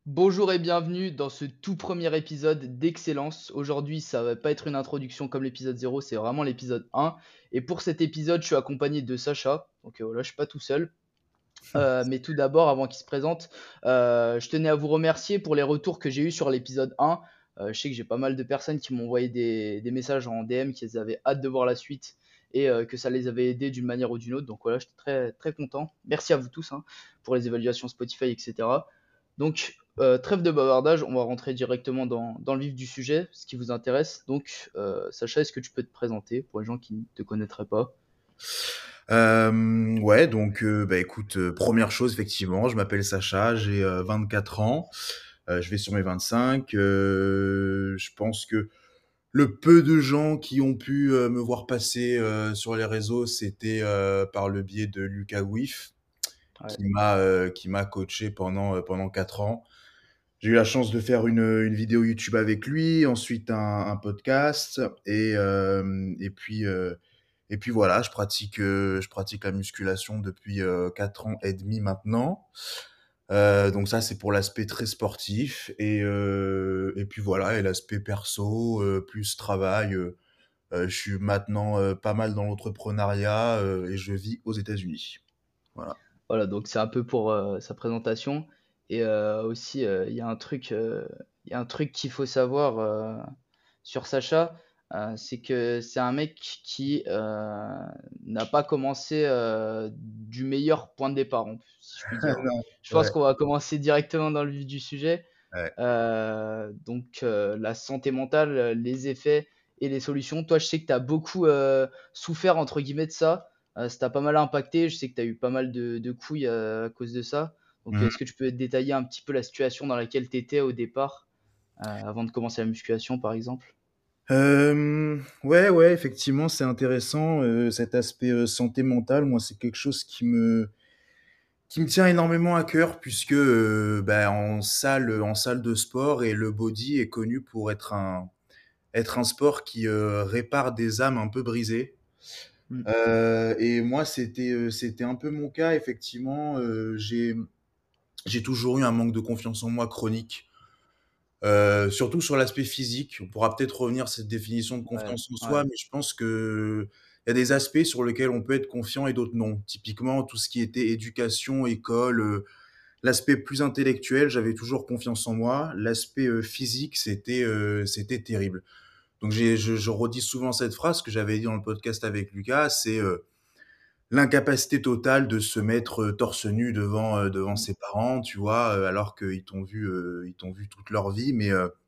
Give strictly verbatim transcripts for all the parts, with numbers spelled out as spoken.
Bonjour et bienvenue dans ce tout premier épisode d'Excellence. Aujourd'hui, ça va pas être une introduction comme l'épisode zéro, c'est vraiment l'épisode un. Et pour cet épisode, je suis accompagné de Sacha. Donc euh, voilà, je suis pas tout seul. Euh, mais tout d'abord, avant qu'il se présente, euh, je tenais à vous remercier pour les retours que j'ai eus sur l'épisode un. Euh, je sais que j'ai pas mal de personnes qui m'ont envoyé des, des messages en D M, qu'ils avaient hâte de voir la suite et euh, que ça les avait aidés d'une manière ou d'une autre. Donc voilà, j'étais très, très content. Merci à vous tous hein, pour les évaluations Spotify, et cetera. Donc, euh, trêve de bavardage, on va rentrer directement dans, dans le vif du sujet, ce qui vous intéresse. Donc, euh, Sacha, est-ce que tu peux te présenter pour les gens qui ne te connaîtraient pas? Euh, ouais, donc euh, bah écoute, euh, première chose effectivement, je m'appelle Sacha, j'ai euh, vingt-quatre ans, euh, je vais sur mes vingt-cinq. Euh, je pense que le peu de gens qui ont pu euh, me voir passer euh, sur les réseaux, c'était euh, par le biais de Lucas Gouif, Ouais. qui m'a euh, qui m'a coaché pendant euh, pendant quatre ans. J'ai eu la chance de faire une une vidéo YouTube avec lui, ensuite un, un podcast et euh, et puis euh, et puis voilà, je pratique euh, je pratique la musculation depuis euh, quatre ans et demi maintenant. Euh, donc ça c'est pour l'aspect très sportif et euh, et puis voilà, et l'aspect perso euh, plus travail. Euh, euh, je suis maintenant euh, pas mal dans l'entrepreneuriat euh, et je vis aux États-Unis. Voilà. Voilà, donc c'est un peu pour euh, sa présentation. Et euh, aussi, euh, il y a un truc, euh, il y a un truc qu'il faut savoir euh, sur Sacha, euh, c'est que c'est un mec qui euh, n'a pas commencé euh, du meilleur point de départ, on- si je puis dire. Non, Je pense ouais, qu'on va commencer directement dans le vif du sujet. ouais. Euh, donc, euh, la santé mentale, euh, les effets et les solutions. Toi, je sais que tu as beaucoup euh, souffert, entre guillemets, de ça. Euh, ça t'a pas mal impacté. Je sais que tu as eu pas mal de, de couilles euh, à cause de ça. Donc, Mhm. est-ce que tu peux détailler un petit peu la situation dans laquelle tu étais au départ, euh, avant de commencer la musculation, par exemple? Euh, ouais, ouais, effectivement, c'est intéressant euh, cet aspect euh, santé mentale. Moi, c'est quelque chose qui me qui me tient énormément à cœur puisque euh, bah, en salle en salle de sport et le body est connu pour être un être un sport qui euh, répare des âmes un peu brisées. Mm. Euh, et moi, c'était euh, c'était un peu mon cas. Effectivement, euh, j'ai j'ai toujours eu un manque de confiance en moi chronique. Euh, surtout sur l'aspect physique. On pourra peut-être revenir à cette définition de Ouais, confiance en ouais, soi, mais je pense que il y a des aspects sur lesquels on peut être confiant et d'autres non. Typiquement, tout ce qui était éducation, école, euh, l'aspect plus intellectuel, j'avais toujours confiance en moi. L'aspect euh, physique, c'était euh, c'était terrible. Donc j'ai, je, je redis souvent cette phrase que j'avais dit dans le podcast avec Lucas, c'est euh, l'incapacité totale de se mettre euh, torse nu devant euh, devant mm, ses parents, tu vois, euh, alors qu'ils t'ont vu euh, ils t'ont vu toute leur vie, mais euh,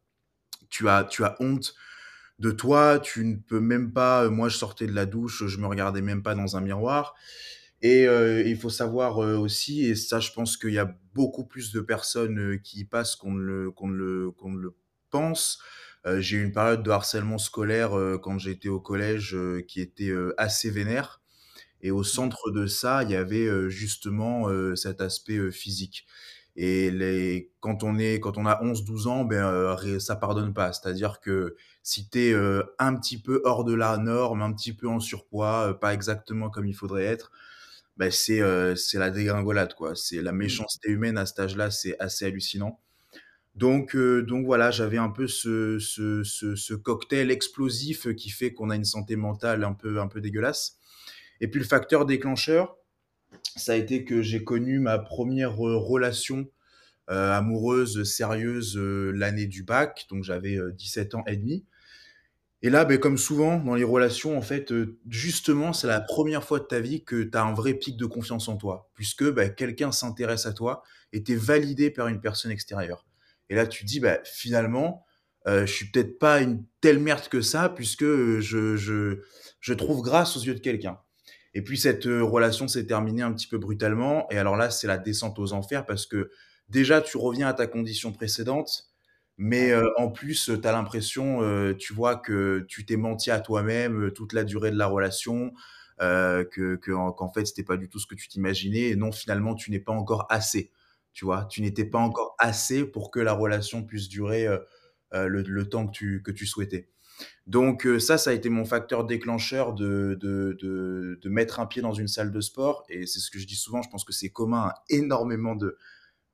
tu as tu as honte de toi, tu ne peux même pas. euh, Moi, je sortais de la douche, je me regardais même pas dans un miroir. Et euh, il faut savoir euh, aussi, et ça, je pense qu'il y a beaucoup plus de personnes euh, qui y passent qu'on ne le, qu'on ne le, qu'on ne le pense. Euh, j'ai eu une période de harcèlement scolaire euh, quand j'étais au collège euh, qui était euh, assez vénère. Et au mm. centre de ça, il y avait euh, justement euh, cet aspect euh, physique. Et les, quand on est, quand on a onze, douze ans, ben euh, ré- ça pardonne pas. C'est-à-dire que si t'es euh, un petit peu hors de la norme, un petit peu en surpoids, euh, pas exactement comme il faudrait être, ben c'est euh, c'est la dégringolade quoi. C'est la Mm. méchanceté humaine à cet âge-là, c'est assez hallucinant. Donc euh, donc voilà, j'avais un peu ce, ce ce ce cocktail explosif qui fait qu'on a une santé mentale un peu un peu dégueulasse. Et puis le facteur déclencheur, ça a été que j'ai connu ma première euh, relation euh, amoureuse sérieuse euh, l'année du bac, donc j'avais euh, dix-sept ans et demi. Et là, ben, comme souvent dans les relations, en fait, euh, justement, c'est la première fois de ta vie que tu as un vrai pic de confiance en toi, puisque ben, quelqu'un s'intéresse à toi et t'es validé par une personne extérieure. Et là, tu te dis, bah, finalement, euh, je suis peut-être pas une telle merde que ça, puisque euh, je, je, je trouve grâce aux yeux de quelqu'un. Et puis cette euh, relation s'est terminée un petit peu brutalement. Et alors là, c'est la descente aux enfers parce que déjà, tu reviens à ta condition précédente, mais Ouais. euh, en plus, tu as l'impression, euh, tu vois, que tu t'es menti à toi-même euh, toute la durée de la relation, euh, que, que en- qu'en fait, c'était pas du tout ce que tu t'imaginais. Et non, finalement, tu n'es pas encore assez. Tu vois, tu n'étais pas Mm. encore assez pour que la relation puisse durer euh, euh, le, le temps que tu, que tu souhaitais. Donc euh, ça, ça a été mon facteur déclencheur de, de, de, de mettre un pied dans une salle de sport. Et c'est ce que je dis souvent, je pense que c'est commun à énormément de,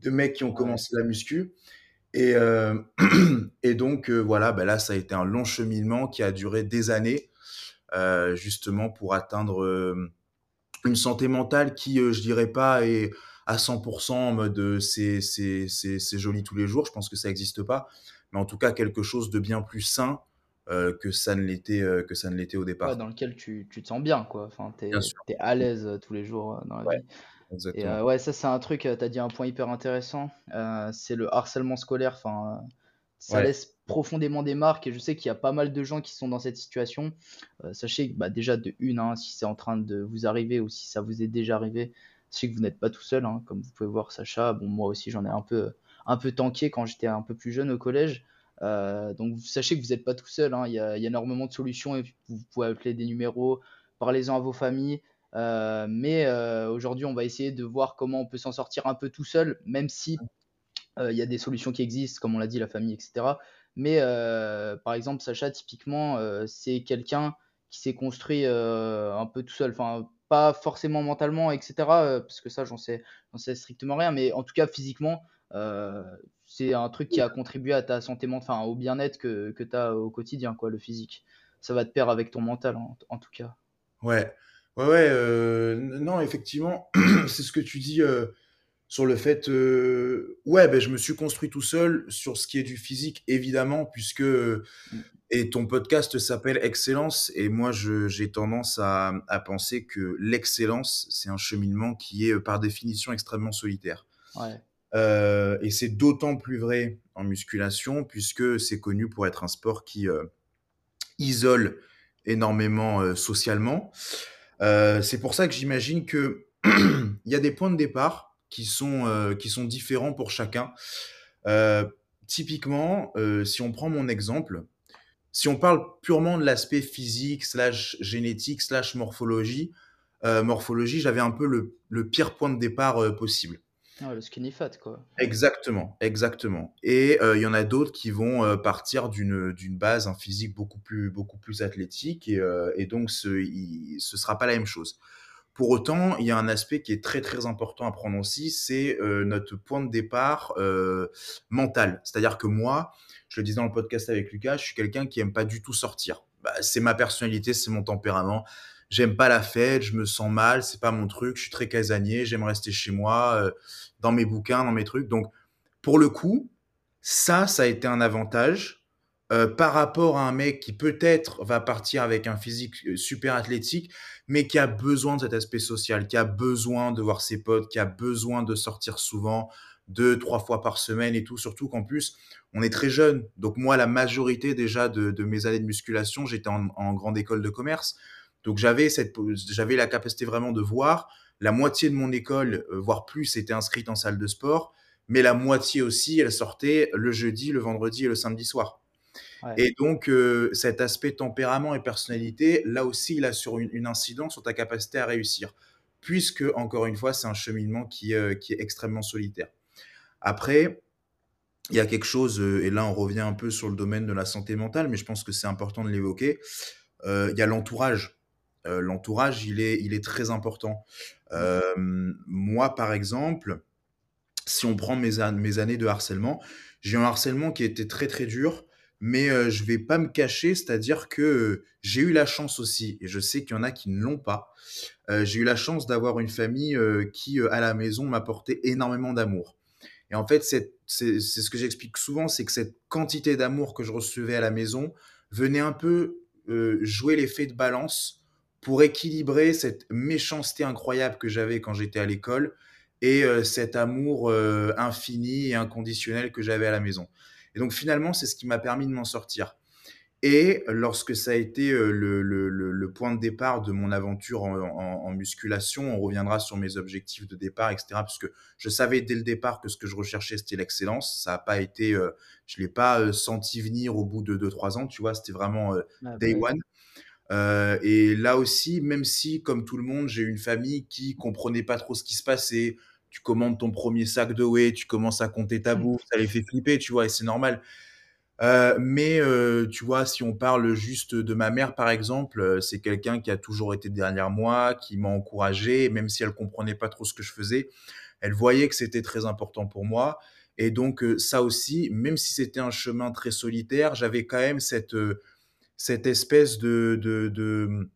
de mecs qui ont Ouais. commencé la muscu. Et, euh, et donc, euh, voilà, bah là, ça a été un long cheminement qui a duré des années, euh, justement pour atteindre euh, une santé mentale qui, euh, je dirais pas, est à cent pour cent en mode euh, c'est, c'est, c'est, c'est joli tous les jours. Je pense que ça n'existe pas. Mais en tout cas, quelque chose de bien plus sain euh, que ça ne l'était, euh, que ça ne l'était au Ouais, départ. dans lequel tu, tu te sens bien, quoi. Enfin, Bien t'es, sûr. t'es à l'aise euh, tous les jours euh, dans la Ouais, vie. Et exactement. euh, ouais, ça, c'est un truc, euh, t'as dit un point hyper intéressant. Euh, c'est le harcèlement scolaire. Enfin, euh, ça Ouais. laisse profondément des marques. Et je sais qu'il y a pas mal de gens qui sont dans cette situation. Euh, sachez que bah, déjà, de une, hein, si c'est en train de vous arriver ou si ça vous est déjà arrivé, sachez que vous n'êtes pas tout seul, hein. Comme vous pouvez voir, Sacha, bon, moi aussi, j'en ai un peu, un peu tanké quand j'étais un peu plus jeune au collège. Euh, donc, sachez que vous n'êtes pas tout seul, hein. Il y a, il y a énormément de solutions et vous pouvez appeler des numéros, parlez-en à vos familles. Euh, mais euh, aujourd'hui, on va essayer de voir comment on peut s'en sortir un peu tout seul, même si euh, il y a des solutions qui existent, comme on l'a dit, la famille, et cetera. Mais euh, par exemple, Sacha, typiquement, euh, c'est quelqu'un qui s'est construit euh, un peu tout seul. Enfin, pas forcément mentalement, et cetera euh, Parce que ça, j'en sais, j'en sais strictement rien. Mais en tout cas, physiquement, euh, c'est un truc qui a contribué à ta santé mentale, enfin, au bien-être que, que tu as au quotidien, quoi, le physique. Ça va de pair avec ton mental, en, en tout cas. Ouais. Ouais, ouais. euh, n- non, effectivement, c'est ce que tu dis. euh, Sur le fait, euh, ouais, ben, je me suis construit tout seul sur ce qui est du physique, évidemment, puisque Mm. et ton podcast s'appelle Excellence, et moi je, j'ai tendance à, à penser que l'excellence, c'est un cheminement qui est euh, par définition extrêmement solitaire. Ouais, Euh, et c'est d'autant plus vrai en musculation, puisque c'est connu pour être un sport qui euh, isole énormément euh, socialement. Euh, c'est pour ça que j'imagine que il y a des points de départ qui sont, euh, qui sont différents pour chacun. Euh, Typiquement, euh, si on prend mon exemple, si on parle purement de l'aspect physique, slash génétique, slash morphologie, euh, morphologie, j'avais un peu le, le pire point de départ euh, possible. ouais, le skinny fat, quoi. Ouais. Exactement, exactement. Et euh, il y en a d'autres qui vont euh, partir d'une d'une base, un physique beaucoup plus beaucoup plus athlétique, et, euh, et donc ce il, ce sera pas la même chose. Pour autant, il y a un aspect qui est très très important à prendre aussi, c'est euh, notre point de départ euh, mental. C'est-à-dire que moi, je le disais dans le podcast avec Lucas, je suis quelqu'un qui aime pas du tout sortir. Bah, c'est ma personnalité, c'est mon tempérament. J'aime pas la fête, je me sens mal, c'est pas mon truc. Je suis très casanier, j'aime rester chez moi, euh, dans mes bouquins, dans mes trucs. Donc, pour le coup, ça, ça a été un avantage euh, par rapport à un mec qui peut-être va partir avec un physique euh, super athlétique, mais qui a besoin de cet aspect social, qui a besoin de voir ses potes, qui a besoin de sortir souvent, deux, trois fois par semaine et tout. Surtout qu'en plus, on est très jeune. Donc moi, la majorité déjà de, de mes années de musculation, j'étais en, en grande école de commerce. Donc j'avais cette, j'avais la capacité vraiment de voir. La moitié de mon école, euh, voire plus, était inscrite en salle de sport, mais la moitié aussi, elle sortait le jeudi, le vendredi et le samedi soir. Ouais. Et donc, euh, cet aspect tempérament et personnalité, là aussi, il a sur une, une incidence sur ta capacité à réussir. Puisque, encore une fois, c'est un cheminement qui, euh, qui est extrêmement solitaire. Après, il y a quelque chose, euh, et là, on revient un peu sur le domaine de la santé mentale, mais je pense que c'est important de l'évoquer. Euh, il y a l'entourage. Euh, l'entourage, il est, il est très important. Mm. Euh, Moi, par exemple, si on prend mes, an- mes années de harcèlement, j'ai eu un harcèlement qui était très très dur, mais euh, je vais pas me cacher, c'est-à-dire que euh, j'ai eu la chance aussi, et je sais qu'il y en a qui ne l'ont pas, euh, j'ai eu la chance d'avoir une famille euh, qui, euh, à la maison, m'apportait énormément d'amour. Et en fait, c'est c'est- c'est ce que j'explique souvent, c'est que cette quantité d'amour que je recevais à la maison venait un peu euh, jouer l'effet de balance pour équilibrer cette méchanceté incroyable que j'avais quand j'étais à l'école et euh, cet amour euh, infini et inconditionnel que j'avais à la maison. Et donc finalement, c'est ce qui m'a permis de m'en sortir. Et lorsque ça a été euh, le, le- le- le point de départ de mon aventure en, en- en musculation, on reviendra sur mes objectifs de départ, et cetera. Parce que je savais dès le départ que ce que je recherchais, c'était l'excellence. Ça n'a pas été, euh, je l'ai pas euh, senti venir au bout de deux trois ans, tu vois, c'était vraiment euh, Ah, bah day ouais. one. Euh, et là aussi, même si, comme tout le monde, j'ai eu une famille qui comprenait pas trop ce qui se passait, tu commandes ton premier sac de whey, tu commences à compter ta bouffe, ça les fait flipper, tu vois, et c'est normal. Euh, mais euh, tu vois, si on parle juste de ma mère, par exemple, euh, c'est quelqu'un qui a toujours été derrière moi, qui m'a encouragé, même si elle comprenait pas trop ce que je faisais, Elle voyait que c'était très important pour moi et donc heu, ça aussi, même si c'était un chemin très solitaire, j'avais quand même cette, heu, cette espèce de de de, mmh,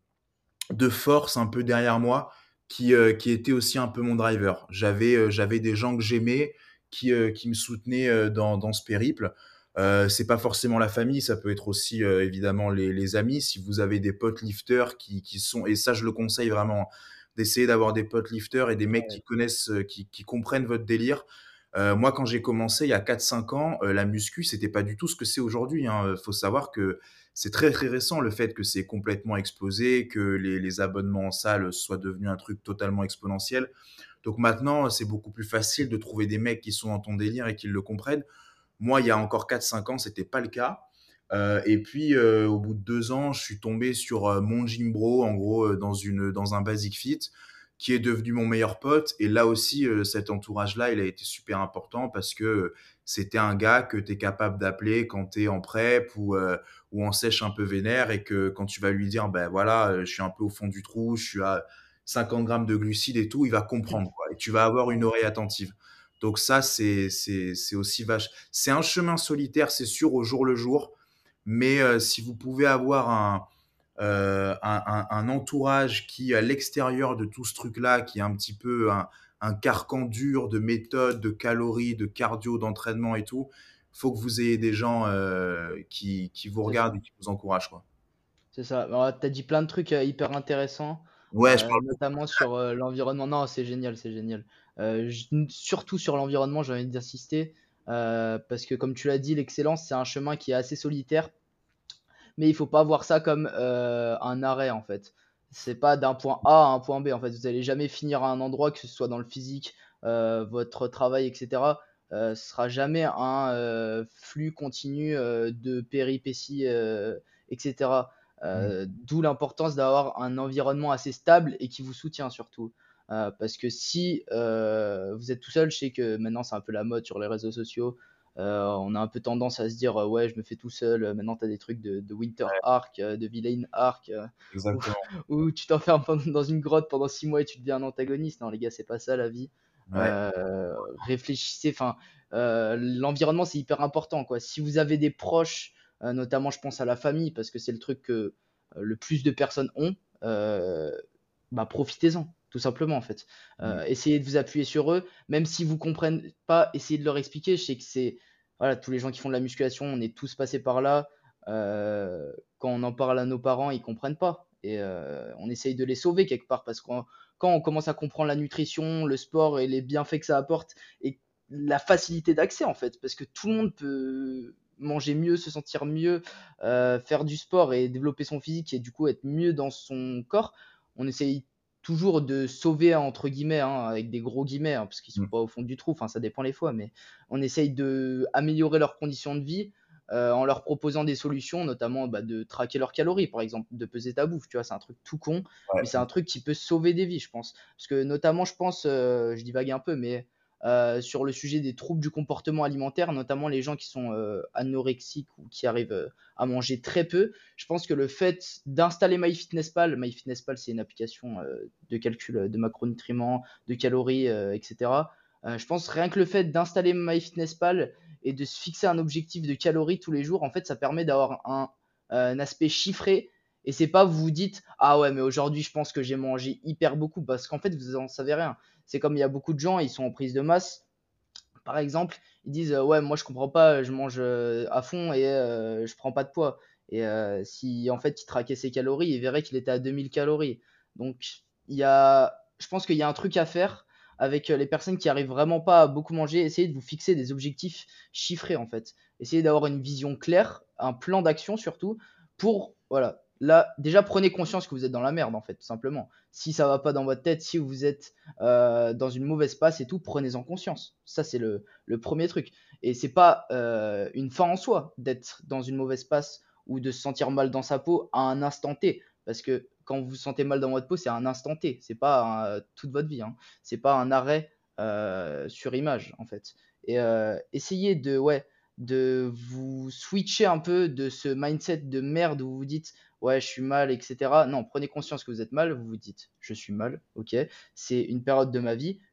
de force un peu derrière moi qui, heu, qui était aussi un peu mon driver. J'avais, heu, j'avais des gens que j'aimais qui, heu, qui me soutenaient, heu, dans dans ce périple. Heu, c'est pas forcément la famille, ça peut être aussi, heu, évidemment les les amis. Si vous avez des potes lifters qui qui sont et ça je le conseille vraiment, d'essayer d'avoir des potes lifters et des mecs Ouais, qui connaissent, heu, qui qui comprennent votre délire. Heu, moi quand j'ai commencé il y a quatre cinq ans, heu, la muscu c'était pas du tout ce que c'est aujourd'hui, hein. Heu, faut savoir que c'est très, très récent le fait que c'est complètement explosé, que les les abonnements en salle soient devenus un truc totalement exponentiel. Donc maintenant, c'est beaucoup plus facile de trouver des mecs qui sont dans ton délire et qui le comprennent. Moi, il y a encore quatre cinq ans, c'était pas le cas. Heu et puis, heu, au bout de deux ans, je suis tombé sur, heu, mon gym bro, en gros, heu, dans une, dans un Basic Fit, qui est devenu mon meilleur pote et là aussi, heu, cet entourage-là, il a été super important parce que, heu, c'était un gars que tu es capable d'appeler quand tu es en prep ou, heu, ou en sèche un peu vénère et que quand tu vas lui dire: «Ben voilà, heu, je suis un peu au fond du trou, je suis à cinquante grammes de glucides et tout», il va comprendre, quoi et tu vas avoir une oreille attentive. Donc ça, c'est c'est c'est aussi vache c'est un chemin solitaire, c'est sûr, au jour le jour, mais heu, si vous pouvez avoir un, heu, un un un entourage qui, à l'extérieur de tout ce truc-là, qui est un petit peu un un carcan dur de méthode, de calories, de cardio, d'entraînement et tout, faut que vous ayez des gens, heu, qui qui vous c'est regardent et ça. qui vous encouragent, quoi. C'est ça. Alors, tu as dit plein de trucs, heu, hyper intéressants, Ouais, je heu, parle beaucoup. notamment sur, heu, l'environnement. Non, c'est génial, c'est génial. Heu, j n surtout sur l'environnement, j'ai envie d'insister, heu, parce que comme tu l'as dit, l'excellence, c'est un chemin qui est assez solitaire, mais il faut pas voir ça comme, heu, un arrêt, en fait. C'est pas d'un point A à un point B, en fait. Vous allez jamais finir à un endroit, que ce soit dans le physique, heu, votre travail et cetera. Heu, ce sera jamais un, heu, flux continu, heu, de péripéties, heu et cetera. Mmh. Heu, d'où l'importance d'avoir un environnement assez stable et qui vous soutient surtout. Heu, parce que si, heu, vous êtes tout seul, je sais que maintenant c'est un peu la mode sur les réseaux sociaux. Heu, on a un peu tendance à se dire, heu: «Ouais, je me fais tout seul», heu, maintenant tu as des trucs de de Winter Arc, heu, de Villain Arc, heu, où Exactement. où tu t'enfermes pen dans une grotte pendant six mois et tu deviens un antagoniste. Non les gars, c'est pas ça la vie. Ouais. Heu, réfléchissez, enfin, heu, l'environnement c'est hyper important, quoi. Si vous avez des proches, heu, notamment je pense à la famille parce que c'est le truc que, heu, le plus de personnes ont, heu, bah, profitez-en, tout simplement, en fait. Mmh. Heu, essayez de vous appuyer sur eux, même s'ils vous comprennent pas, essayez de leur expliquer. Je sais que c'est voilà, tous les gens qui font de la musculation, on est tous passés par là. Heu, quand on en parle à nos parents, ils comprennent pas et heu, on essaye de les sauver quelque part parce qu'on quand on commence à comprendre la nutrition, le sport et les bienfaits que ça apporte et la facilité d'accès, en fait, parce que tout le monde peut manger mieux, se sentir mieux, heu, faire du sport et développer son physique et du coup être mieux dans son corps. On essaye toujours de «sauver» entre guillemets, hein, avec des gros guillemets, hein, parce qu'ils sont Mmh. pas au fond du trou, enfin ça dépend les fois, mais on essaye d'améliorer leurs conditions de vie, heu, en leur proposant des solutions, notamment, bah, de traquer leurs calories, par exemple, de peser ta bouffe, tu vois? C'est un truc tout con, mais c'est Ouais. un truc qui peut sauver des vies, je pense. Parce que notamment, je pense, heu, je divague un peu, mais heu, sur le sujet des troubles du comportement alimentaire, notamment les gens qui sont, heu, anorexiques ou qui arrivent, heu, à manger très peu. Je pense que le fait d'installer MyFitnessPal, MyFitnessPal, c'est une application, heu, de calcul, heu, de macronutriments, de calories, heu et cetera. Heu, je pense rien que le fait d'installer MyFitnessPal et de se fixer un objectif de calories tous les jours, en fait, ça permet d'avoir un, un aspect chiffré et c'est pas vous vous dites: «Ah ouais, mais aujourd'hui, je pense que j'ai mangé hyper beaucoup», parce qu'en fait, vous en savez rien. C'est comme il y a beaucoup de gens, ils sont en prise de masse, par exemple, ils disent, heu: «Ouais, moi je comprends pas, je mange, heu, à fond et heu, je prends pas de poids» et heu, si en fait il traquait ses calories, il verrait qu'il était à deux mille calories. Donc il y a je pense qu'il y a un truc à faire avec, heu, les personnes qui arrivent vraiment pas à beaucoup manger. Essayez de vous fixer des objectifs chiffrés, en fait. Essayez d'avoir une vision claire, un plan d'action surtout pour voilà, là, déjà prenez conscience que vous êtes dans la merde, en fait, tout simplement. Si ça va pas dans votre tête, si vous êtes euh, dans une mauvaise passe et tout, prenez-en conscience. Ça, c'est le, le premier truc. Et c'est pas euh, une fin en soi d'être dans une mauvaise passe ou de se sentir mal dans sa peau à un instant T. Parce que quand vous vous sentez mal dans votre peau, c'est un instant T. C'est pas euh, toute votre vie. Hein. C'est pas un arrêt euh, sur image, en fait. Et euh, essayez de, ouais, de vous switcher un peu de ce mindset de merde où vous vous dites ouais, je suis mal, et cetera. Non, prenez conscience que vous êtes mal, vous vous dites je suis mal, ok, c'est une période de ma vie,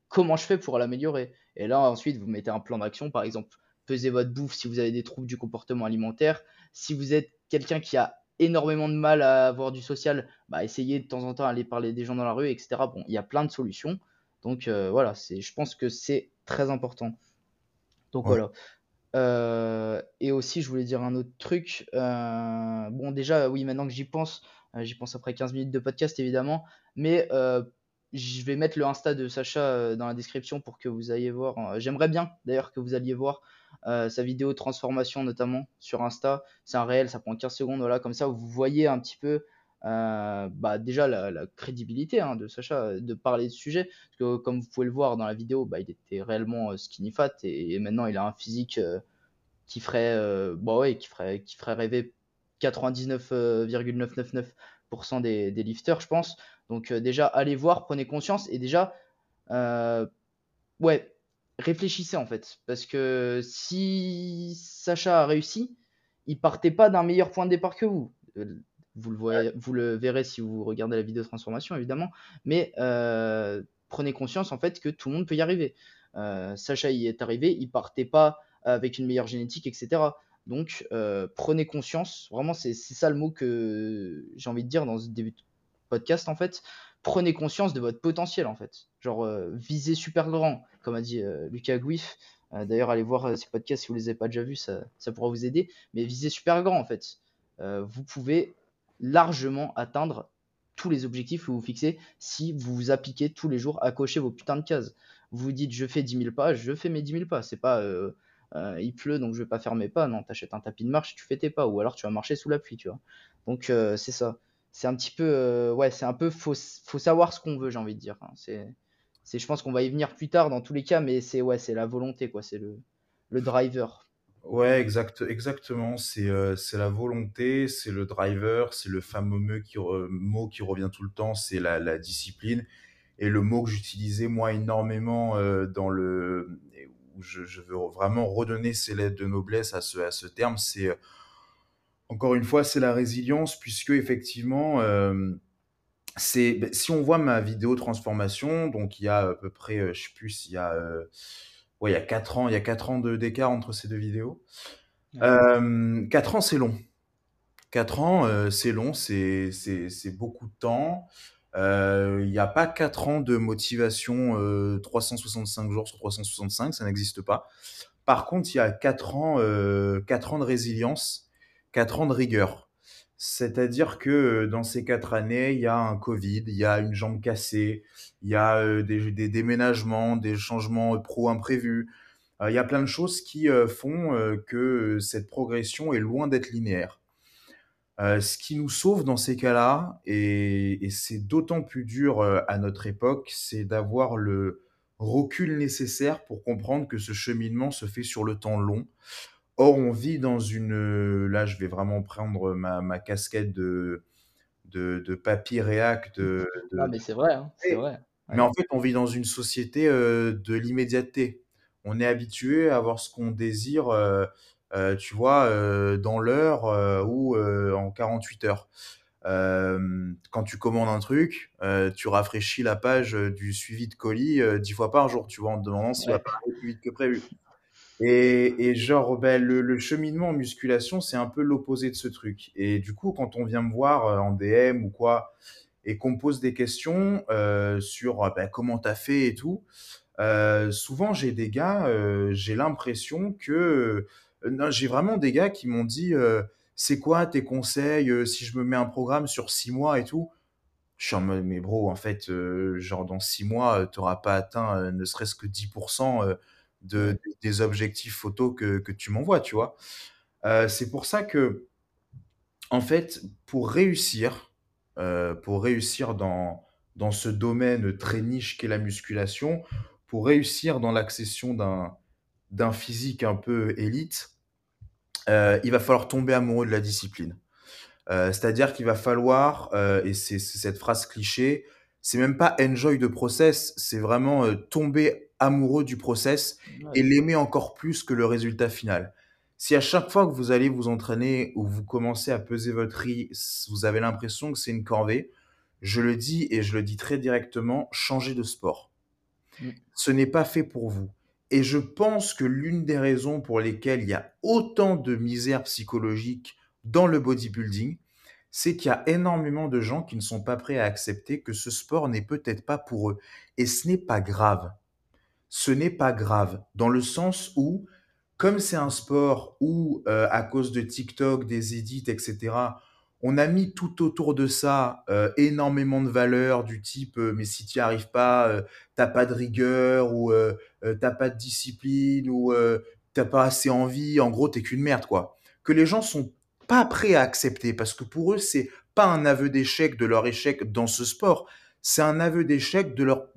comment je fais pour l'améliorer? Et là, ensuite, vous mettez un plan d'action, par exemple, pesez votre bouffe si vous avez des troubles du comportement alimentaire. Si vous êtes quelqu'un qui a énormément de mal à avoir du social, bah, essayez de temps en temps d'aller parler des gens dans la rue, et cetera. Bon, il y a plein de solutions. Donc euh, voilà, c'est, je pense que c'est très important. Donc Ouais. voilà. Euh, et aussi, je voulais dire un autre truc. Euh, bon, déjà, oui, maintenant que j'y pense, euh, j'y pense après quinze minutes de podcast, évidemment. Mais euh, je vais mettre le Insta de Sacha euh, dans la description pour que vous ayez voir. euh, J'aimerais bien, d'ailleurs, que vous alliez voir euh, sa vidéo de transformation, notamment sur Insta. C'est un réel, ça prend quinze secondes. Voilà, comme ça, vous voyez un petit peu. euh, bah, déjà la, la crédibilité hein, de Sacha euh, de parler de ce sujet parce que comme vous pouvez le voir dans la vidéo bah, il était réellement euh, skinny fat et, et maintenant il a un physique euh, qui ferait, euh, bah ouais, qui ferait, qui ferait rêver quatre-vingt-dix-neuf virgule neuf cent quatre-vingt-dix-neuf pour cent des, des lifters, je pense. Donc euh, déjà, allez voir, prenez conscience et déjà, euh, ouais, réfléchissez en fait. Parce que si Sacha a réussi, il partait pas d'un meilleur point de départ que vous. Euh, Vous le, voyez, vous le verrez si vous regardez la vidéo de transformation, évidemment. Mais euh, prenez conscience en fait que tout le monde peut y arriver. Euh, Sacha y est arrivé, il partait pas avec une meilleure génétique, et cetera. Donc euh, prenez conscience. Vraiment, c'est ça le mot que j'ai envie de dire dans ce début de podcast en fait. Prenez conscience de votre potentiel en fait. Genre euh, visez super grand, comme a dit euh, Lucas Gouif. Euh, D'ailleurs, allez voir euh, ces podcasts si vous les avez pas déjà vus, ça, ça pourra vous aider. Mais visez super grand en fait. Euh, vous pouvez largement atteindre tous les objectifs que vous fixez si vous vous appliquez tous les jours à cocher vos putains de cases. Vous vous dites je fais dix mille pas, je fais mes dix mille pas. C'est pas euh, euh, il pleut donc je vais pas faire mes pas. Non, t'achètes un tapis de marche, tu fais tes pas. Ou alors tu vas marcher sous la pluie, tu vois. Donc euh, c'est ça. C'est un petit peu. Euh, ouais, c'est un peu. Faut, faut savoir ce qu'on veut, j'ai envie de dire. Hein. C'est, c'est, je pense qu'on va y venir plus tard dans tous les cas, mais c'est ouais, c'est la volonté, quoi. C'est le, le driver. Ouais, exact, exactement. C'est euh, c'est la volonté, c'est le driver, c'est le fameux mot qui, re- mot qui revient tout le temps, c'est la, la discipline. Et le mot que j'utilisais moi énormément euh, dans le, et où je, je veux vraiment redonner ces lettres de noblesse à ce, à ce terme, c'est euh, encore une fois, c'est la résilience, puisque effectivement, euh, c'est, ben, si on voit ma vidéo transformation, donc il y a à peu près, euh, je sais plus, il y a, euh, ouais, il y a quatre ans, il y a quatre ans de- d'écart entre ces deux vidéos. Ouais. Euh, quatre ans, c'est long. Quatre ans, euh, c'est long, c'est c'est- c'est beaucoup de temps. Euh, Il n'y a pas quatre ans de motivation euh, trois cent soixante-cinq jours sur trois cent soixante-cinq, ça n'existe pas. Par contre, il y a quatre ans, euh, quatre ans de résilience, quatre ans de rigueur. C'est-à-dire que euh, dans ces quatre années, il y a un Covid, il y a une jambe cassée, il y a euh, des, des déménagements, des changements pro imprévus. Euh, il y a plein de choses qui euh, font euh, que euh, cette progression est loin d'être linéaire. Euh, ce qui nous sauve dans ces cas-là, et, et c'est d'autant plus dur euh, à notre époque, c'est d'avoir le recul nécessaire pour comprendre que ce cheminement se fait sur le temps long. Or, on vit dans une... euh, Là, je vais vraiment prendre ma, ma casquette de, de, de papy réac, de, Ah, de, mais c'est vrai, hein, c'est de- vrai. Mais Ouais. en fait, on vit dans une société euh, de l'immédiateté. On est habitué à avoir ce qu'on désire, euh, euh, tu vois, euh, dans l'heure euh, ou euh, en quarante-huit heures. Euh, quand tu commandes un truc, euh, tu rafraîchis la page euh, du suivi de colis euh, dix fois par jour, tu vois, en te demandant s'il va Ouais. pas aller plus vite que prévu. Et, et genre, ben, le, le cheminement en musculation, c'est un peu l'opposé de ce truc. Et du coup, quand on vient me voir euh, en D M ou quoi, et qu'on me pose des questions euh, sur euh, ben, comment t'as fait et tout, euh, souvent j'ai des gars, euh, j'ai l'impression que... euh, non, j'ai vraiment des gars qui m'ont dit, euh, c'est quoi tes conseils euh, si je me mets un programme sur six mois et tout? Je suis en mode, mais bro, en fait, euh, genre dans six mois, euh, t'auras pas atteint euh, ne serait-ce que dix pour cent euh, de, Ouais. des objectifs photos que, que tu m'envoies, tu vois. Euh, c'est pour ça que, en fait, pour réussir, euh, pour réussir dans, dans ce domaine très niche qu'est la musculation, pour réussir dans l'accession d'un, d'un physique un peu élite, euh, il va falloir tomber amoureux de la discipline. Euh, c'est-à-dire qu'il va falloir, euh, et c'est c'est cette phrase cliché, c'est même pas enjoy the process, c'est vraiment euh, tomber amoureux du process et Ouais. l'aimer encore plus que le résultat final. Si à chaque fois que vous allez vous entraîner ou vous commencez à peser votre riz, vous avez l'impression que c'est une corvée, je le dis et je le dis très directement, changez de sport. Mm. Ce n'est pas fait pour vous. Et je pense que l'une des raisons pour lesquelles il y a autant de misère psychologique dans le bodybuilding, c'est qu'il y a énormément de gens qui ne sont pas prêts à accepter que ce sport n'est peut-être pas pour eux. Et ce n'est pas grave. Ce n'est pas grave, dans le sens où, comme c'est un sport où, euh, à cause de TikTok, des edits, et cetera, on a mis tout autour de ça euh, énormément de valeurs du type euh, mais si tu n'y arrives pas, euh, t'as pas de rigueur ou euh, euh, t'as pas de discipline ou euh, t'as pas assez envie, en gros t'es qu'une merde quoi. Que les gens sont pas prêts à accepter parce que pour eux c'est pas un aveu d'échec de leur échec dans ce sport, c'est un aveu d'échec de leur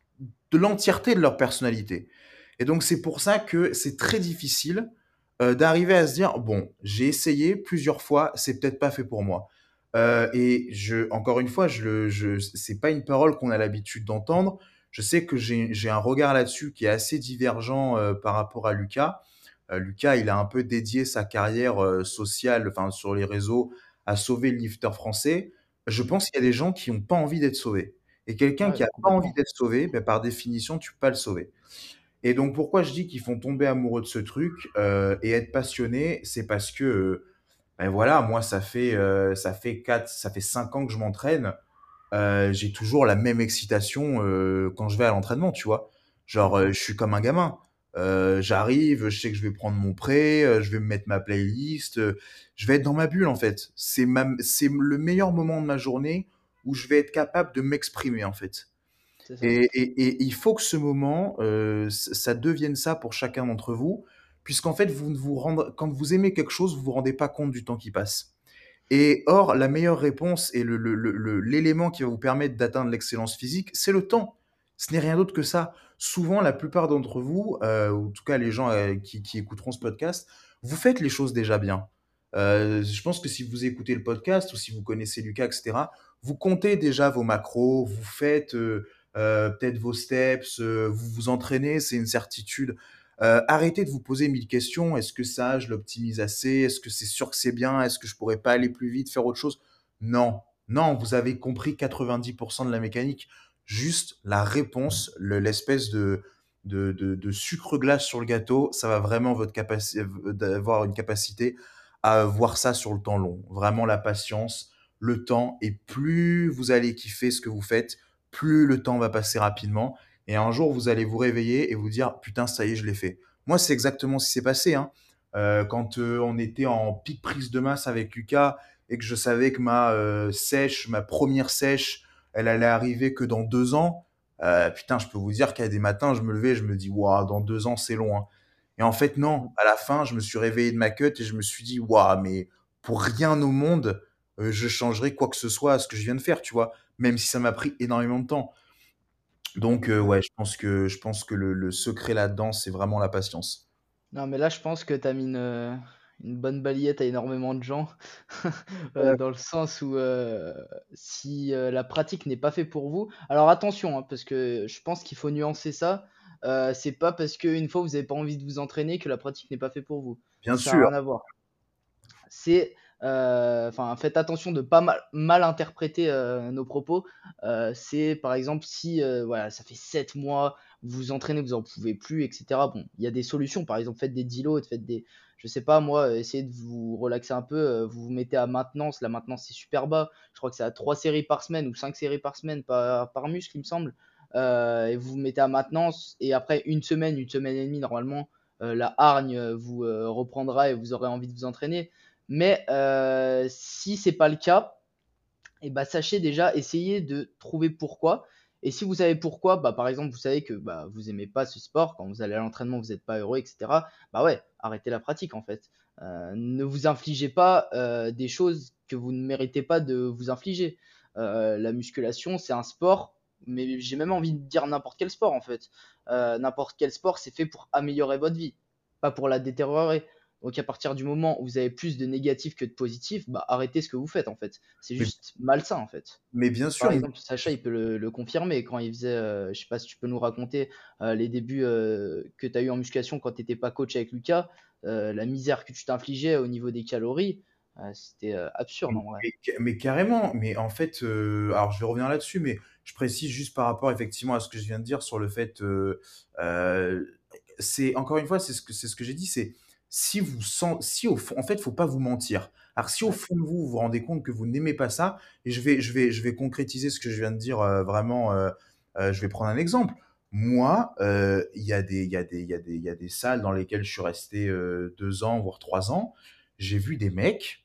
de l'entièreté de leur personnalité. Et donc c'est pour ça que c'est très difficile euh, d'arriver à se dire bon, j'ai essayé plusieurs fois, c'est peut-être pas fait pour moi. Euh, et je, encore une fois, je, le- je, c'est pas une parole qu'on a l'habitude d'entendre. Je sais que j'ai, j'ai un regard là-dessus qui est assez divergent euh, par rapport à Lucas. Euh, Lucas, il a un peu dédié sa carrière euh, sociale, enfin sur les réseaux, à sauver le lifter français. Je Mm. pense qu'il y a des gens qui n'ont pas envie d'être sauvés. Et quelqu'un qui Ouais, a pas envie complètement. d'être sauvé, ben, par définition, tu peux pas le sauver. Et donc, pourquoi je dis qu'ils font tomber amoureux de ce truc euh, et être passionnés, c'est parce que, euh, ben voilà, moi, ça fait, euh, ça fait quatre, ça fait cinq ans que je m'entraîne. Euh, j'ai toujours la même excitation euh, quand je vais à l'entraînement, tu vois. Genre, Mm. euh, je suis comme un gamin. Euh, j'arrive, je sais que je vais prendre mon prêt, euh, je vais me mettre ma playlist, euh, je vais être dans ma bulle en fait. C'est ma, c'est le meilleur moment de ma journée où je vais être capable de m'exprimer en fait. C'est ça. Et, et- et il faut que ce moment, euh, c- ça devienne ça pour chacun d'entre vous, puisqu'en fait, vous ne vous rendez, quand vous aimez quelque chose, vous vous rendez pas compte du temps qui passe. Et or, la meilleure réponse et le- le- le- le- l'élément qui va vous permettre d'atteindre l'excellence physique, c'est le temps. Ce n'est rien d'autre que ça. Souvent, la plupart d'entre vous, euh, ou en tout cas les gens euh, qui, qui écouteront ce podcast, vous faites les choses déjà bien. Euh, je pense que si vous écoutez le podcast ou si vous connaissez Lucas, et cetera, vous comptez déjà vos macros, vous faites euh, euh, peut-être vos steps, euh, vous vous entraînez, c'est une certitude. Euh, arrêtez de vous poser mille questions. Est-ce que ça, je l'optimise assez? Est-ce que c'est sûr que c'est bien? Est-ce que je pourrais pas aller plus vite, faire autre chose? Non, non, vous avez compris quatre-vingt-dix pour cent de la mécanique. Juste la réponse, le- l'espèce de, de, de, de sucre glace sur le gâteau, ça va vraiment votre capacité, d'avoir une capacité à voir ça sur le temps long. Vraiment la patience, le temps, et plus vous allez kiffer ce que vous faites, plus le temps va passer rapidement. Et un jour, vous allez vous réveiller et vous dire, putain, ça y est, je l'ai fait. Moi, c'est exactement ce qui s'est passé. Hein. Euh, quand euh, on était en pic prise de masse avec Lucas et que je savais que ma euh, sèche, ma première sèche, elle allait arriver que dans deux ans, euh, putain, je peux vous dire qu'il y a des matins, je me levais, je me dis, waouh, dans deux ans, c'est long. Hein. Et en fait, non. Mm. À la fin, je me suis réveillé de ma cut et je me suis dit, waouh, mais pour rien au monde, euh, je changerais quoi que ce soit à ce que je viens de faire, tu vois, même si ça m'a pris énormément de temps. Donc, euh, Ouais. ouais, je pense que, je pense que le, le secret là-dedans, c'est vraiment la patience. Non, mais là, je pense que tu as mis une, euh, une bonne balayette à énormément de gens, euh, Ouais. dans le sens où euh, si euh, la pratique n'est pas fait pour vous, alors attention, hein, parce que je pense qu'il faut nuancer ça. Euh, c'est pas parce qu'une fois vous n'avez pas envie de vous entraîner que la pratique n'est pas fait pour vous. Bien Ça n'a sûr. rien à voir. C'est, euh, enfin, faites attention de pas mal, mal interpréter euh, nos propos. Euh, c'est par exemple si, euh, voilà, ça fait sept mois, vous vous entraînez, vous en pouvez plus, et cetera. Bon, il y a des solutions. Par exemple, faites des deloads, faites des, je sais pas moi, euh, essayez de vous relaxer un peu. euh, vous vous mettez à maintenance. La maintenance c'est super bas. Je crois que c'est à trois séries par semaine ou cinq séries par semaine par, par muscle, il me semble. Euh, et vous vous mettez à maintenance et après une semaine, une semaine et demie normalement, euh, la hargne euh, vous euh, reprendra et vous aurez envie de vous entraîner. Mais euh, si c'est pas le cas, et bah, sachez déjà essayer de trouver pourquoi. Et si vous savez pourquoi, bah, par exemple, vous savez que bah, vous aimez pas ce sport, quand vous allez à l'entraînement, vous n'êtes pas heureux, et cetera. Bah ouais, arrêtez la pratique en fait. Euh, ne vous infligez pas euh, des choses que vous ne méritez pas de vous infliger. Euh, la musculation, c'est un sport, mais j'ai même envie de dire n'importe quel sport en fait. Euh, n'importe quel sport, c'est fait pour améliorer votre vie, pas pour la détériorer. Donc à partir du moment où vous avez plus de négatifs que de positifs, bah arrêtez ce que vous faites en fait. C'est Mais, juste malsain en fait. mais bien Par sûr, il- exemple, Sacha, il peut le, le confirmer quand il faisait, euh, je sais pas si tu peux nous raconter euh, les débuts euh, que tu as eu en musculation quand tu n'étais pas coach avec Lucas, euh, la misère que tu t'infligeais au niveau des calories. Ouais, c'était euh, absurde en vrai. Mais, mais carrément, mais en fait, euh, alors je vais revenir là-dessus, mais je précise juste par rapport effectivement à ce que je viens de dire sur le fait, euh, euh, c'est encore une fois, c'est ce que c'est ce que j'ai dit, c'est si vous sent, si au fond, en fait, faut pas vous mentir. Alors si au Ouais. fond de vous, vous vous rendez compte que vous n'aimez pas ça, et je vais, je vais, je vais concrétiser ce que je viens de dire euh, vraiment. Euh, euh, je vais prendre un exemple. Moi, euh, il y a des, il y a des, il y a des, il y a des salles dans lesquelles je suis resté euh, deux ans voire trois ans. J'ai vu des mecs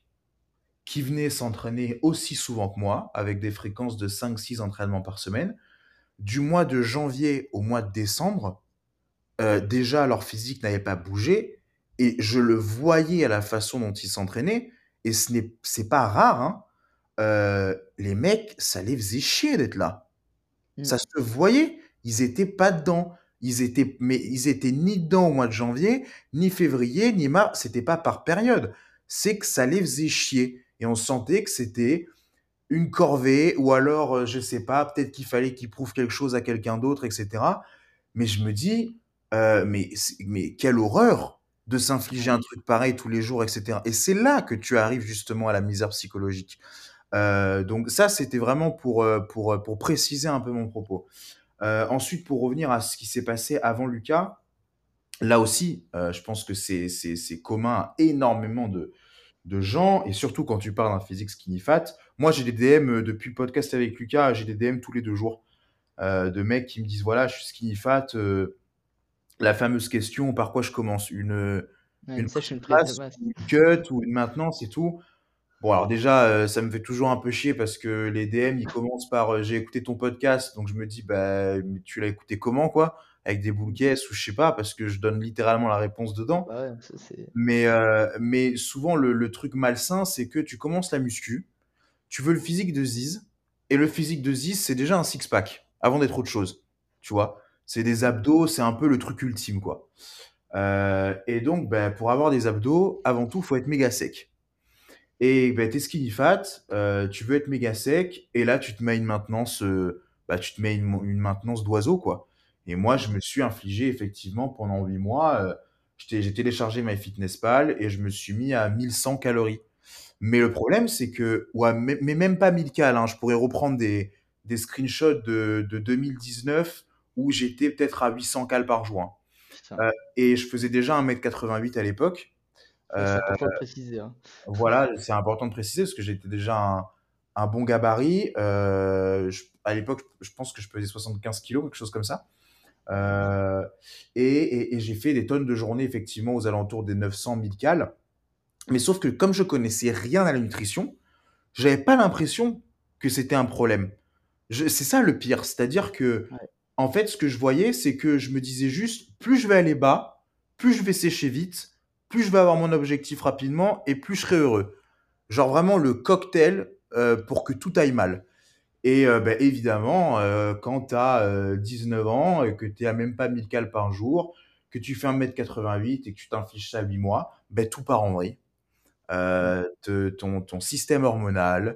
qui venaient s'entraîner aussi souvent que moi, avec des fréquences de cinq six entraînements par semaine. Du mois de janvier au mois de décembre, euh, déjà leur physique n'avait pas bougé, et je le voyais à la façon dont ils s'entraînaient, et ce n'est c'est pas rare, hein. Euh, les mecs, ça les faisait chier d'être là. Mm. Ça se voyait, ils étaient pas dedans. Ils étaient, mais ils étaient ni dedans au mois de janvier, ni février, ni mars. C'était pas par période. C'est que ça les faisait chier. Et on sentait que c'était une corvée, ou alors, euh, je sais pas, peut-être qu'il fallait qu'ils prouvent quelque chose à quelqu'un d'autre, et cetera. Mais je me dis, euh, mais, c'est- mais quelle horreur de s'infliger Ouais. un truc pareil tous les jours, et cetera. Et c'est là que tu arrives justement à la misère psychologique. Euh, donc ça, c'était vraiment pour, euh, pour, euh, pour préciser un peu mon propos. Euh, ensuite, pour revenir à ce qui s'est passé avant Lucas, là aussi, euh, je pense que c'est c'est- c'est commun à énormément de, de gens, et surtout quand tu parles d'un physique skinny fat. Moi, j'ai des D M euh, depuis le podcast avec Lucas, j'ai des D M tous les deux jours euh, de mecs qui me disent, voilà, je suis skinny fat, euh, la fameuse question, par quoi je commence? Une, Ouais, une une prise sèche, une de prise de masse, masse. ou une cut, ou une maintenance et tout. Bon, alors déjà, euh, ça me fait toujours un peu chier parce que les D M, ils commencent par euh, j'ai écouté ton podcast, donc je me dis, bah, mais tu l'as écouté comment, quoi? Avec des boules caisses ou je sais pas, parce que je donne littéralement la réponse dedans. Bah ouais, ça c'est. Mais, euh, mais souvent, le, le truc malsain, c'est que tu commences la muscu, tu veux le physique de Ziz, et le physique de Ziz, c'est déjà un six-pack, avant d'être autre chose, tu vois? C'est des Mm. abdos, c'est un peu le truc ultime, quoi. Euh, et donc, bah, pour avoir des abdos, avant tout, faut être méga sec. Et ben, t'es skinny fat, euh, tu veux être méga sec, et là, tu te mets une maintenance, euh, bah, tu te mets une, une maintenance d'oiseau, quoi. Et moi, je Ouais. me suis infligé, effectivement, pendant huit mois, euh, j'étais- j'ai téléchargé MyFitnessPal et je me suis mis à mille cent calories. Mais le problème, c'est que, ouais, mais, mais même pas mille cal, hein, je pourrais reprendre des, des screenshots de, de deux mille dix-neuf où j'étais peut-être à huit cents cales par jour, hein. Putain. Euh, et je faisais déjà un mètre quatre-vingt-huit à l'époque. Ouais, Euh, c'est important de préciser, hein. voilà, c'est important de préciser parce que j'étais déjà un, un bon gabarit. Euh, je- à l'époque, je pense que je pesais soixante-quinze kilos, quelque chose comme ça. Euh, et et- et j'ai fait des tonnes de journées, effectivement, aux alentours des neuf cents mille cales. Mais sauf que comme je connaissais rien à la nutrition, j'avais pas l'impression que c'était un problème. Je- C'est ça le pire. C'est-à-dire que, Ouais. en fait, ce que je voyais, c'est que je me disais juste, plus je vais aller bas, plus je vais sécher vite, plus je vais avoir mon objectif rapidement et plus je serai heureux. Genre vraiment le cocktail euh, pour que tout aille mal. Et euh, ben, évidemment, euh, quand tu as dix-neuf ans et que tu es à même pas mille cales par jour, que tu fais un mètre quatre-vingt-huit et que tu t'infliges ça à huit mois, ben, tout part en vrille. Mm. Euh, te- ton, ton système hormonal,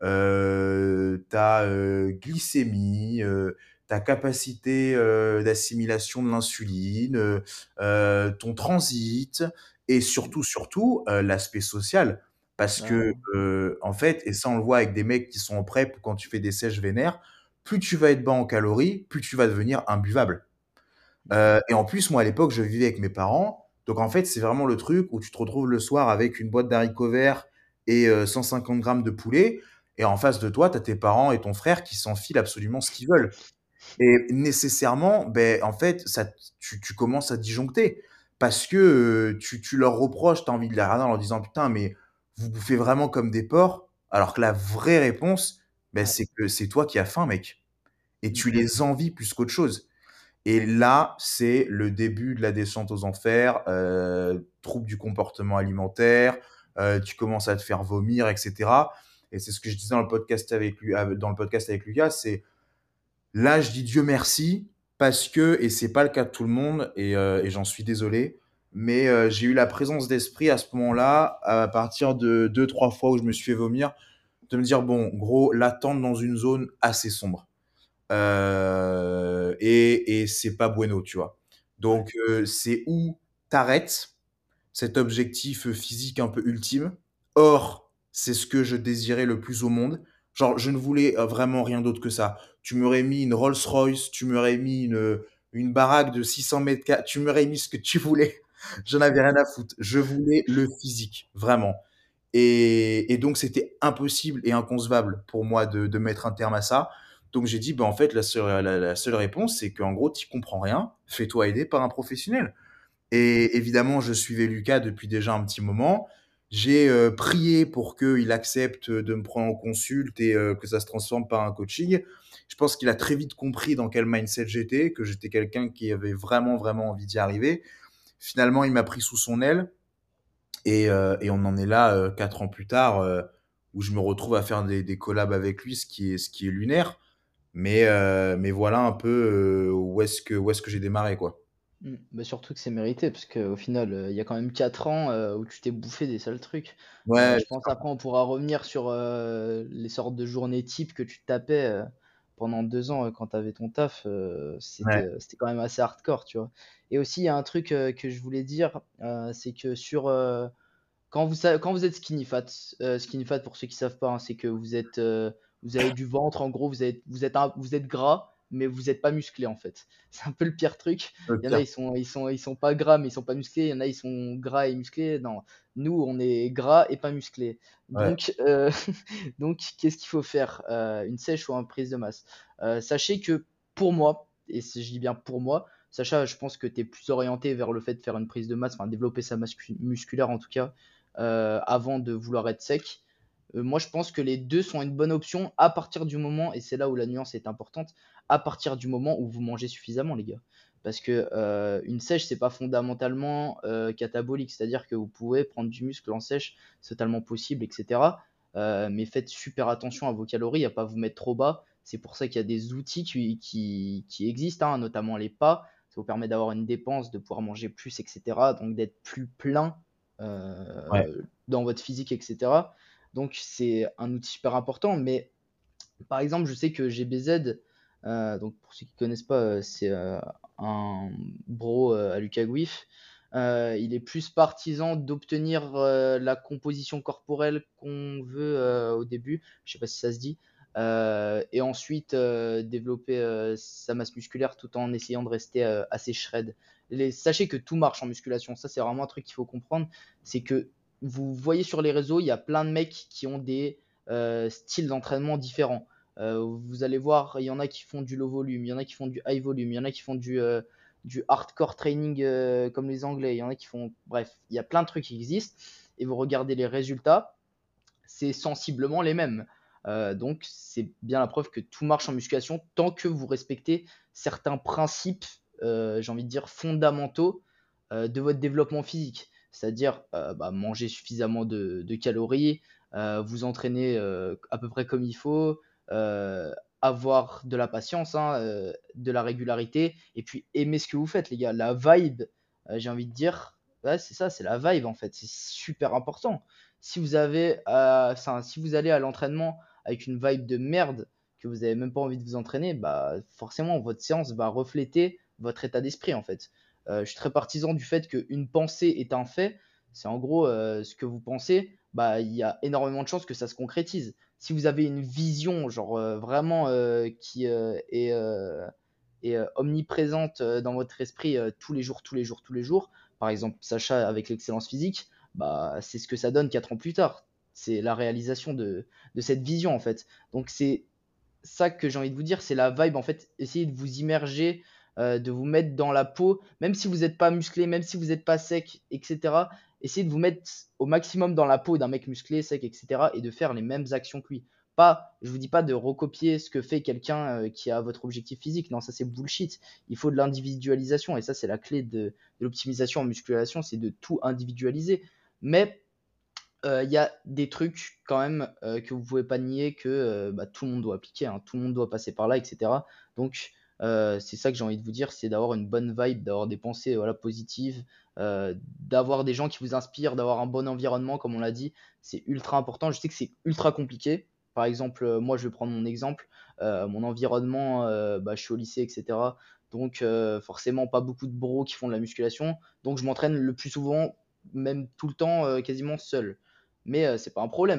euh, ta euh, glycémie, euh, ta capacité euh, d'assimilation de l'insuline, euh, euh, ton transit, et Mm. surtout, surtout, euh, l'aspect social. Parce que, Ah, euh, en fait, et ça on le voit avec des mecs qui sont en prep ou quand tu fais des sèches vénères, plus tu vas être bas en calories, plus tu vas devenir imbuvable. Euh, et en plus, moi, à l'époque, je vivais avec mes parents. Donc, en fait, c'est vraiment le truc où tu te retrouves le soir avec une boîte d'haricots verts et euh, cent cinquante grammes de poulet. Et en face de toi, tu as tes parents et ton frère qui s'enfilent absolument ce qu'ils veulent. Et nécessairement, ben, en fait, ça, tu, tu commences à disjoncter. Parce que euh, tu, tu leur reproches, tu as envie de les regarder en leur disant putain, mais vous bouffez vraiment comme des porcs. Alors que la vraie réponse, ben, ouais. c'est que c'est toi qui as faim, mec. Et Mm. tu les envies plus qu'autre chose. Et là, c'est le début de la descente aux enfers, euh, trouble du comportement alimentaire, euh, tu commences à te faire vomir, et cetera. Et c'est ce que je disais dans le podcast avec lui, euh, dans le podcast avec Lucas, c'est là, je dis Dieu merci parce que, et c'est pas le cas de tout le monde, et, euh, et j'en suis désolé, mais euh, j'ai eu la présence d'esprit à ce moment-là, à partir de deux, trois fois où je me suis fait vomir, de me dire bon, gros, l'attendre dans une zone assez sombre. Euh, et et c'est pas bueno, tu vois. Ouais. Donc, euh, c'est où t'arrêtes cet objectif physique un peu ultime. Or, c'est ce que je désirais le plus au monde. Genre, je ne voulais, heu, vraiment rien d'autre que ça. Tu m'aurais mis une Rolls-Royce, tu m'aurais mis une, heu, une baraque de six cents mètres carrés, tu m'aurais mis ce que tu voulais. J'en avais rien à foutre. Je voulais le physique, vraiment. Et et donc c'était impossible et inconcevable pour moi de de mettre un terme à ça. Donc j'ai dit: «Bah, en fait, la seule la la seule réponse, c'est qu'en gros, tu y comprends rien, fais-toi aider par un professionnel». Et évidemment, je suivais Lucas depuis déjà un petit moment. J'ai, heu, prié pour qu'il accepte, de me prendre en consulte et heu, que ça se transforme par un coaching. Je pense qu'il a très vite compris dans quel mindset j'étais, que j'étais quelqu'un qui avait vraiment, vraiment envie d'y arriver. Finalement, il m'a pris sous son aile et heu et on en est là, heu, quatre ans plus tard, heu, où je me retrouve à faire des des collabs avec lui, ce qui est ce qui est lunaire. Mais heu, mais voilà un peu, heu, où est-ce que où est-ce que j'ai démarré, quoi. Mmh. Bah, surtout que c'est mérité parce qu'au final, heu, il y a quand même quatre ans, heu, où tu t'es bouffé des sales trucs. Heu, Ouais, je pense après on pourra revenir sur, heu, les sortes de journées types que tu te tapais, heu, pendant deux ans, heu, quand tu avais ton taf, heu, c'était, ouais, heu, c'était quand même assez hardcore, tu vois? Et aussi il y a un truc, heu, que je voulais dire, heu, c'est que sur, heu, quand vous sa quand vous êtes skinny fat, heu, skinny fat pour ceux qui savent pas, hein, c'est que vous êtes, heu, vous avez du ventre en gros, vous êtes vous êtes un vous êtes gras, mais vous êtes pas musclé en fait. C'est un peu le pire truc. le Il y en a, pire. ils sont ils sont ils sont pas gras, mais ils sont pas musclés. Il y en a, ils sont gras et musclés. Non, nous, on est gras et pas musclés. Ouais, Donc, heu, donc qu'est-ce qu'il faut faire? Heu, une sèche ou une prise de masse? Heu, sachez que pour moi, et c'est je dis bien pour moi, Sacha, je pense que tu es plus orienté vers le fait de faire une prise de masse, enfin développer sa masse cu musculaire en tout cas, heu, avant de vouloir être sec. Heu, moi, je pense que les deux sont une bonne option à partir du moment, et c'est là où la nuance est importante, à partir du moment où vous mangez suffisamment, les gars. Parce que, heu, une sèche, c'est pas fondamentalement, heu, catabolique. C'est-à-dire que vous pouvez prendre du muscle en sèche, c'est totalement possible et cetera. Heu, mais faites super attention à vos calories, à pas vous mettre trop bas. C'est pour ça qu'il y a des outils qui qui qui existent, hein, notamment les pas. Ça vous permet d'avoir une dépense, de pouvoir manger plus et cetera, donc d'être plus plein, ouais, heu, dans votre physique et cetera. Donc c'est un outil super important. Mais par exemple, je sais que G B Z, heu, donc pour ceux qui connaissent pas, heu, c'est, heu, un bro, heu, à Lucas Gouif. Heu, il est plus partisan d'obtenir, heu, la composition corporelle qu'on veut, heu, au début, je sais pas si ça se dit, heu et ensuite, heu, développer, heu, sa masse musculaire tout en essayant de rester, heu, assez shred. Les Sachez que tout marche en musculation, ça c'est vraiment un truc qu'il faut comprendre, c'est que vous voyez sur les réseaux, il y a plein de mecs qui ont des, heu, styles d'entraînement différents. Heu, vous allez voir, il y en a qui font du low volume, il y en a qui font du high volume, il y en a qui font du, heu, du hardcore training, heu, comme les Anglais, il y en a qui font bref, il y a plein de trucs qui existent et vous regardez les résultats, c'est sensiblement les mêmes. Heu, donc c'est bien la preuve que tout marche en musculation tant que vous respectez certains principes, heu, j'ai envie de dire fondamentaux, heu, de votre développement physique. C'est-à-dire, heu, bah, manger suffisamment de de calories, heu, vous entraîner, heu, à peu près comme il faut, heu, avoir de la patience, hein, heu, de la régularité et puis aimer ce que vous faites les gars. La vibe, heu, j'ai envie de dire, ouais, c'est ça, c'est la vibe en fait, c'est super important. Si vous avez, heu, enfin, si vous allez à l'entraînement avec une vibe de merde, que vous avez même pas envie de vous entraîner, bah, forcément votre séance va refléter votre état d'esprit en fait. Heu, je suis très partisan du fait qu'une pensée est un fait. C'est en gros, heu, ce que vous pensez, bah, il y a énormément de chances que ça se concrétise. Si vous avez une vision genre, heu, vraiment, heu, qui, heu, est, heu est, heu, omniprésente, heu, dans votre esprit, heu, tous les jours, tous les jours, tous les jours, par exemple Sacha avec l'excellence physique, bah, c'est ce que ça donne quatre ans plus tard. C'est la réalisation de de cette vision en fait. Donc c'est ça que j'ai envie de vous dire, c'est la vibe en fait. Essayez de vous immerger, heu, de vous mettre dans la peau, même si vous n'êtes pas musclé, même si vous n'êtes pas sec et cetera. Essayez de vous mettre au maximum dans la peau d'un mec musclé, sec et cetera et de faire les mêmes actions que lui. Pas Je vous dis pas de recopier ce que fait quelqu'un, heu, qui a votre objectif physique. Non, ça c'est bullshit. Il faut de l'individualisation et ça c'est la clé de de l'optimisation en musculation, c'est de tout individualiser. Mais Heu, il y a des trucs quand même, heu, que vous pouvez pas nier que, heu, bah, tout le monde doit appliquer, hein. Tout le monde doit passer par là et cetera. Donc, heu, c'est ça que j'ai envie de vous dire, c'est d'avoir une bonne vibe, d'avoir des pensées, voilà, positives, heu, d'avoir des gens qui vous inspirent, d'avoir un bon environnement comme on l'a dit. C'est ultra important. Je sais que c'est ultra compliqué. Par exemple, heu, moi je vais prendre mon exemple, heu, mon environnement, heu, bah, je suis au lycée et cetera. Donc, heu, forcément pas beaucoup de bros qui font de la musculation. Donc je m'entraîne le plus souvent, même tout le temps, heu, quasiment seul. Mais heu, c'est pas un problème.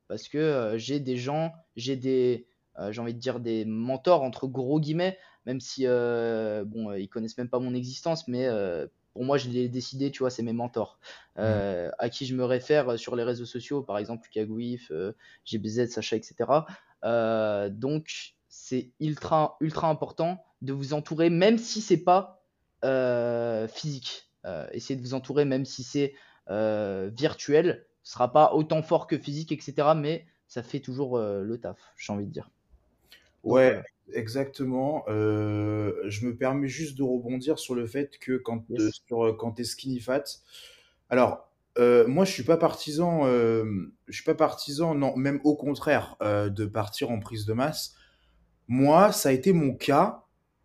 parce que euh, j'ai des gens, j'ai des, euh, j'ai envie de dire des mentors entre gros guillemets, même si euh, bon, euh, ils connaissent même pas mon existence, mais euh, pour moi, je l'ai décidé, tu vois, c'est mes mentors Mmh. euh, à qui je me réfère sur les réseaux sociaux, par exemple Lucas Gouif, euh, G B Z, Sacha, et cetera. Euh, donc, c'est ultra, ultra important de vous entourer, même si c'est pas euh, physique. Euh, essayez de vous entourer, même si c'est euh, virtuel. Ce sera pas autant fort que physique, et cetera. Mais ça fait toujours euh, le taf, j'ai envie de dire. Donc Ouais, voilà. exactement. Euh, je me permets juste de rebondir sur le fait que quand, euh, Yes. sur, euh, quand t'es skinny fat, alors euh, moi je suis pas partisan, euh, je suis pas partisan, non, même au contraire, euh, de partir en prise de masse. Moi, ça a été mon cas,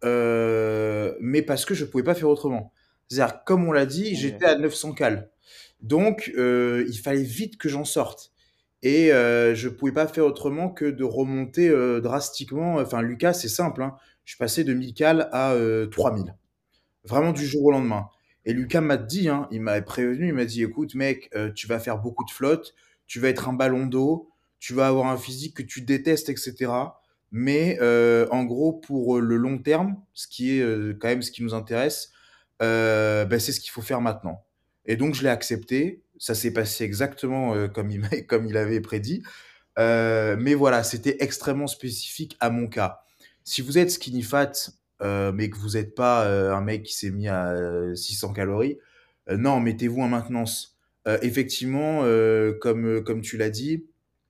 euh, mais parce que je pouvais pas faire autrement. C'est-à-dire, comme on l'a dit, Ok. j'étais à neuf cents cales. Donc, euh, il fallait vite que j'en sorte. Et euh, je pouvais pas faire autrement que de remonter euh, drastiquement. Enfin, Lucas, c'est simple, hein. Je suis passé de mille cales à euh, trois mille. Vraiment du Ouais. jour au lendemain. Et Lucas m'a dit, hein, il m'avait prévenu, il m'a dit, écoute, mec, euh, tu vas faire beaucoup de flotte, tu vas être un ballon d'eau, tu vas avoir un physique que tu détestes, et cetera. Mais euh, en gros, pour le long terme, ce qui est euh, quand même ce qui nous intéresse, euh, ben, c'est ce qu'il faut faire maintenant. Et donc, je l'ai accepté. Ça s'est passé exactement euh, comme il, m'a- comme il avait prédit. Euh, mais voilà, c'était extrêmement spécifique à mon cas. Si vous êtes skinny fat, euh, mais que vous n'êtes pas euh, un mec qui s'est mis à euh, six cents calories, euh, non, mettez-vous en maintenance. Euh, effectivement, euh, comme, euh, comme tu l'as dit,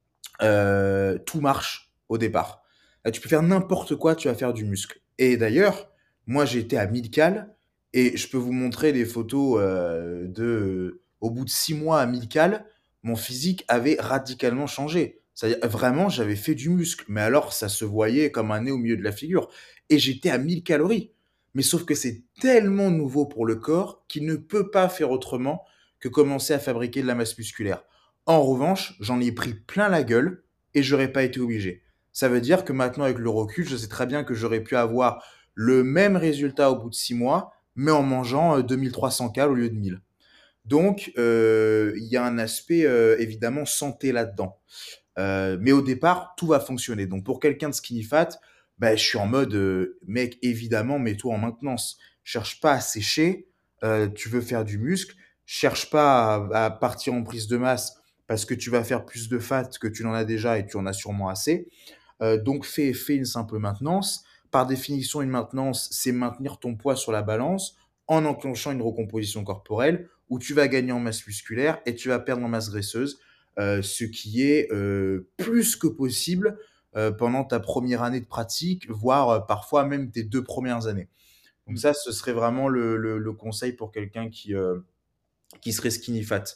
euh, tout marche au départ. Euh, tu peux faire n'importe quoi, tu vas faire du muscle. Et d'ailleurs, moi j'ai été à mille cales et je peux vous montrer des photos euh, de, euh, au bout de six mois à mille cales, mon physique avait radicalement changé. C'est-à-dire vraiment, j'avais fait du muscle, mais alors ça se voyait comme un nez au milieu de la figure. Et j'étais à mille calories. Mais sauf que c'est tellement nouveau pour le corps qu'il ne peut pas faire autrement que commencer à fabriquer de la masse musculaire. En revanche, j'en ai pris plein la gueule et j'aurais pas été obligé. Ça veut dire que maintenant, avec le recul, je sais très bien que j'aurais pu avoir le même résultat au bout de six mois, mais en mangeant euh, deux mille trois cents cales au lieu de mille. Donc, euh, il y a un aspect euh, évidemment santé là-dedans. Euh, mais au départ, tout va fonctionner. Donc, pour quelqu'un de skinny fat, bah, je suis en mode, euh, mec, évidemment, mets-toi en maintenance. Cherche pas à sécher. Euh, tu veux faire du muscle. Cherche pas à, à partir en prise de masse parce que tu vas faire plus de fat que tu n'en as déjà et tu en as sûrement assez. Euh, donc, fais, fais une simple maintenance. Par définition, une maintenance, c'est maintenir ton poids sur la balance en enclenchant une recomposition corporelle où tu vas gagner en masse musculaire et tu vas perdre en masse graisseuse, euh, ce qui est euh, plus que possible euh, pendant ta première année de pratique, voire euh, parfois même tes deux premières années. Donc Mm. ça, ce serait vraiment le, le, le conseil pour quelqu'un qui, euh, qui serait skinny fat.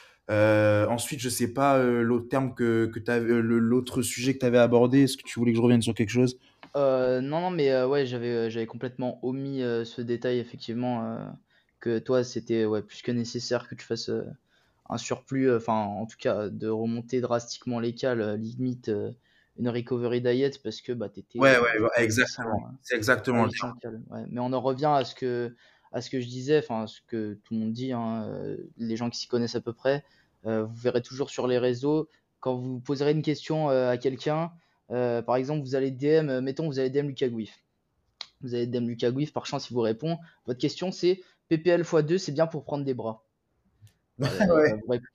Euh, ensuite, je sais pas euh, l'autre terme que, que t'avais, euh, le- l'autre sujet que tu avais abordé. Est-ce que tu voulais que je revienne sur quelque chose? Euh, non, non, mais euh, ouais, j'avais euh, j'avais complètement omis euh, ce détail, effectivement, euh, que toi, c'était ouais, plus que nécessaire que tu fasses euh, un surplus, euh, enfin, en tout cas, de remonter drastiquement les cales, euh, limite euh, une recovery diet, parce que bah, t'étais Ouais, euh, ouais, ouais, à huit cents, exactement. euh, C'est à exactement le huit cents cales. Ouais. Mais on en revient à ce que, à ce que je disais, enfin, ce que tout le monde dit, hein, euh, les gens qui s'y connaissent à peu près, euh, vous verrez toujours sur les réseaux, quand vous poserez une question euh, à quelqu'un, euh, par exemple, vous allez D M, euh, mettons, vous allez D M Lucas Gouif. Vous allez D M Lucas Gouif, par chance, il vous répond. Votre question, c'est P P L x deux, c'est bien pour prendre des bras. Bah, euh, il va Ouais. vous répondre.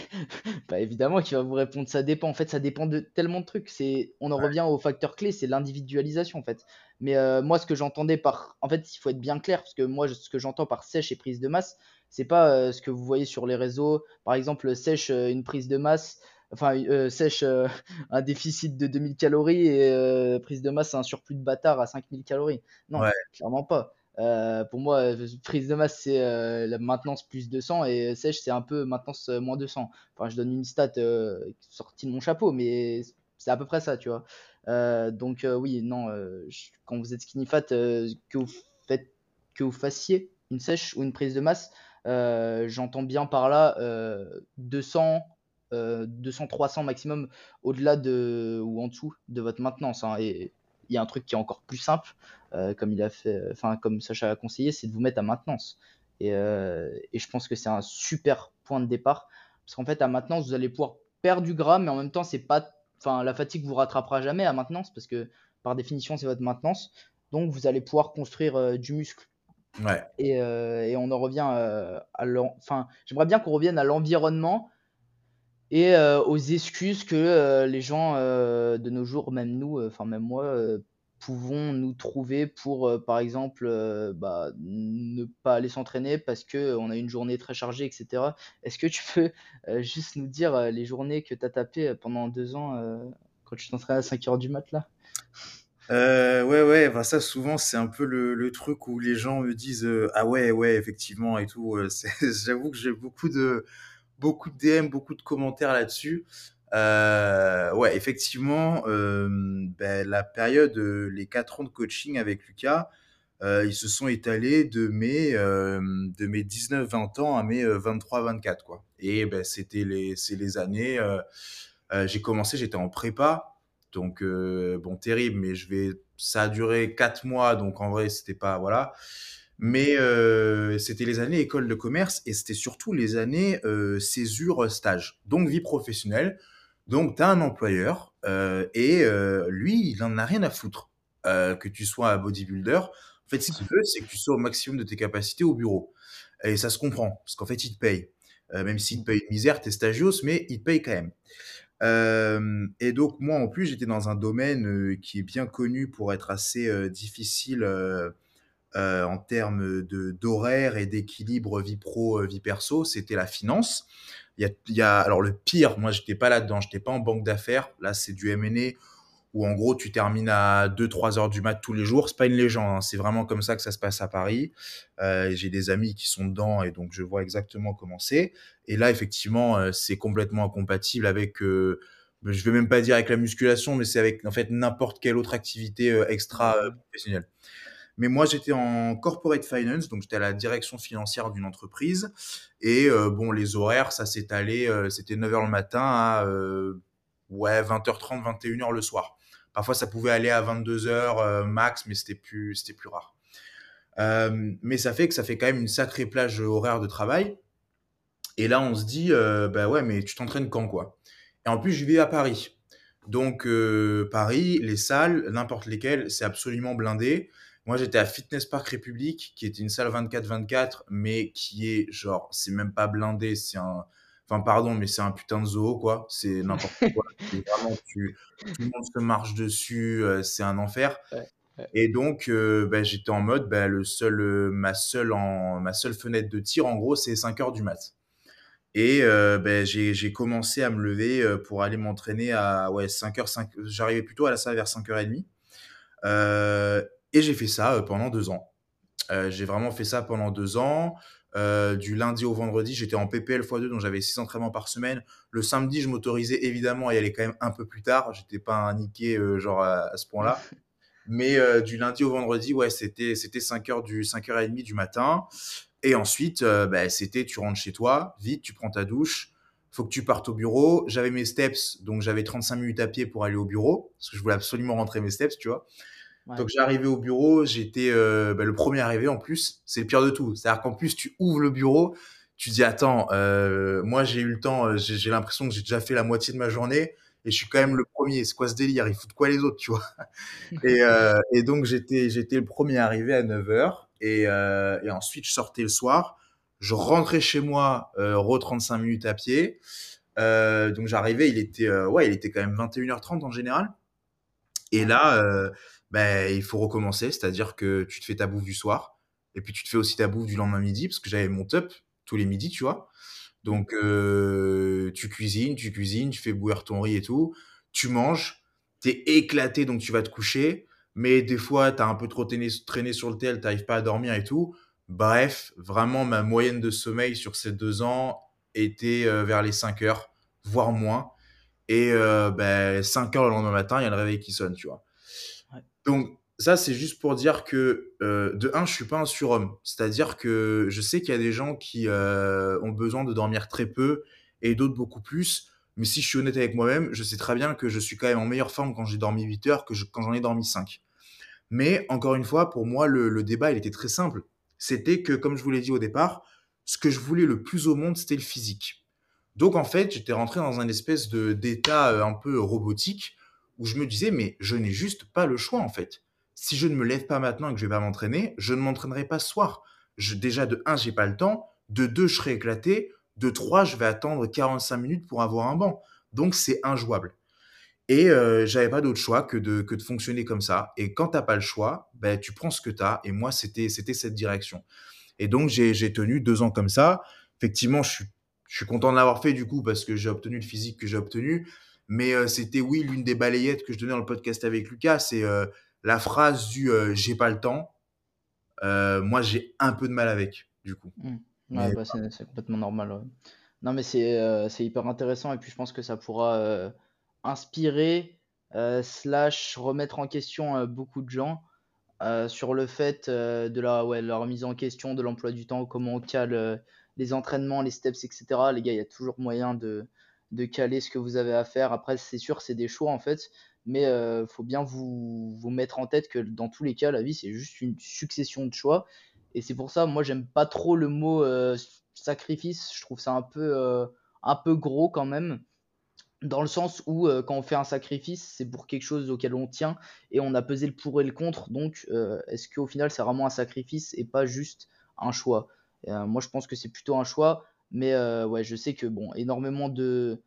Bah, évidemment qu'il va vous répondre, ça dépend. En fait, ça dépend de tellement de trucs. C'est, on en revient au facteur clé, c'est l'individualisation en fait. Mais euh, moi, ce que j'entendais par, en fait, il faut être bien clair parce que moi, je- ce que j'entends par sèche et prise de masse, c'est pas euh, ce que vous voyez sur les réseaux. Par exemple, sèche euh, une prise de masse, enfin euh, sèche euh, un déficit de deux mille calories et euh, prise de masse un surplus de bâtard à cinq mille calories. Non, Ouais. clairement pas. Euh, pour moi, euh, prise de masse, c'est euh, la maintenance plus deux cents et sèche, c'est un peu maintenance euh, moins deux cents. Enfin, je donne une stat euh, sortie de mon chapeau, mais c'est à peu près ça, tu vois. Euh, donc, euh, oui, non, euh, je- quand vous êtes skinny fat, euh, que, vous faites, que vous fassiez une sèche ou une prise de masse, euh, j'entends bien par là euh, deux cents, euh, deux cents, trois cents maximum au-delà de ou en dessous de votre maintenance, hein. Et il y a un truc qui est encore plus simple, euh, comme il a fait, enfin comme Sacha a conseillé, c'est de vous mettre à maintenance. Et, euh, et je pense que c'est un super point de départ parce qu'en fait, à maintenance, vous allez pouvoir perd du gras, mais en même temps, c'est pas, enfin, la fatigue vous rattrapera jamais à maintenance parce que par définition, c'est votre maintenance. Donc, vous allez pouvoir construire euh, du muscle. Ouais. Et, euh, et on en revient euh, à l'en- enfin, j'aimerais bien qu'on revienne à l'environnement et euh, aux excuses que euh, les gens euh, de nos jours, même nous, euh, enfin même moi, euh, pouvons nous trouver pour, euh, par exemple, euh, bah, ne pas aller s'entraîner parce que euh, on a une journée très chargée, et cetera. Est-ce que tu peux euh, juste nous dire euh, les journées que tu as tapées euh, pendant deux ans euh, quand tu t'entraînais à cinq heures du mat là? Euh, ouais, ouais, bah ça souvent c'est un peu le, le truc où les gens me disent euh, ah ouais, ouais, effectivement et tout. euh, c'est- J'avoue que j'ai beaucoup de beaucoup de D M, beaucoup de commentaires là-dessus. Euh, ouais, effectivement, euh, ben, la période, euh, les quatre ans de coaching avec Lucas, euh, ils se sont étalés de mes, euh, de mes dix-neuf vingt ans à mes euh, vingt-trois vingt-quatre, quoi. Et ben, c'était les, c'est les années. Euh, euh, j'ai commencé, j'étais en prépa, donc euh, bon, terrible, mais je vais, ça a duré quatre mois, donc en vrai, c'était pas, voilà. Mais euh, c'était les années école de commerce et c'était surtout les années euh, césure stage, donc vie professionnelle. Donc, tu as un employeur euh, et euh, lui, il en a rien à foutre euh, que tu sois un bodybuilder. En fait, ce qu'il veut, c'est que tu sois au maximum de tes capacités au bureau. Et ça se comprend, parce qu'en fait, il te paye. Euh, même s'il te paye une misère, t'es stagios, mais il te paye quand même. Euh, et donc, moi, en plus, j'étais dans un domaine euh, qui est bien connu pour être assez euh, difficile euh, euh, en termes de d'horaire et d'équilibre vie pro, euh, vie perso, c'était la finance. Il y a, il y a, alors le pire, moi j'étais pas là-dedans, j'étais pas en banque d'affaires. Là, c'est du M and A où en gros tu termines à deux trois heures du mat tous les jours. C'est pas une légende, hein, c'est vraiment comme ça que ça se passe à Paris. Euh, j'ai des amis qui sont dedans et donc je vois exactement comment c'est. Et là, effectivement, euh, c'est complètement incompatible avec. Euh, je vais même pas dire avec la musculation, mais c'est avec en fait n'importe quelle autre activité euh, extra euh, Mhm. professionnelle. Mais moi, j'étais en corporate finance, donc j'étais à la direction financière d'une entreprise. Et euh, bon, les horaires, ça s'étalait, euh, c'était neuf heures le matin à euh, ouais, vingt heures trente, vingt et une heures le soir. Parfois, ça pouvait aller à vingt-deux heures euh, max, mais c'était plus, c'était plus rare. Euh, mais ça fait que ça fait quand même une sacrée plage horaire de travail. Et là, on se dit, euh, bah ouais, mais tu t'entraînes quand, quoi? Et en plus, je vis à Paris. Donc, euh, Paris, les salles, n'importe lesquelles, c'est absolument blindé. Moi, j'étais à Fitness Park République, qui était une salle vingt-quatre vingt-quatre, mais qui est genre, c'est même pas blindé, c'est un, enfin, pardon, mais c'est un putain de zoo, quoi. C'est n'importe quoi. C'est vraiment, tu, tout le monde se marche dessus, euh, c'est un enfer. Ouais, ouais. Et donc, euh, bah, j'étais en mode, bah, le seul, euh, ma seule en, ma seule fenêtre de tir, en gros, c'est cinq heures du mat. Et euh, ben, j'ai, j'ai commencé à me lever euh, pour aller m'entraîner à ouais, cinq heures, cinq j'arrivais plutôt à la salle vers cinq heures trente. Euh, et j'ai fait ça euh, pendant deux ans. Euh, j'ai vraiment fait ça pendant deux ans. Euh, du lundi au vendredi, j'étais en P P L fois deux, donc j'avais six entraînements par semaine. Le samedi, je m'autorisais évidemment à y aller quand même un peu plus tard. J'étais pas un niqué euh, genre à, à ce point-là. Mais euh, du lundi au vendredi, ouais, c'était c'était cinq heures du cinq heures trente du matin. Et ensuite, euh, bah, c'était tu rentres chez toi, vite, tu prends ta douche, faut que tu partes au bureau. J'avais mes steps, donc j'avais trente-cinq minutes à pied pour aller au bureau, parce que je voulais absolument rentrer mes steps, tu vois. Ouais. Donc j'arrivais au bureau, j'étais euh, bah, le premier arrivé en plus, c'est le pire de tout. C'est-à-dire qu'en plus, tu ouvres le bureau, tu dis attends, euh, moi j'ai eu le temps, euh, j'ai j'ai l'impression que j'ai déjà fait la moitié de ma journée et je suis quand même Mm. le premier. C'est quoi ce délire? Il fout de quoi les autres, tu vois? Et, euh, et donc, j'étais, j'étais le premier arrivé à neuf heures. Et, euh, et ensuite, je sortais le soir. Je rentrais chez moi, euh, re trente-cinq minutes à pied. Euh, donc, j'arrivais, il était, euh, ouais, il était quand même vingt et une heures trente en général. Et Ouais. là, euh, ben, il faut recommencer. C'est-à-dire que tu te fais ta bouffe du soir. Et puis, tu te fais aussi ta bouffe du lendemain midi. Parce que j'avais mon top tous les midis, tu vois. Mm. Donc, euh, tu cuisines, tu cuisines, tu fais bouillir ton riz et tout. Tu manges, t'es éclaté, donc tu vas te coucher. Mais des fois, t'as un peu trop traîné, traîné sur le tel, t'arrives pas à dormir et tout. Bref, vraiment, ma moyenne de sommeil sur ces deux ans était euh, vers les cinq heures, voire moins. Et euh, ben, cinq heures le lendemain matin, il y a le réveil qui sonne, tu vois. Ouais. Donc, ça, c'est juste pour dire que, euh, de un, je suis pas un surhomme. C'est-à-dire que je sais qu'il y a des gens qui euh, ont besoin de dormir très peu et d'autres beaucoup plus. Mais si je suis honnête avec moi-même, je sais très bien que je suis quand même en meilleure forme quand j'ai dormi huit heures que je- quand j'en ai dormi cinq. Mais encore une fois, pour moi, le, le débat, il était très simple. C'était que, comme je vous l'ai dit au départ, ce que je voulais le plus au monde, c'était le physique. Donc en fait, j'étais rentré dans un espèce de d'état, heu, un peu robotique où je me disais: «Mais je n'ai juste pas le choix, en fait. Si je ne me lève pas maintenant et que je vais pas m'entraîner, je ne m'entraînerai pas ce soir. Je déjà de un, j'ai pas le temps, de deux, je serai éclaté, de trois, je vais attendre quarante-cinq minutes pour avoir un banc. Donc c'est injouable». Et heu, j'avais pas d'autre choix que de que de fonctionner comme ça et quand tu as pas le choix, beh, tu prends ce que tu as et moi, c'était c'était cette direction et donc j'ai j'ai tenu deux ans comme ça. Effectivement, je suis je suis content de l'avoir fait du coup parce que j'ai obtenu le physique que j'ai obtenu, mais heu, c'était oui, l'une des balayettes que je donnais dans le podcast avec Lucas, c'est, heu, la phrase du, heu: «J'ai pas le temps», heu, moi, j'ai un peu de mal avec, du coup. Mmh. Ouais, Mais bah, c'est c'est complètement normal, ouais. Non, mais c'est, heu, c'est hyper intéressant et puis je pense que ça pourra, heu, inspirer, heu, slash remettre en question, heu, beaucoup de gens, heu, sur le fait, heu, de la ouais, la remise en question de l'emploi du temps, comment on cale, heu, les entraînements, les steps et cetera. Les gars, il y a toujours moyen de de caler ce que vous avez à faire. Après, c'est sûr, c'est des choix, en fait, mais heu, faut bien vous vous mettre en tête que dans tous les cas, la vie, c'est juste une succession de choix et c'est pour ça, moi, j'aime pas trop le mot, heu, sacrifice. Je trouve ça un peu, heu, un peu gros quand même. Dans le sens où, heu, quand on fait un sacrifice, c'est pour quelque chose auquel on tient et on a pesé le pour et le contre donc heu, est-ce qu'au final c'est vraiment un sacrifice et pas juste un choix? Et heu, moi je pense que c'est plutôt un choix, mais heu, ouais, je sais que bon, énormément de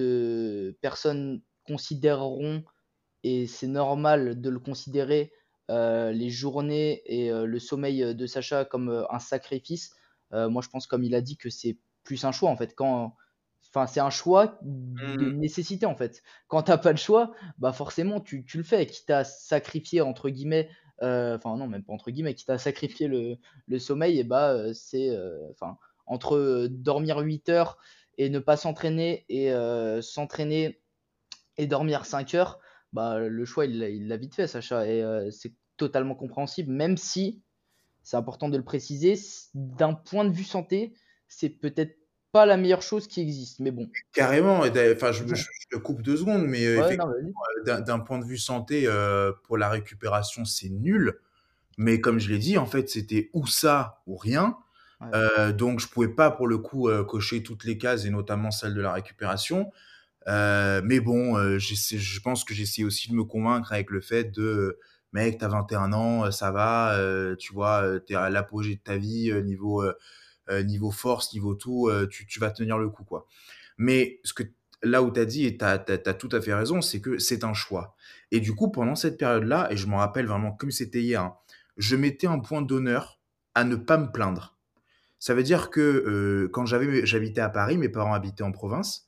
de personnes considéreront et c'est normal de le considérer, heu, les journées et heu, le sommeil, heu, de Sacha comme, heu, un sacrifice. Heu, moi, je pense, comme il a dit, que c'est plus un choix, en fait. Quand enfin, c'est un choix de mmh, nécessité, en fait. Quand tu as pas le choix, bah, forcément, tu tu le fais, quitte à «sacrifier» entre guillemets, heu, enfin non, même pas entre guillemets, quitte à sacrifier le le sommeil et bah, heu, c'est, heu, enfin, entre, heu, dormir huit heures et ne pas s'entraîner et heu, s'entraîner et dormir cinq heures, bah, le choix, il l'a il l'a vite fait, Sacha et heu, c'est totalement compréhensible, même si, c'est important de le préciser, s d'un point de vue santé, c'est peut-être pas la meilleure chose qui existe, mais bon. carrément et d'a enfin, je me je je te coupe deux secondes, mais heu, Ouais, effectivement, non, vas-y. heu, d'un d'un point de vue santé, heu, pour la récupération, c'est nul. Mais comme je l'ai dit, en fait, c'était ou ça ou rien. Ouais. Heu, donc je pouvais pas pour le coup, heu, cocher toutes les cases et notamment celle de la récupération. Heu, mais bon, heu, j'essa je pense que j'essayais aussi de me convaincre avec le fait de, heu: «Mec, tu as vingt et un ans, heu, ça va, heu, tu vois, heu, tu es à l'apogée de ta vie, heu, niveau, heu heu, niveau force, niveau tout, heu, tu tu vas tenir le coup, quoi». Mais ce que là où tu as dit et tu as tu as tu as tout à fait raison, c'est que c'est un choix. Et du coup, pendant cette période-là, et je m'en rappelle vraiment comme si c'était hier, hein, je mettais un point d'honneur à ne pas me plaindre. Ça veut dire que, heu, quand j'avais j'habitais à Paris, mes parents habitaient en province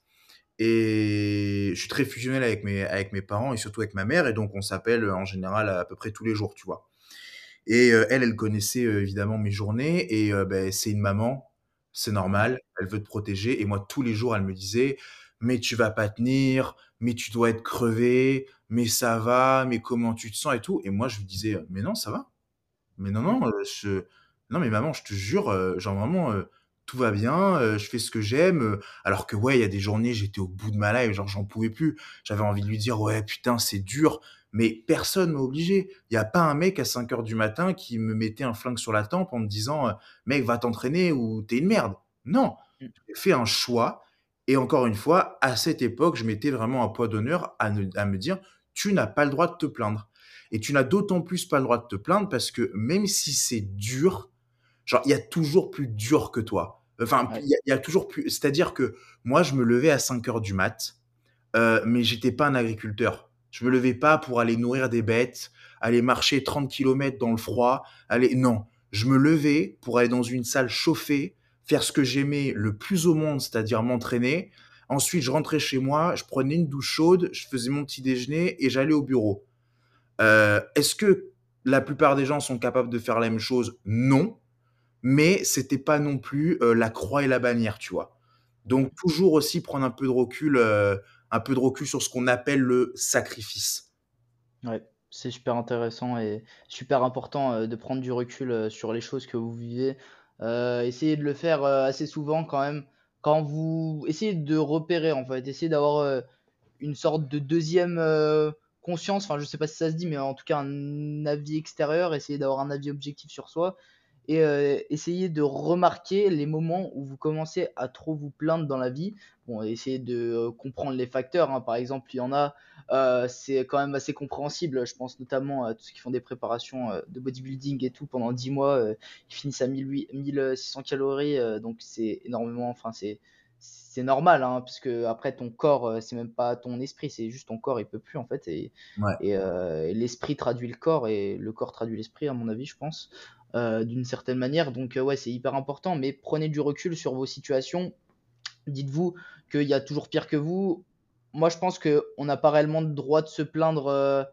et je suis très fusionnel avec mes avec mes parents et surtout avec ma mère et donc on s'appelle, heu, en général à peu près tous les jours, tu vois? Et heu, elle, elle connaissait, heu, évidemment mes journées et heu, beh, c'est une maman, c'est Ouais. normal, elle veut te protéger et moi tous les jours elle me disait: «Mais tu vas pas tenir, mais tu dois être crevé, mais ça va, mais comment tu te sens et tout?» Et moi je lui disais: «Mais non, ça va. Mais non, Mmh. non, heu, je non mais maman, je te jure, heu, genre vraiment, heu, tout va bien, heu, je fais ce que j'aime», heu, alors que ouais, il y a des journées, j'étais au bout de ma life, genre j'en pouvais plus. J'avais envie de lui dire: «Ouais, putain, c'est dur», mais personne m'a obligé. Il y a pas un mec à cinq heures du matin qui me mettait un flingue sur la tempe en me disant, heu: «Mec, va t'entraîner ou tu es une merde». Non, Mmh. j'ai fait un choix et encore une fois, à cette époque, je mettais vraiment un poids d'honneur à ne à me dire: «Tu n'as pas le droit de te plaindre». Et tu n'as d'autant plus pas le droit de te plaindre parce que même si c'est dur, genre, il y a toujours plus dur que toi. Enfin, Ouais. il y a il y a toujours plus c'est-à-dire que moi, je me levais à cinq heures du mat, heu, mais j'étais pas un agriculteur. Je me levais pas pour aller nourrir des bêtes, aller marcher trente kilomètres dans le froid, aller non. Je me levais pour aller dans une salle chauffée, faire ce que j'aimais le plus au monde, c'est-à-dire m'entraîner. Ensuite, je rentrais chez moi, je prenais une douche chaude, je faisais mon petit déjeuner et j'allais au bureau. Heu, est-ce que la plupart des gens sont capables de faire la même chose? Non, mais c'était pas non plus, heu, la croix et la bannière, tu vois? Mmh. Donc toujours aussi prendre un peu de recul, heu, un peu de recul sur ce qu'on appelle le sacrifice. Ouais, c'est super intéressant et super important, heu, de prendre du recul, heu, sur les choses que vous vivez. Heu, essayez de le faire, heu, assez souvent quand même. Quand vous essayez de repérer, en fait, essayez d'avoir, heu, une sorte de deuxième e conscience, enfin je sais pas si ça se dit, mais en tout cas un avis extérieur, essayer d'avoir un avis objectif sur soi et heu, essayez de remarquer les moments où vous commencez à trop vous plaindre dans la vie. Bon, essayez de, heu, comprendre les facteurs, hein. Par exemple, il y en a, heu, c'est quand même assez compréhensible. Je pense notamment à tous ceux qui font des préparations, heu, de bodybuilding et tout pendant dix mois, heu, ils finissent à mille huit mille six cents calories, heu, donc c'est énormément, enfin c'est c'est normal, hein, parce que après ton corps, heu, c'est même pas ton esprit, c'est juste ton corps, il peut plus en fait et Ouais. et heu, l'esprit traduit le corps et le corps traduit l'esprit à mon avis, je pense, heu, d'une certaine manière. Donc heu, ouais, c'est hyper important, mais prenez du recul sur vos situations. Dites-vous qu'il y a toujours pire que vous. Moi, je pense qu'on n'a pas réellement le droit de se plaindre, heu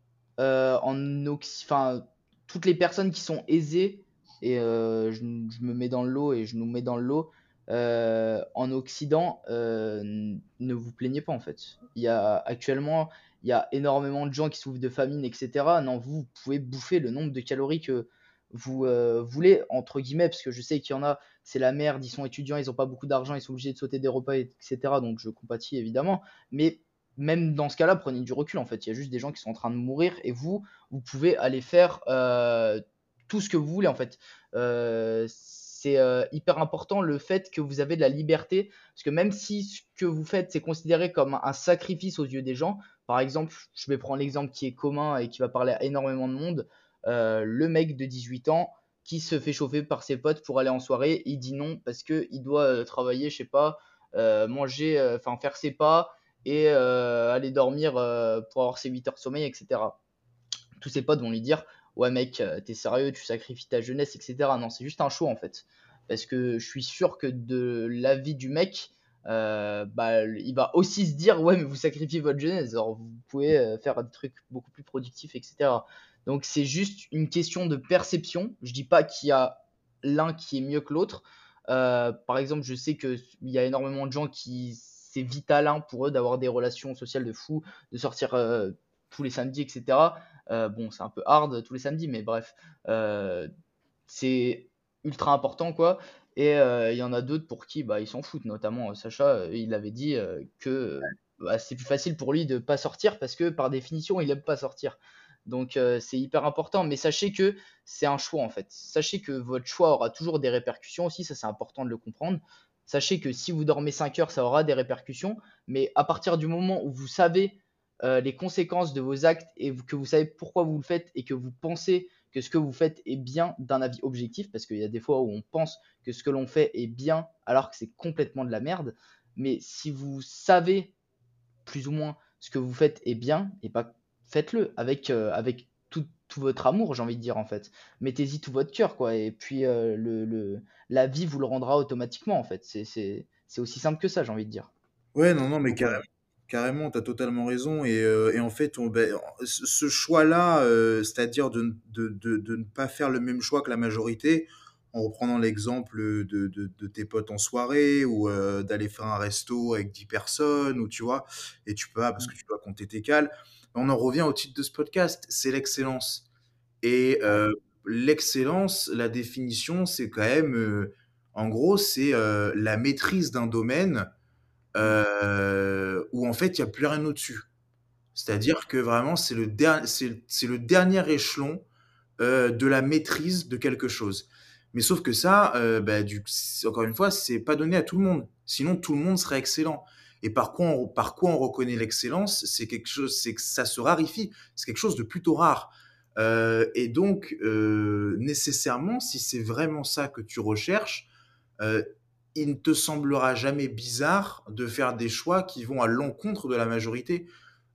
heu, en occi enfin, toutes les personnes qui sont aisées et heu, je m je me mets dans le lot et je nous mets dans le lot, heu, en Occident, heu, n ne vous plaignez pas, en fait. Il y a actuellement, il y a énormément de gens qui souffrent de famine et cetera. Non, vous, vous pouvez bouffer le nombre de calories que vous, heu, voulez, entre guillemets, parce que je sais qu'il y en a, c'est la merde, ils sont étudiants, ils ont pas beaucoup d'argent, ils sont obligés de sauter des repas et cetera, donc je compatis évidemment. Mais même dans ce cas-là, prenez du recul, en fait. Il y a juste des gens qui sont en train de mourir et vous, vous pouvez aller faire, heu, tout ce que vous voulez, en fait. Heu, c'est, heu, hyper important le fait que vous avez de la liberté, parce que même si ce que vous faites, c'est considéré comme un sacrifice aux yeux des gens, par exemple, je vais prendre l'exemple qui est commun et qui va parler à énormément de monde, heu, le mec de dix-huit ans qui se fait chauffer par ses potes pour aller en soirée, il dit non parce qu'il doit, heu, travailler, je sais pas, heu, manger, heu, enfin faire ses pas et euh, aller dormir euh, pour avoir ses huit heures de sommeil, et cetera. Tous ses potes vont lui dire ouais mec, euh, t'es sérieux, tu sacrifies ta jeunesse, et cetera. Non, c'est juste un choix en fait. Parce que je suis sûr que de l'avis du mec, euh, bah, il va aussi se dire ouais mais vous sacrifiez votre jeunesse, alors vous pouvez euh, faire des trucs beaucoup plus productifs, et cetera. Donc c'est juste une question de perception. Je dis pas qu'il y a l'un qui est mieux que l'autre. Euh, par exemple, je sais qu'il y a énormément de gens qui c'est vital pour eux d'avoir des relations sociales de fou, de sortir euh, tous les samedis, et cetera. Euh, bon, c'est un peu hard tous les samedis, mais bref, euh, c'est ultra important quoi. Et euh, il y en a d'autres pour qui bah, ils s'en foutent, notamment euh, Sacha, euh, il avait dit euh, que euh, bah, c'est plus facile pour lui de pas sortir parce que par définition il aime pas sortir. Donc euh, c'est hyper important, mais sachez que c'est un choix en fait. Sachez que votre choix aura toujours des répercussions aussi, ça c'est important de le comprendre. Sachez que si vous dormez cinq heures, ça aura des répercussions, mais à partir du moment où vous savez euh, les conséquences de vos actes et que vous savez pourquoi vous le faites et que vous pensez que ce que vous faites est bien d'un avis objectif, parce qu'il y a des fois où on pense que ce que l'on fait est bien alors que c'est complètement de la merde. Mais si vous savez plus ou moins ce que vous faites est bien, et pas faites-le avec, euh, avec tout, tout votre amour, j'ai envie de dire en fait. Mettez-y tout votre cœur, quoi. Et puis euh, le, le, la vie vous le rendra automatiquement, en fait. C'est, c'est, c'est aussi simple que ça, j'ai envie de dire. Ouais, non, non, mais Donc carrément, voilà. carrément, tu as totalement raison. Et, euh, et en fait, on, ben, ce ce choix-là, euh, c'est-à-dire de, ne- de, de, de ne pas faire le même choix que la majorité, en reprenant l'exemple de, de, de tes potes en soirée, ou euh, d'aller faire un resto avec dix personnes, ou tu vois, et tu peux pas parce que tu dois compter tes cales. On en revient au titre de ce podcast, c'est l'excellence. Et Ouais. euh, l'excellence, la définition, c'est quand même, euh, en gros, c'est euh, la maîtrise d'un domaine Mm. euh, où en fait il n'y a plus rien au-dessus. C'est-à-dire que vraiment c'est le, der- c'est, c'est le dernier échelon euh, de la maîtrise de quelque chose. Mais sauf que ça, euh, bah, du, c'est- encore une fois, c'est pas donné à tout le monde. Sinon tout le monde serait excellent. Et par quoi on, par quoi on reconnaît l'excellence? C'est quelque chose, c'est que ça se raréfie. C'est quelque chose de plutôt rare. Euh, et donc, euh, nécessairement, si c'est vraiment ça que tu recherches, euh, il ne te semblera jamais bizarre de faire des choix qui vont à l'encontre de la majorité.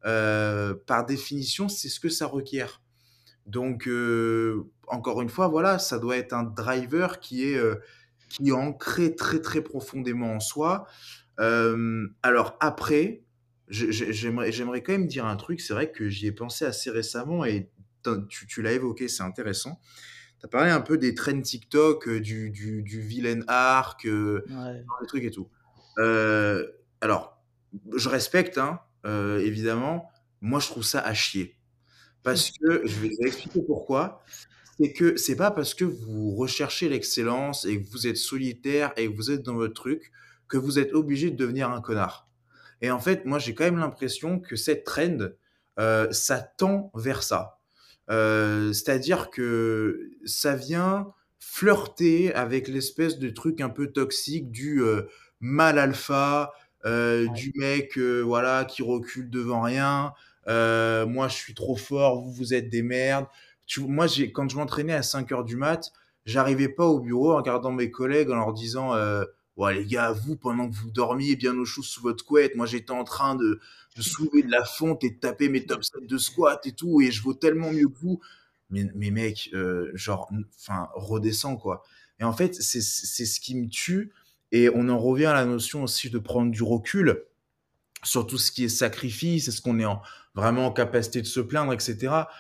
Euh, par définition, c'est ce que ça requiert. Donc, euh, encore une fois, voilà, ça doit être un driver qui est, euh, qui est ancré très très profondément en soi. Euh, alors après, je- je- j'aimerais, j'aimerais quand même dire un truc, c'est vrai que j'y ai pensé assez récemment et t'en- tu, tu l'as évoqué, c'est intéressant. Tu as parlé un peu des trends TikTok, euh, du, du, du villain arc, euh, Ouais. des trucs et tout. Euh, alors, je respecte, hein, euh, évidemment. Moi, je trouve ça à chier. Parce que, je vais je vais expliquer pourquoi. C'est que c'est pas parce que vous recherchez l'excellence et que vous êtes solitaire et que vous êtes dans votre truc que vous êtes obligé de devenir un connard. Et en fait, moi, j'ai quand même l'impression que cette trend, euh, ça tend vers ça. Euh, c'est-à-dire que ça vient. flirter avec l'espèce de truc un peu toxique du, heu, mâle alpha, heu, Ouais. du mec, heu, voilà, qui recule devant rien. Heu, moi, je suis trop fort, vous, vous êtes des merdes. Tu moi, j'ai quand je m'entraînais à cinq heures du mat, j'arrivais pas au bureau en regardant mes collègues en leur disant, heu: «Ouais les gars, vous, pendant que vous dormiez bien au chaud sous votre couette, moi j'étais en train de de soulever de la fonte et de taper mes top sets de squat et tout et je vaux tellement mieux que vous». Mais mais mec, heu, genre, n enfin, redescends, quoi. Et en fait, c'est c'est ce qui me tue et on en revient à la notion aussi de prendre du recul sur tout ce qui est sacrifice. Est-ce qu'on est en vraiment en capacité de se plaindre et cetera?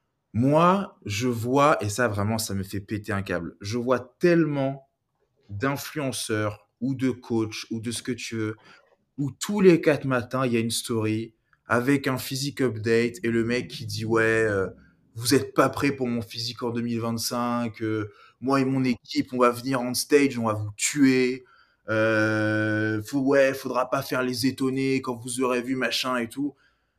Moi, je vois et ça vraiment, ça me fait péter un câble. Je vois tellement d'influenceurs ou de coachs ou de ce que tu veux, où tous les quatre matins, il y a une story avec un physique update et le mec qui dit: «Ouais, heu, vous êtes pas prêts pour mon physique en deux mille vingt-cinq, heu, moi et mon équipe, on va venir on stage, on va vous tuer. Heu, faut ouais, faudra pas faire les étonnés quand vous aurez vu machin et tout».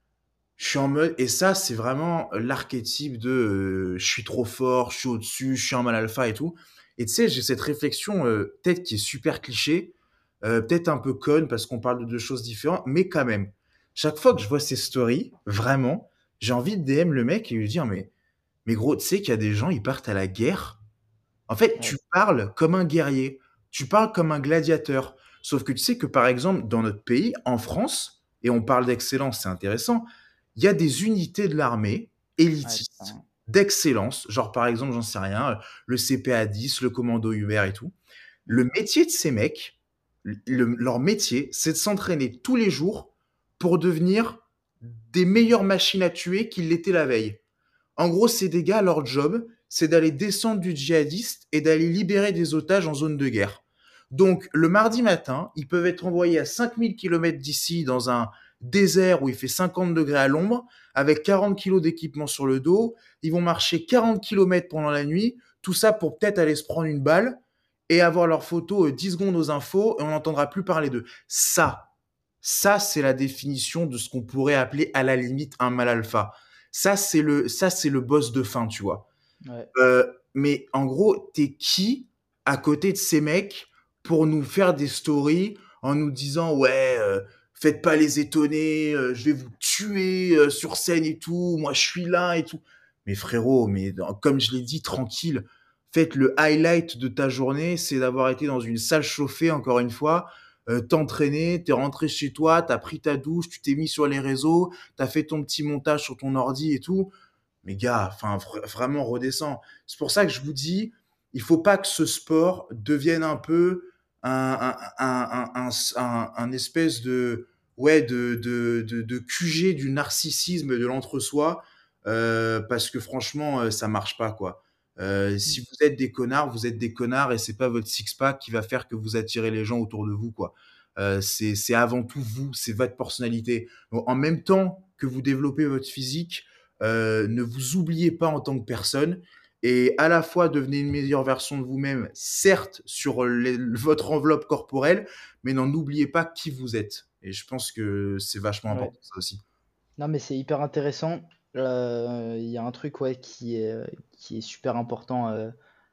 Je suis en mode et ça, c'est vraiment l'archétype de, heu, je suis trop fort, je suis au-dessus, je suis un mâle alpha et tout. Et tu sais, j'ai cette réflexion, heu, peut-être qui est super cliché, heu, peut-être un peu conne parce qu'on parle de deux choses différentes, mais quand même. Chaque fois que je vois ces stories, vraiment, j'ai envie de D M le mec et lui dire: «Mais mais gros, tu sais qu'il y a des gens, ils partent à la guerre. En fait, Ouais. tu parles comme un guerrier, tu parles comme un gladiateur». Sauf que tu sais que, par exemple, dans notre pays, en France, et on parle d'excellence, c'est intéressant, il y a des unités de l'armée Ouais, élitistes, putain. d'excellence, genre par exemple, j'en sais rien, heu, le C P A dix, le commando Hubert et tout. Mmh. Le métier de ces mecs, l le leur métier, c'est de s'entraîner tous les jours pour devenir des meilleures machines à tuer qu'ils l'étaient la veille. En gros, ces des gars, leur job, c'est d'aller descendre du djihadiste et d'aller libérer des otages en zone de guerre. Donc, le mardi matin, ils peuvent être envoyés à cinq mille kilomètres d'ici, dans un désert où il fait cinquante degrés à l'ombre, avec quarante kilos d'équipement sur le dos. Ils vont marcher quarante kilomètres pendant la nuit, tout ça pour peut-être aller se prendre une balle et avoir leur photo euh, dix secondes aux infos et on n'entendra plus parler d'eux. Ça, ça, c'est la définition de ce qu'on pourrait appeler à la limite un mal alpha. Ça, c'est le, ça, c'est le boss de fin, tu vois. Ouais. Euh, mais en gros, t'es qui à côté de ces mecs pour nous faire des stories en nous disant ouais, euh, faites pas les étonner, euh, je vais vous tuer euh, sur scène et tout, moi je suis là et tout. Mais frérot, mais dans- comme je l'ai dit, tranquille. Faites le highlight de ta journée, c'est d'avoir été dans une salle chauffée, encore une fois, euh, t'entraîner, t'es rentré chez toi, t'as pris ta douche, tu t'es mis sur les réseaux, t'as fait ton petit montage sur ton ordi et tout. Mais gars, enfin vra- vraiment redescends. C'est pour ça que je vous dis, il faut pas que ce sport devienne un peu un, un, un, un, un- un- un espèce de ouais de, de, de, de Q G du narcissisme et de l'entre-soi, euh, parce que franchement, euh, ça marche pas quoi. Euh, si vous êtes des connards, vous êtes des connards et c'est pas votre six-pack qui va faire que vous attirez les gens autour de vous quoi. Euh, c'est c'est avant tout vous, c'est votre personnalité. Donc, en même temps que vous développez votre physique, euh, ne vous oubliez pas en tant que personne et à la fois devenez une meilleure version de vous-même, certes sur les- votre enveloppe corporelle, mais n'en oubliez pas qui vous êtes. Et je pense que c'est vachement Ouais. important ça aussi. Non, mais c'est hyper intéressant. Heu, il y a un truc, ouais, qui est, heu, qui est super important, heu,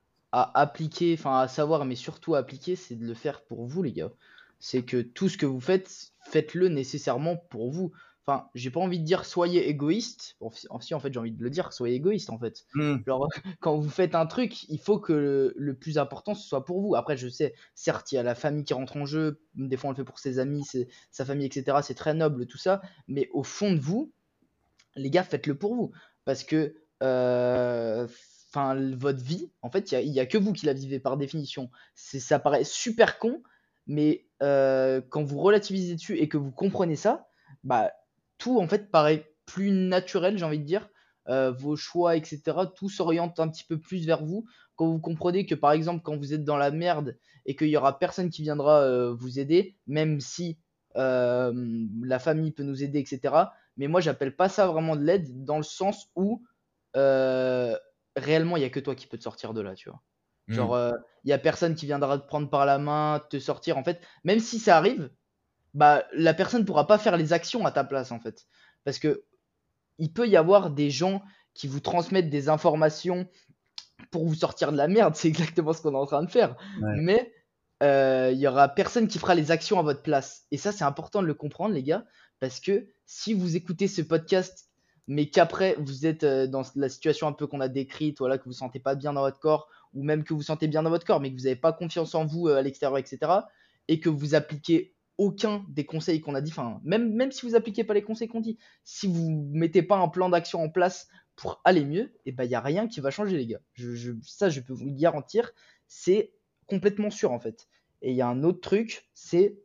à appliquer, enfin à savoir, mais surtout à appliquer, c'est de le faire pour vous, les gars. C'est que tout ce que vous faites, faites-le nécessairement pour vous. Enfin, j'ai pas envie de dire soyez égoïste. Bon, si en si, en fait, j'ai envie de le dire, soyez égoïste, en fait. Hmm. Genre, quand vous faites un truc, il faut que le, le plus important, ce soit pour vous. Après, je sais, certes, il y a la famille qui rentre en jeu. Des fois, on le fait pour ses amis, ses- sa famille, et cetera. C'est très noble, tout ça. Mais au fond de vous, les gars, faites-le pour vous. Parce que euh, enfin, votre vie, en fait, il n'y a, a, que vous qui la vivez par définition. C'est, ça paraît super con, mais euh, quand vous relativisez dessus et que vous comprenez ça, bah, tout en fait paraît plus naturel, j'ai envie de dire. Euh, vos choix, et cetera, tout s'oriente un petit peu plus vers vous. Quand vous comprenez que, par exemple, quand vous êtes dans la merde et qu'il n'y aura personne qui viendra euh, vous aider, même si euh, la famille peut nous aider, et cetera, mais moi, j'appelle pas ça vraiment de l'aide dans le sens où euh, réellement, il y a que toi qui peux te sortir de là, tu vois. Hmm. Genre, euh, il y a personne qui viendra te prendre par la main, te sortir. En fait, même si ça arrive, bah, la personne pourra pas faire les actions à ta place, en fait. Parce que il peut y avoir des gens qui vous transmettent des informations pour vous sortir de la merde, c'est exactement ce qu'on est en train de faire. Ouais. Mais euh, il y aura personne qui fera les actions à votre place. Et ça, c'est important de le comprendre, les gars, parce que si vous écoutez ce podcast, mais qu'après vous êtes euh, dans la situation un peu qu'on a décrite, voilà, que vous ne sentez pas bien dans votre corps, ou même que vous sentez bien dans votre corps, mais que vous n'avez pas confiance en vous euh, à l'extérieur, et cetera, et que vous appliquez aucun des conseils qu'on a dit, enfin, même, même si vous appliquez pas les conseils qu'on dit, si vous mettez pas un plan d'action en place pour aller mieux, et ben il y a rien qui va changer, les gars. Je, je, ça, je peux vous le garantir, c'est complètement sûr en fait. Et il y a un autre truc, c'est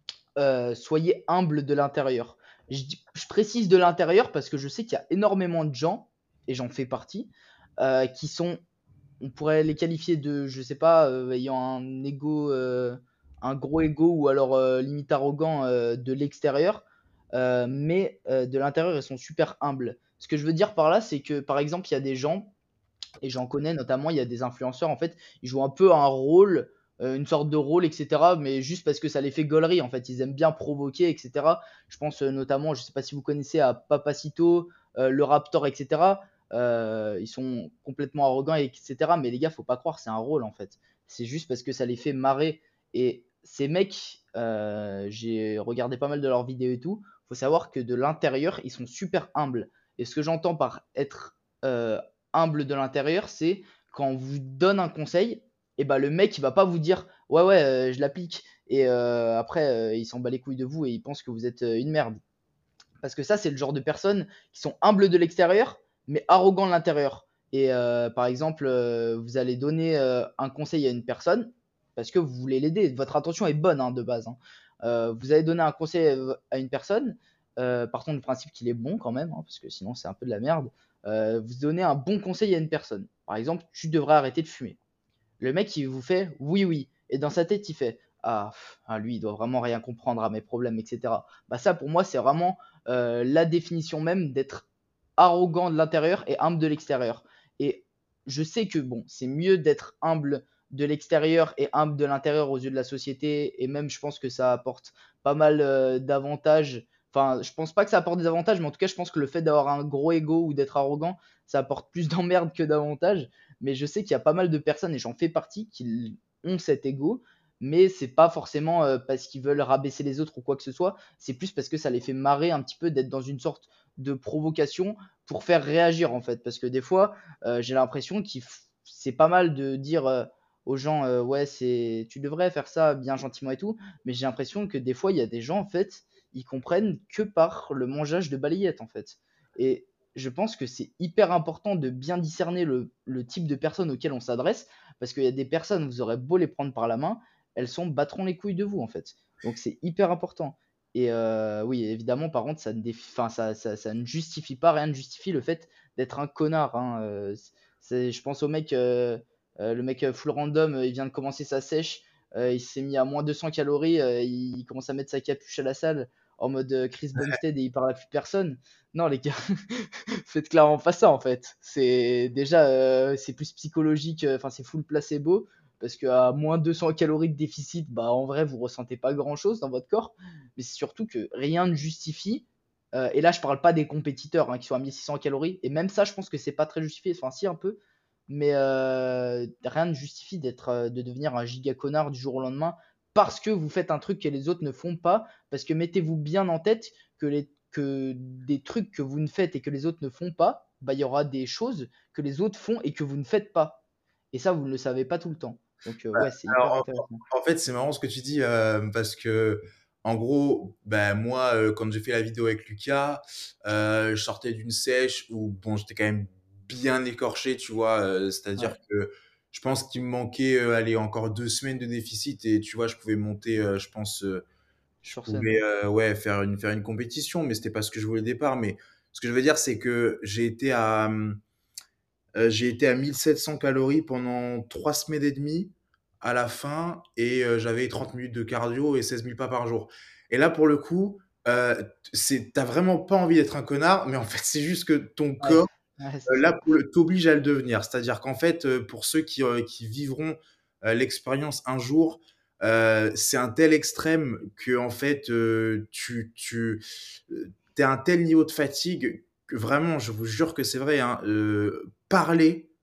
euh, soyez humble de l'intérieur. Je, je, précise de l'intérieur parce que je sais qu'il y a énormément de gens, et j'en fais partie, euh, qui sont, on pourrait les qualifier de, je sais pas, euh, ayant un ego, euh, un gros ego ou alors euh, limite arrogant euh, de l'extérieur, euh, mais euh, de l'intérieur ils sont super humbles. Ce que je veux dire par là, c'est que par exemple il y a des gens, et j'en connais notamment, il y a des influenceurs en fait, ils jouent un peu un rôle, euh, une sorte de rôle, et cetera. Mais juste parce que ça les fait gaulerie en fait, ils aiment bien provoquer, et cetera. Je pense euh, notamment, je sais pas si vous connaissez à Papacito, euh, le Raptor, et cetera. Euh, ils sont complètement arrogants, et cetera. Mais les gars, faut pas croire, c'est un rôle en fait. C'est juste parce que ça les fait marrer. Et ces mecs, euh, j'ai regardé pas mal de leurs vidéos et tout. Faut savoir que de l'intérieur, ils sont super humbles. Et ce que j'entends par être euh, humble de l'intérieur, c'est quand on vous donne un conseil, et bah le mec il va pas vous dire ouais ouais euh, je l'applique et euh, après euh, il s'en bat les couilles de vous et il pense que vous êtes euh, une merde. Parce que ça c'est le genre de personnes qui sont humbles de l'extérieur mais arrogants de l'intérieur. Et euh, par exemple euh, vous allez donner euh, un conseil à une personne parce que vous voulez l'aider, votre intention est bonne hein, de base. Hein. Euh, vous allez donner un conseil à une personne, euh, partons du principe qu'il est bon quand même, hein, parce que sinon c'est un peu de la merde. Euh, vous donnez un bon conseil à une personne. Par exemple, tu devrais arrêter de fumer. Le mec, il vous fait oui, oui. Et dans sa tête, il fait ah, ah, lui, il doit vraiment rien comprendre à mes problèmes, et cetera. Bah, ça, pour moi, c'est vraiment euh, la définition même d'être arrogant de l'intérieur et humble de l'extérieur. Et je sais que bon, c'est mieux d'être humble de l'extérieur et humble de l'intérieur aux yeux de la société. Et même, je pense que ça apporte pas mal euh, d'avantages. Enfin, je pense pas que ça apporte des avantages, mais en tout cas, je pense que le fait d'avoir un gros ego ou d'être arrogant, ça apporte plus d'emmerdes que d'avantages. Mais je sais qu'il y a pas mal de personnes, et j'en fais partie, qui ont cet ego, mais c'est pas forcément euh, parce qu'ils veulent rabaisser les autres ou quoi que ce soit, c'est plus parce que ça les fait marrer un petit peu d'être dans une sorte de provocation pour faire réagir en fait. Parce que des fois, euh, j'ai l'impression que c'est pas mal de dire euh, aux gens euh, ouais, c'est tu devrais faire ça bien gentiment et tout, mais j'ai l'impression que des fois, il y a des gens en fait, ils comprennent que par le mangeage de balayettes en fait. Et je pense que c'est hyper important de bien discerner le, le type de personnes auxquelles on s'adresse, parce qu'il y a des personnes, vous aurez beau les prendre par la main, elles sont battront les couilles de vous en fait. Donc c'est hyper important. Et euh, oui, évidemment, par contre, ça ne, défi- enfin, ça, ça, ça ne justifie pas, rien ne justifie le fait d'être un connard. Hein. Euh, c'est, je pense au mec, euh, euh, le mec euh, full random, euh, il vient de commencer sa sèche, euh, il s'est mis à moins deux cents calories, euh, il, il commence à mettre sa capuche à la salle en mode euh, Chris Bumstead et il parle à plus personne. Non, les gars, faites clairement pas ça en fait. C'est déjà, euh, c'est plus psychologique, euh, enfin, c'est full placebo. Parce qu'à moins deux cents calories de déficit, bah en vrai, vous ressentez pas grand chose dans votre corps. Mais c'est surtout que rien ne justifie. Euh, et là, je parle pas des compétiteurs hein, qui sont à mille six cents calories. Et même ça, je pense que c'est pas très justifié. Enfin, si, un peu. Mais euh, rien ne justifie d'être, euh, de devenir un giga connard du jour au lendemain parce que vous faites un truc que les autres ne font pas. Parce que mettez-vous bien en tête que, les, que des trucs que vous ne faites et que les autres ne font pas, bah, il y aura des choses que les autres font et que vous ne faites pas. Et ça, vous ne le savez pas tout le temps. Donc, euh, Bah, ouais, c'est hyper alors, intéressant. en, en fait, c'est marrant ce que tu dis euh, parce que, en gros, ben moi, euh, quand j'ai fait la vidéo avec Lucas, euh, je sortais d'une sèche où, bon, j'étais quand même bien écorché, tu vois. euh, c'est-à-dire Ouais, que je pense qu'il me manquait, euh, allez, encore deux semaines de déficit et tu vois, je pouvais monter, euh, je pense, euh, je sur scène, pouvais, ouais. euh, ouais, faire une, faire une compétition, mais c'était pas ce que je voulais au départ. Mais ce que je veux dire, c'est que j'ai été à, hum, euh, j'ai été à mille sept cents calories pendant trois semaines et demie à la fin et euh, j'avais trente minutes de cardio et seize mille pas par jour. Et là, pour le coup, euh, c'est, t'as vraiment pas envie d'être un connard, mais en fait, c'est juste que ton Ouais, corps, ouais c'est euh, ça. là, pour le- t'oblige à le devenir. C'est-à-dire qu'en fait, euh, pour ceux qui, euh, qui vivront euh, l'expérience un jour, euh, c'est un tel extrême que en fait, euh, tu, tu, euh, t'es à un tel niveau de fatigue que vraiment, je vous jure que c'est vrai, hein, euh, parler.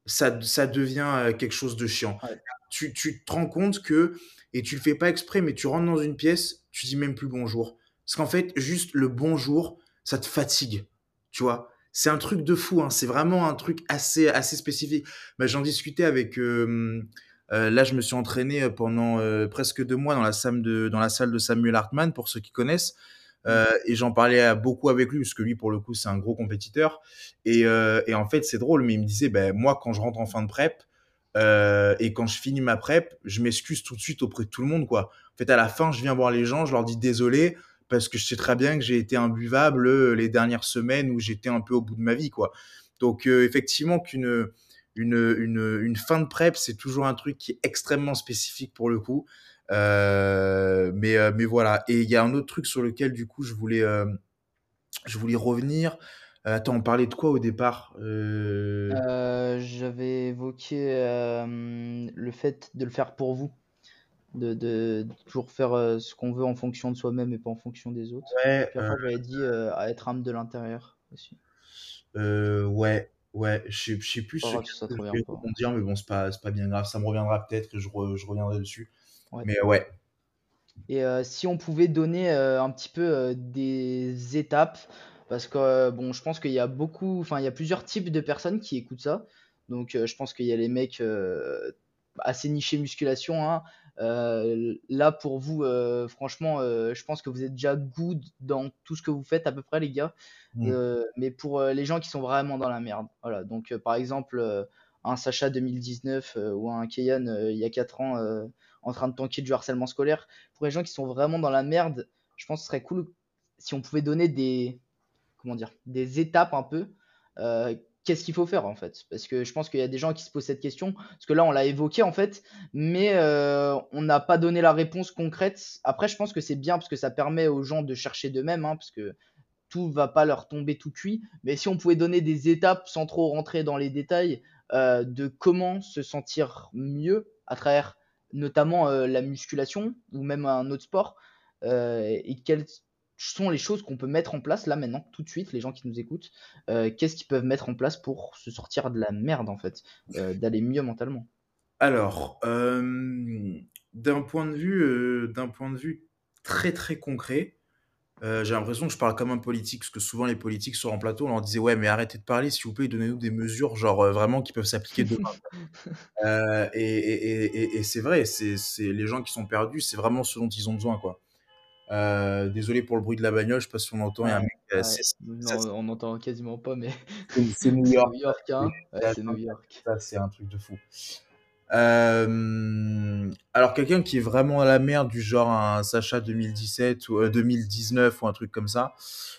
ça ça devient, heu, quelque chose de chiant. Ouais. Tu tu te rends compte que et tu le fais pas exprès, mais tu rentres dans une pièce, tu dis même plus bonjour. Parce qu'en fait, juste le bonjour, ça te fatigue, tu vois? C'est un truc de fou, hein, c'est vraiment un truc assez assez spécifique. Bah, j'en discutais avec, hem, heu, là, je me suis entraîné, heu, pendant, heu, presque deux mois dans la salle de dans la salle de Samuel Hartmann, pour ceux qui connaissent, Mmh. heu et j'en parlais à beaucoup avec lui, parce que lui, pour le coup, c'est un gros compétiteur et heu et en fait, c'est drôle, mais il me disait: «Beh, moi, quand je rentre en fin de prep, heu et quand je finis ma prep, je m'excuse tout de suite auprès de tout le monde, quoi. En fait, à la fin, je viens voir les gens, je leur dis désolé parce que je sais très bien que j'ai été imbuvable, heu, les dernières semaines où j'étais un peu au bout de ma vie, quoi. Donc, heu, effectivement qu'une, une, une, une fin de prep, c'est toujours un truc qui est extrêmement spécifique pour le coup. Heu, mais, heu, mais voilà. Et il y a un autre truc sur lequel, du coup, je voulais, hem, je voulais revenir. Heu, attends, on parlait de quoi au départ? Heu Heu, j'avais évoqué, hem, le fait de le faire pour vous, de de de toujours faire, heu, ce qu'on veut en fonction de soi-même et pas en fonction des autres. ouais, Puis heu après j'avais dit, heu, à être âme de l'intérieur aussi. Heu, ouais, ouais, je sais je sais plus Pas ce grave que si ça te je revient vais pas. rebondir, mais bon, c'est pas c'est pas bien grave, ça me reviendra peut-être et je re je reviendrai dessus. Ouais. Mais ouais. Et heu, si on pouvait donner, heu, un petit peu, heu, des étapes, parce que, heu, bon, je pense qu'il y a beaucoup enfin, il y a plusieurs types de personnes qui écoutent ça. Donc, heu, je pense qu'il y a les mecs, heu, assez nichés musculation, hein. Heu, là, pour vous, heu, franchement, heu, je pense que vous êtes déjà good dans tout ce que vous faites à peu près, les gars. Mmh. Heu, mais pour, heu, les gens qui sont vraiment dans la merde, voilà. Donc, heu, par exemple, heu, un Sacha deux mille dix-neuf, heu, ou un Keyan, heu, il y a quatre ans, heu, en train de tanker du harcèlement scolaire, pour les gens qui sont vraiment dans la merde, je pense que ce serait cool si on pouvait donner des, comment dire, des étapes un peu. Euh, Qu'est-ce qu'il faut faire en fait? Parce que je pense qu'il y a des gens qui se posent cette question, parce que là on l'a évoqué en fait, mais euh, on n'a pas donné la réponse concrète. Après, je pense que c'est bien parce que ça permet aux gens de chercher d'eux-mêmes, hein, parce que tout va pas leur tomber tout cuit. Mais si on pouvait donner des étapes sans trop rentrer dans les détails, euh, de comment se sentir mieux à travers notamment euh, la musculation ou même un autre sport, euh, et quelles sont les choses qu'on peut mettre en place là maintenant, tout de suite, les gens qui nous écoutent, euh, qu'est-ce qu'ils peuvent mettre en place pour se sortir de la merde en fait, euh, d'aller mieux mentalement. Alors, hem, d'un point de vue, heu, d'un point de vue très, très concret, heu, j'ai l'impression que je parle comme un politique, parce que souvent les politiques sur un plateau, on leur disait: «Ouais, mais arrêtez de parler s'il vous plaît, donnez-nous des mesures genre, heu, vraiment qui peuvent s'appliquer demain». Heu et et et et et c'est vrai, c'est c'est les gens qui sont perdus, c'est vraiment ce dont ils ont besoin, quoi. Heu, désolé pour le bruit de la bagnole, je sais pas si on entend, il y a un Ouais, mec, heu, ouais. c'est ça Non, on n'entend quasiment pas, mais c'est c'est New c'est New York, York, ça, hein. Ouais, c'est c'est New York. ça, c'est un truc de fou. Hem, alors quelqu'un qui est vraiment à la merde, du genre un Sacha deux mille dix-sept ou, heu, deux mille dix-neuf ou un truc comme ça,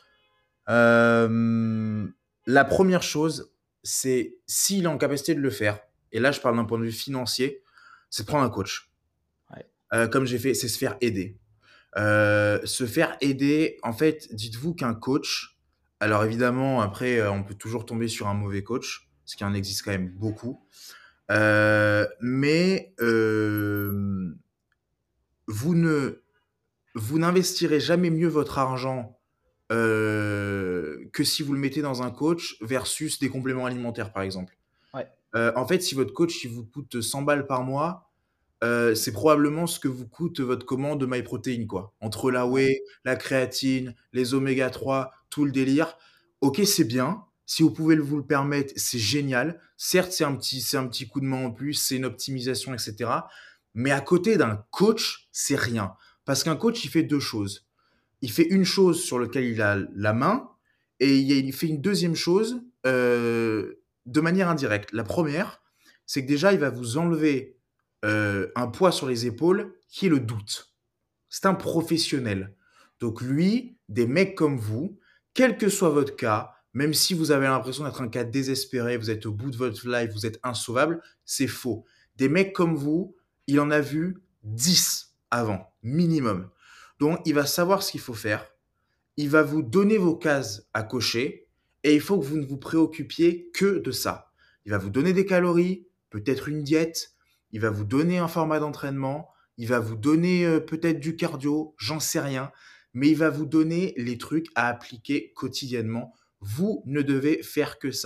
hem, la première chose, c'est s'il est en capacité de le faire, et là je parle d'un point de vue financier, c'est de prendre un coach. Ouais. Heu, comme j'ai fait, c'est se faire aider. Heu, se faire aider, en fait, dites-vous qu'un coach, alors évidemment après, heu, on peut toujours tomber sur un mauvais coach, parce qu'il en existe quand même beaucoup. Heu, mais hem, vous ne vous n'investirez jamais mieux votre argent, heu, que si vous le mettez dans un coach versus des compléments alimentaires, par exemple. Ouais. Heu, en fait, si votre coach, il vous coûte cent balles par mois, Heu, c'est probablement ce que vous coûte votre commande de MyProtein, quoi. Entre la Ouais. whey, la créatine, les oméga trois, tout le délire. OK, c'est bien. Si vous pouvez le vous le permettre, c'est génial. Certes, c'est un petit c'est un petit coup de main en plus, c'est une optimisation et cetera. Mais à côté d'un coach, c'est rien. Parce qu'un coach, il fait deux choses. Il fait une chose sur lequel il a la main et il y a il fait une deuxième chose, heu, de manière indirecte. La première, c'est que déjà, il va vous enlever, heu, un poids sur les épaules qui est le doute. C'est un professionnel. Donc lui, des mecs comme vous, quel que soit votre cas, même si vous avez l'impression d'être un cas désespéré, vous êtes au bout de votre life, vous êtes insauvable, c'est faux. Des mecs comme vous, il en a vu dix avant, minimum. Donc il va savoir ce qu'il faut faire, il va vous donner vos cases à cocher et il faut que vous ne vous préoccupiez que de ça. Il va vous donner des calories, peut-être une diète, il va vous donner un format d'entraînement, il va vous donner euh, peut-être du cardio, j'en sais rien, mais il va vous donner les trucs à appliquer quotidiennement. Vous ne devez faire que ça.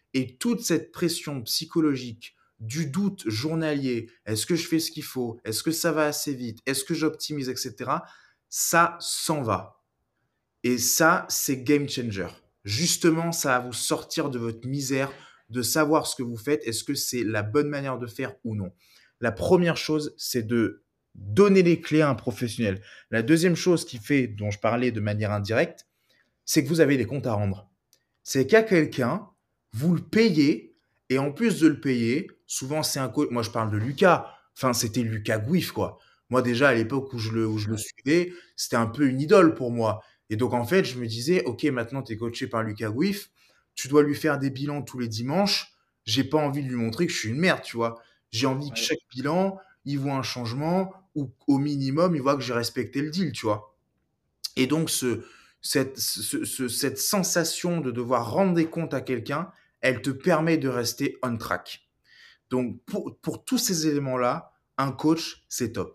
Et toute cette pression psychologique du doute journalier, est-ce que je fais ce qu'il faut? Est-ce que ça va assez vite? Est-ce que j'optimise, et cetera? Ça s'en va. Et ça, c'est game changer. Justement, ça va vous sortir de votre misère, de savoir ce que vous faites. Est-ce que c'est la bonne manière de faire ou non? La première chose, c'est de donner les clés à un professionnel. La deuxième chose qui fait, dont je parlais de manière indirecte, c'est que vous avez des comptes à rendre. C'est qu'à quelqu'un, vous le payez, et en plus de le payer, souvent c'est un coach. Moi, je parle de Lucas. Enfin, c'était Lucas Gouif, quoi. Moi, déjà, à l'époque où je le, où je le Ouais. suivais, c'était un peu une idole pour moi. Et donc, en fait, je me disais, OK, maintenant, tu es coaché par Lucas Gouif, tu dois lui faire des bilans tous les dimanches. J'ai pas envie de lui montrer que je suis une merde, tu vois. J'ai envie que Ouais. chaque bilan, il voit un changement, ou au minimum, il voit que j'ai respecté le deal, tu vois. Et donc, ce, cette, ce- ce- cette sensation de devoir rendre des comptes à quelqu'un, elle te permet de rester on track. Donc, pour, pour tous ces éléments-là, un coach, c'est top.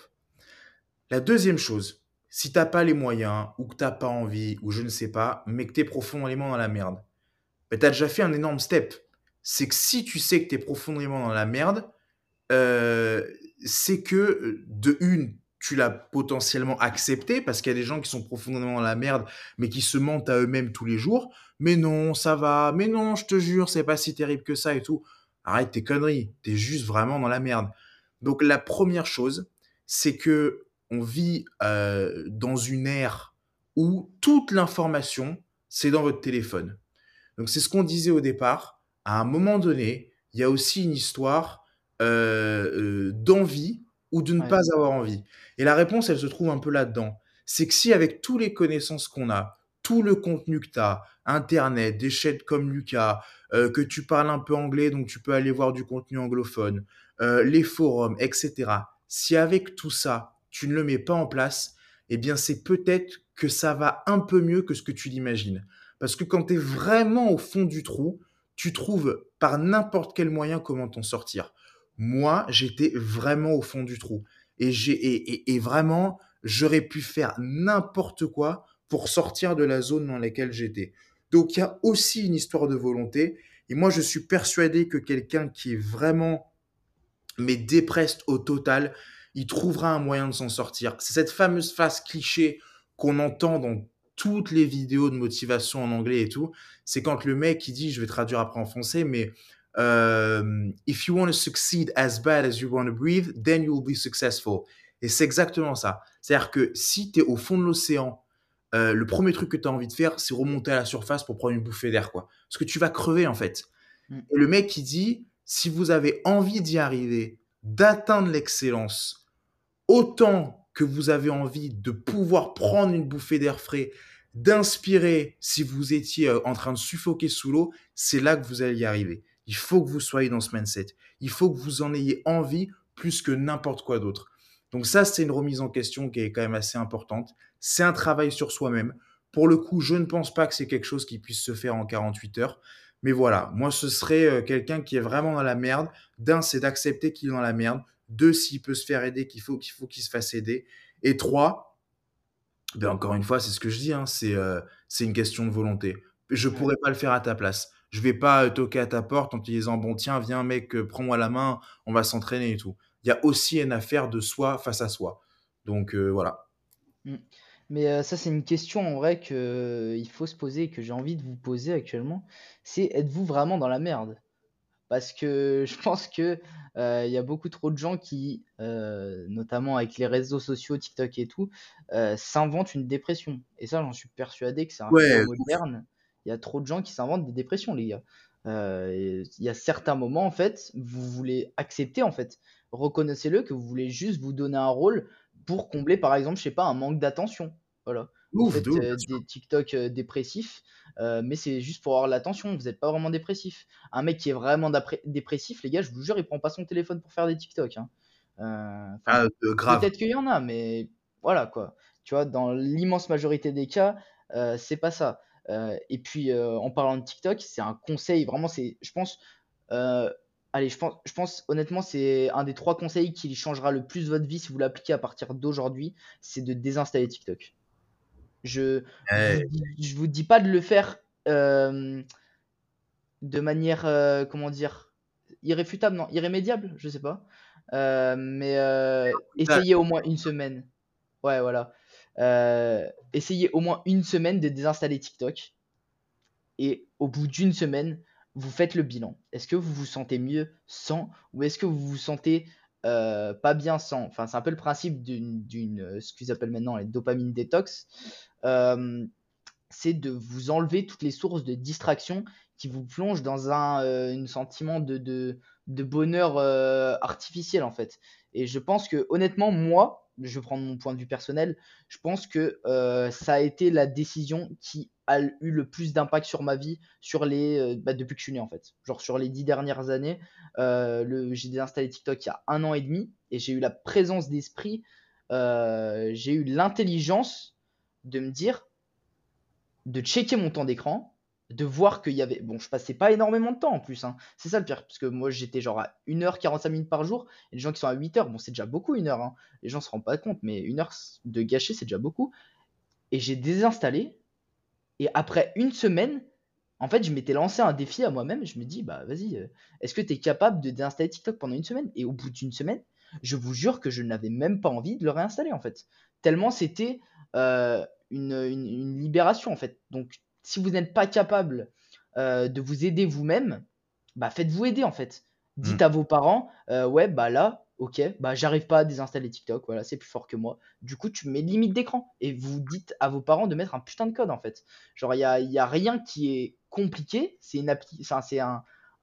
La deuxième chose, si t'as pas les moyens, ou que t'as pas envie, ou je ne sais pas, mais que t'es profondément dans la merde, ben t'as déjà fait un énorme step. C'est que si tu sais que t'es profondément dans la merde, euh, c'est que, euh, de une, tu l'as potentiellement accepté, parce qu'il y a des gens qui sont profondément dans la merde, mais qui se mentent à eux-mêmes tous les jours. Mais non, ça va. Mais non, je te jure, c'est pas si terrible que ça et tout. Arrête tes conneries. T'es juste vraiment dans la merde. Donc, la première chose, c'est que on vit euh, dans une ère où toute l'information, c'est dans votre téléphone. Donc c'est ce qu'on disait au départ. À un moment donné, il y a aussi une histoire euh, euh, d'envie ou de ne Ouais. pas avoir envie. Et la réponse, elle se trouve un peu là-dedans. C'est que si avec tous les connaissances qu'on a, tout le contenu que tu as, Internet, des chaînes comme Lucas, euh, que tu parles un peu anglais, donc tu peux aller voir du contenu anglophone, euh, les forums, et cetera. Si avec tout ça, tu ne le mets pas en place, eh bien c'est peut-être que ça va un peu mieux que ce que tu l'imagines. Parce que quand tu es vraiment au fond du trou, tu trouves par n'importe quel moyen comment t'en sortir. Moi, j'étais vraiment au fond du trou. Et, j'ai, et, et, et vraiment, j'aurais pu faire n'importe quoi pour sortir de la zone dans laquelle j'étais. Donc, il y a aussi une histoire de volonté. Et moi, je suis persuadé que quelqu'un qui est vraiment, mais dépressed au total, il trouvera un moyen de s'en sortir. C'est cette fameuse phase cliché qu'on entend dans toutes les vidéos de motivation en anglais et tout. C'est quand le mec il dit, je vais traduire après en français, mais euh, if you want to succeed as bad as you want to breathe, then you will be successful. Et c'est exactement ça. C'est-à-dire que si tu es au fond de l'océan, euh, le premier truc que tu as envie de faire, c'est remonter à la surface pour prendre une bouffée d'air, quoi. Parce que tu vas crever, en fait. Mm. Et le mec qui dit, si vous avez envie d'y arriver, d'atteindre l'excellence, autant que vous avez envie de pouvoir prendre une bouffée d'air frais, d'inspirer si vous étiez euh, en train de suffoquer sous l'eau, c'est là que vous allez y arriver. Il faut que vous soyez dans ce mindset. Il faut que vous en ayez envie plus que n'importe quoi d'autre. Donc ça, c'est une remise en question qui est quand même assez importante. C'est un travail sur soi-même. Pour le coup, je ne pense pas que c'est quelque chose qui puisse se faire en quarante-huit heures. Mais voilà, moi, ce serait euh, quelqu'un qui est vraiment dans la merde. D'un, c'est d'accepter qu'il est dans la merde. Deux, s'il peut se faire aider, qu'il faut qu'il faut qu'il se fasse aider. Et trois, ben encore une fois, c'est ce que je dis, hein, c'est euh, c'est une question de volonté. Je Ouais. pourrais pas le faire à ta place. Je vais pas euh, toquer à ta porte en te disant, bon, tiens, viens, mec, euh, prends-moi la main, on va s'entraîner et tout. Il y a aussi une affaire de soi face à soi. Donc euh, voilà. Mm. Mais euh, ça, c'est une question en vrai que euh, il faut se poser et que j'ai envie de vous poser actuellement. C'est êtes-vous vraiment dans la merde? Parce que je pense que euh, il y a beaucoup trop de gens qui, euh, notamment avec les réseaux sociaux, TikTok et tout, euh, s'inventent une dépression. Et ça, j'en suis persuadé que c'est un fléau Ouais, moderne. Il y a trop de gens qui s'inventent des dépressions, les gars. Euh, et il y a certains moments, en fait, vous voulez accepter, en fait, reconnaissez-le, que vous voulez juste vous donner un rôle pour combler, par exemple, je sais pas, un manque d'attention. Voilà. Vous ouf, de faites ouf, euh, bien sûr. des TikTok euh, dépressifs, euh, mais c'est juste pour avoir l'attention. Vous n'êtes pas vraiment dépressif. Un mec qui est vraiment dépressif, les gars, je vous jure, il prend pas son téléphone pour faire des TikTok, hein. Euh, Enfin, Ah, euh, grave. peut-être qu'il y en a, mais voilà quoi. Tu vois, dans l'immense majorité des cas, euh, c'est pas ça. Euh, et puis, euh, en parlant de TikTok, c'est un conseil, vraiment, c'est, je pense, euh, allez, je pense, je pense honnêtement, c'est un des trois conseils qui changera le plus votre vie si vous l'appliquez à partir d'aujourd'hui, c'est de désinstaller TikTok. Je vous Ouais, dis, je vous dis pas de le faire. euh, de manière, euh, comment dire, irréfutable, non, irrémédiable, je sais pas. Euh, mais euh, essayez au moins une semaine. Ouais, voilà. Euh, essayez au moins une semaine de désinstaller TikTok. Et au bout d'une semaine, vous faites le bilan. Est-ce que vous vous sentez mieux sans ou est-ce que vous vous sentez euh, pas bien sans? Enfin, c'est un peu le principe d'une, d'une euh, ce qu'ils appellent maintenant les dopamine détox. Euh, c'est de vous enlever toutes les sources de distraction qui vous plongent dans un euh, sentiment de, de, de bonheur euh, artificiel en fait. Et je pense que honnêtement, moi, je vais prendre mon point de vue personnel, je pense que euh, ça a été la décision qui a eu le plus d'impact sur ma vie sur les, euh, bah, depuis que je suis né en fait. Genre sur les dix dernières années, euh, le, j'ai désinstallé TikTok il y a un an et demi et j'ai eu la présence d'esprit, euh, j'ai eu l'intelligence de me dire de checker mon temps d'écran, de voir qu'il y avait. Bon, je passais pas énormément de temps en plus, hein. C'est ça le pire, parce que moi j'étais genre à une heure quarante-cinq minutes par jour, et les gens qui sont à huit heures, bon, c'est déjà beaucoup une heure, hein. Les gens se rendent pas compte, mais une heure de gâcher, c'est déjà beaucoup. Et j'ai désinstallé, et après une semaine, en fait, je m'étais lancé un défi à moi-même, et je me dis, bah vas-y, euh, est-ce que tu es capable de déinstaller TikTok pendant une semaine? Et au bout d'une semaine, je vous jure que je n'avais même pas envie de le réinstaller en fait. Tellement c'était euh, une, une, une libération en fait. Donc si vous n'êtes pas capable euh, de vous aider vous-même, bah faites-vous aider en fait. Mm. Dites à vos parents, euh, ouais, bah là, ok, bah j'arrive pas à désinstaller TikTok, voilà, c'est plus fort que moi. Du coup, tu mets limite d'écran et vous dites à vos parents de mettre un putain de code en fait. Genre, il n'y a, y a rien qui est compliqué, c'est une, appli- enfin, c'est un,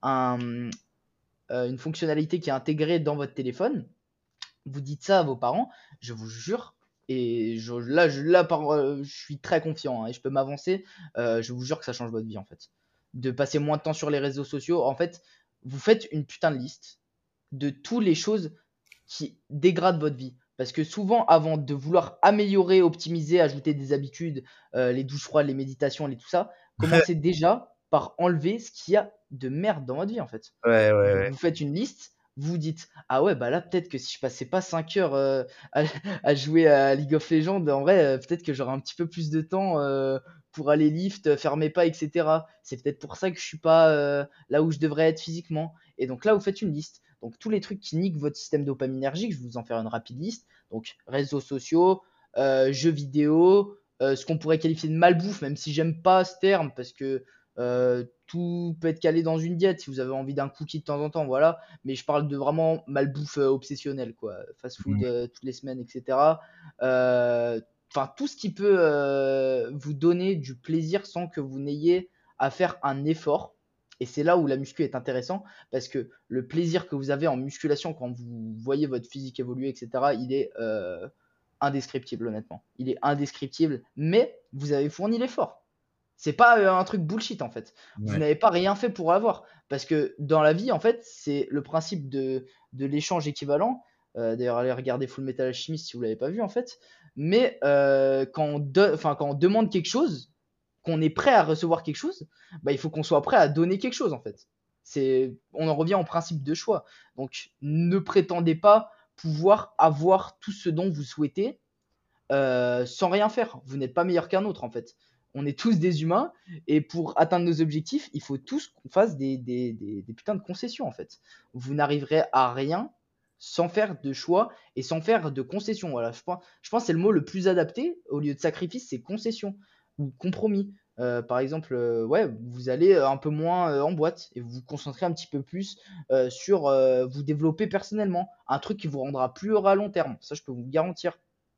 un, euh, une fonctionnalité qui est intégrée dans votre téléphone. Vous dites ça à vos parents, je vous jure, et je, là, je, là par, euh, je suis très confiant hein, et je peux m'avancer, euh, je vous jure que ça change votre vie en fait. De passer moins de temps sur les réseaux sociaux, en fait, vous faites une putain de liste de toutes les choses qui dégradent votre vie. Parce que souvent, avant de vouloir améliorer, optimiser, ajouter des habitudes, euh, les douches froides, les méditations, les tout ça, commencez déjà par enlever ce qu'il y a de merde dans votre vie en fait. Ouais, ouais, Donc ouais. vous faites une liste, vous dites ah ouais bah là peut-être que si je passais pas cinq heures euh, à, à jouer à League of Legends, en vrai euh, peut-être que j'aurais un petit peu plus de temps euh, pour aller lift, faire mes pas, et cetera. C'est peut-être pour ça que je suis pas euh, là où je devrais être physiquement. Et donc là vous faites une liste. Donc tous les trucs qui niquent votre système dopaminergique, je vais vous en faire une rapide liste. Donc réseaux sociaux, euh, jeux vidéo, euh, ce qu'on pourrait qualifier de malbouffe, même si j'aime pas ce terme parce que euh, tout peut être calé dans une diète si vous avez envie d'un cookie de temps en temps, voilà. Mais je parle de vraiment malbouffe euh, obsessionnelle, quoi. Fast food Mm. euh, toutes les semaines, et cetera. Euh, Enfin, tout ce qui peut euh, vous donner du plaisir sans que vous n'ayez à faire un effort. Et c'est là où la muscu est intéressant parce que le plaisir que vous avez en musculation quand vous voyez votre physique évoluer, et cetera, il est euh, indescriptible, honnêtement. Il est indescriptible, mais vous avez fourni l'effort. C'est pas euh, un truc bullshit en fait. Vous Ouais. n'avez pas rien fait pour avoir. Parce que dans la vie, en fait, c'est le principe de, de l'échange équivalent. Euh, D'ailleurs, allez regarder Full Metal Alchemist si vous l'avez pas vu en fait. Mais euh, quand, on de- enfin, quand on demande quelque chose, qu'on est prêt à recevoir quelque chose, bah, il faut qu'on soit prêt à donner quelque chose en fait. C'est, on en revient au principe de choix. Donc, ne prétendez pas pouvoir avoir tout ce dont vous souhaitez euh, sans rien faire. Vous n'êtes pas meilleur qu'un autre en fait. On est tous des humains et pour atteindre nos objectifs, il faut tous qu'on fasse des, des, des, des putains de concessions en fait. Vous n'arriverez à rien sans faire de choix et sans faire de concessions. Voilà, je pense, je pense que c'est le mot le plus adapté au lieu de sacrifice, c'est concession ou compromis. Euh, par exemple, euh, ouais, vous allez un peu moins euh, en boîte et vous vous concentrez un petit peu plus euh, sur euh, vous développer personnellement, un truc qui vous rendra plus heureux à long terme. Ça, je peux vous le garantir.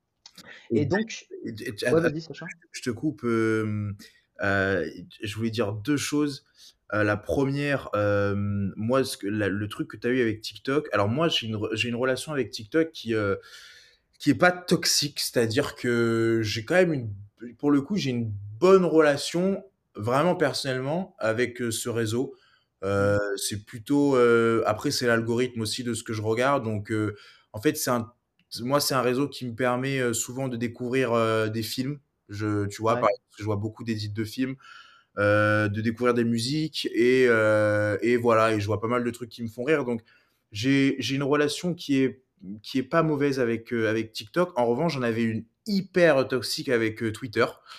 Et, Et donc, et- et- ouais, att- vas-y, Sacha. je te coupe. euh, euh, je voulais dire deux choses. Euh, la première, euh, moi, ce que, la- le truc que tu as eu avec TikTok. Alors moi, j'ai une, re- j'ai une relation avec TikTok qui, euh, qui est pas toxique, c'est-à-dire que j'ai quand même une, pour le coup, j'ai une bonne relation, vraiment personnellement, avec euh, ce réseau. Mhm. Euh, c'est plutôt, euh, après, c'est l'algorithme aussi de ce que je regarde. Donc, euh, en fait, c'est un, moi, c'est un réseau qui me permet euh, souvent de découvrir euh, des films. Je, tu vois, Ouais, par exemple, je vois beaucoup d'édits de films, euh, de découvrir des musiques et, euh, et voilà, et je vois pas mal de trucs qui me font rire. Donc, j'ai, j'ai une relation qui est, qui est pas mauvaise avec, euh, avec TikTok. En revanche, j'en avais une hyper toxique avec euh, Twitter.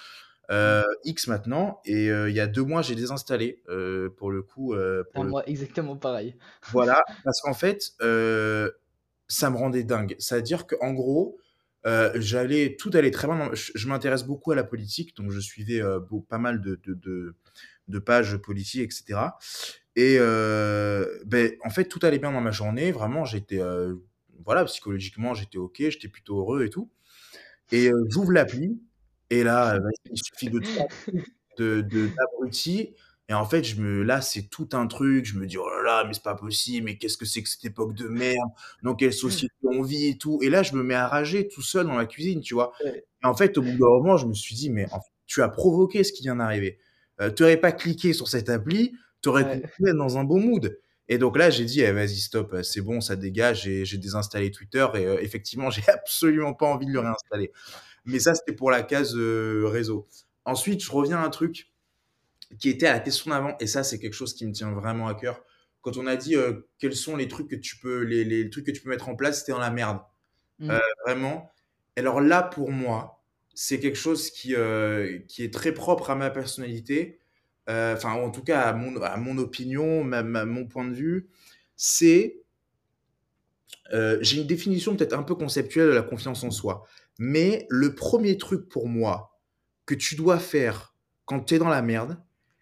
Mm. heu, X maintenant et heu, il y a deux mois, j'ai désinstallé, heu, pour le coup, heu, pour À le moi, exactement pareil. voilà, parce qu'en fait, heu, ça me rendait dingue. C'est-à-dire qu'en gros, heu, j'allais tout allait très bien dans je je m'intéresse beaucoup à la politique, donc je suivais, heu, beau pas mal de de de de pages politiques et cetera et heu, beh, en fait, tout allait bien dans ma journée. Vraiment, j'étais, heu, voilà, psychologiquement, j'étais OK, j'étais plutôt heureux et tout et heu, j'ouvre l'appli et là, heu, vas-y, il suffit de trois clics de de d'abrutis et en fait, je me là, c'est tout un truc, je me dis: «Oh là là, mais c'est pas possible, mais qu'est-ce que c'est que cette époque de merde? Dans quelle société on vit et tout?» et là, je me mets à rager tout seul dans la cuisine, tu vois? Ouais, Et en fait, au bout d'un moment, je me suis dit: «Mais en fait, tu as provoqué ce qui vient d'arriver. Heu, tu aurais pas cliqué sur cette appli, tu aurais ouais, continué à être dans un bon mood» et donc là, j'ai dit: «Eh vas-y stop, heu, c'est bon, ça dégage» et j'ai désinstallé Twitter et heu, effectivement, j'ai absolument pas envie de le réinstaller. Mais ça, c'était pour la case, heu, réseau. Ensuite, je reviens à un truc qui était à la question d'avant et ça, c'est quelque chose qui me tient vraiment à cœur. Quand on a dit, heu, quels sont les trucs que tu peux les les trucs que tu peux mettre en place, c'était dans la merde. Heu, Mm. vraiment. Alors là, pour moi, c'est quelque chose qui, heu, qui est très propre à ma personnalité, heu, enfin, en tout cas à mon à mon opinion, ma ma mon point de vue. C'est, heu, j'ai une définition peut-être un peu conceptuelle de la confiance en soi. Mais le premier truc pour moi que tu dois faire quand tu es dans la merde,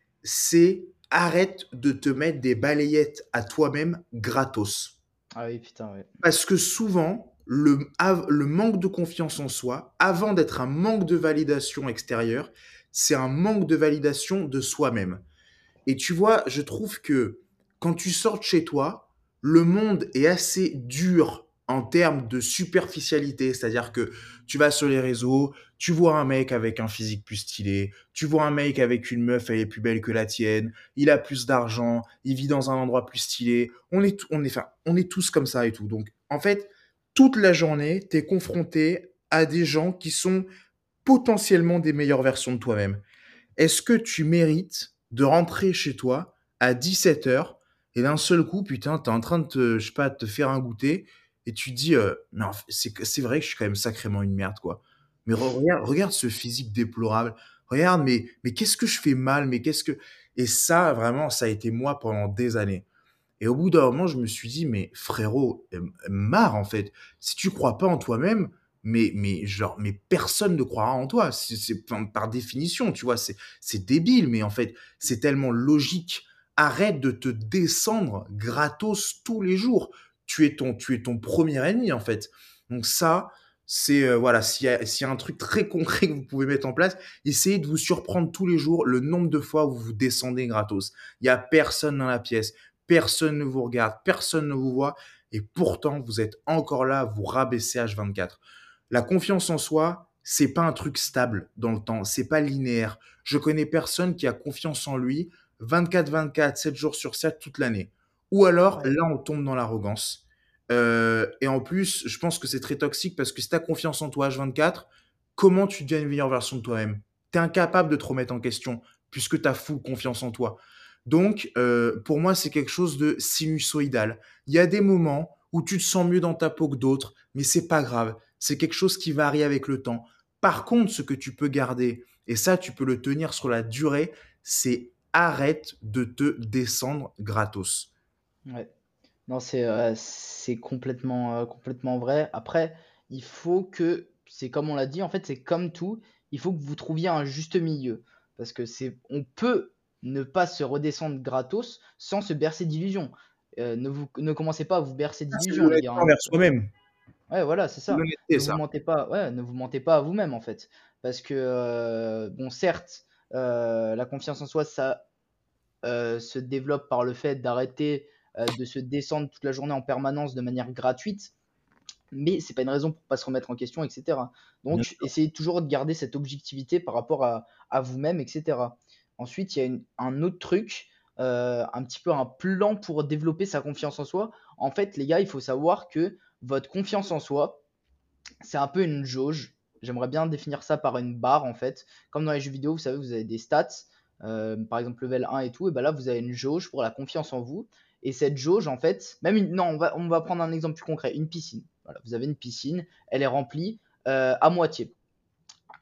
c'est arrête de te mettre des balayettes à toi-même gratos. Ah oui, putain, ouais. Parce que souvent, le, av- le manque de confiance en soi, avant d'être un manque de validation extérieure, c'est un manque de validation de soi-même. Et tu vois, je trouve que quand tu sors de chez toi, le monde est assez dur en termes de superficialité. C'est-à-dire que tu vas sur les réseaux, tu vois un mec avec un physique plus stylé, tu vois un mec avec une meuf, elle est plus belle que la tienne, il a plus d'argent, il vit dans un endroit plus stylé. On est, on est, enfin, on est tous comme ça et tout. Donc, en fait, toute la journée, tu es confronté à des gens qui sont potentiellement des meilleures versions de toi-même. Est-ce que tu mérites de rentrer chez toi à dix-sept heures et d'un seul coup, putain, tu es en train de te, je sais pas, de te faire un goûter et tu te dis, euh, mais en fait, c'est que- c'est vrai que je suis quand même sacrément une merde, quoi. Mais re- regarde, regarde ce physique déplorable. Regarde, mais, mais qu'est-ce que je fais mal, mais qu'est-ce que... Et ça, vraiment, ça a été moi pendant des années. Et au bout d'un moment, je me suis dit, mais frérot, euh, marre en fait. Si tu crois pas en toi-même, mais, mais genre, mais personne ne croira en toi. C'est, c'est- enfin, par définition, tu vois, c'est, c'est débile, mais en fait, c'est tellement logique. Arrête de te descendre gratos tous les jours. Tu es ton, tu es ton premier ennemi en fait. Donc ça, c'est euh, voilà, s'il y a, s'il y a un truc très concret que vous pouvez mettre en place, essayez de vous surprendre tous les jours le nombre de fois où vous vous descendez gratos. Il y a personne dans la pièce. Personne ne vous regarde, personne ne vous voit, et pourtant vous êtes encore là à vous rabaisser H vingt-quatre. La confiance en soi, c'est pas un truc stable dans le temps, c'est pas linéaire. Je connais personne qui a confiance en lui vingt-quatre vingt-quatre, sept jours sur sept toute l'année. Ou alors, Ouais. là, on tombe dans l'arrogance. Euh, et en plus, je pense que c'est très toxique parce que si tu as confiance en toi H vingt-quatre, comment tu deviens une meilleure version de toi-même? Tu es incapable de te remettre en question puisque tu as full confiance en toi. Donc, euh, pour moi, c'est quelque chose de sinusoïdal. Il y a des moments où tu te sens mieux dans ta peau que d'autres, mais c'est pas grave. C'est quelque chose qui varie avec le temps. Par contre, ce que tu peux garder, et ça, tu peux le tenir sur la durée, c'est arrête de te descendre gratos. Ouais. Non, c'est euh, c'est complètement, euh, complètement vrai. Après, il faut que, c'est comme on l'a dit, en fait, c'est comme tout, il faut que vous trouviez un juste milieu. Parce que c'est, on peut ne pas se redescendre gratos sans se bercer d'illusions. Euh, ne, vous, ne commencez pas à vous bercer Ah, c'est d'illusions, les gars, l'honnêteté hein. envers soi-même. Ouais, voilà, c'est C'est ça. l'honnêteté, Ne vous ça. mentez pas, ouais, ne vous mentez pas à vous-même, en fait. Parce que, euh, bon, certes, euh, la confiance en soi, ça euh, se développe par le fait d'arrêter euh, de se descendre toute la journée en permanence de manière gratuite, mais c'est pas une raison pour pas se remettre en question, et cetera. Bien Donc, sûr. essayez toujours de garder cette objectivité par rapport à, à vous-même, et cetera. Ensuite, il y a une- un autre truc, euh, un petit peu un plan pour développer sa confiance en soi. En fait, les gars, il faut savoir que votre confiance en soi, c'est un peu une jauge. J'aimerais bien définir ça par une barre en fait. Comme dans les jeux vidéo, vous savez, vous avez des stats, euh, par exemple level un et tout, et ben là vous avez une jauge pour la confiance en vous. Et cette jauge, en fait, même une, non, on va, on va prendre un exemple plus concret, une piscine. Voilà, vous avez une piscine, elle est remplie euh, à moitié.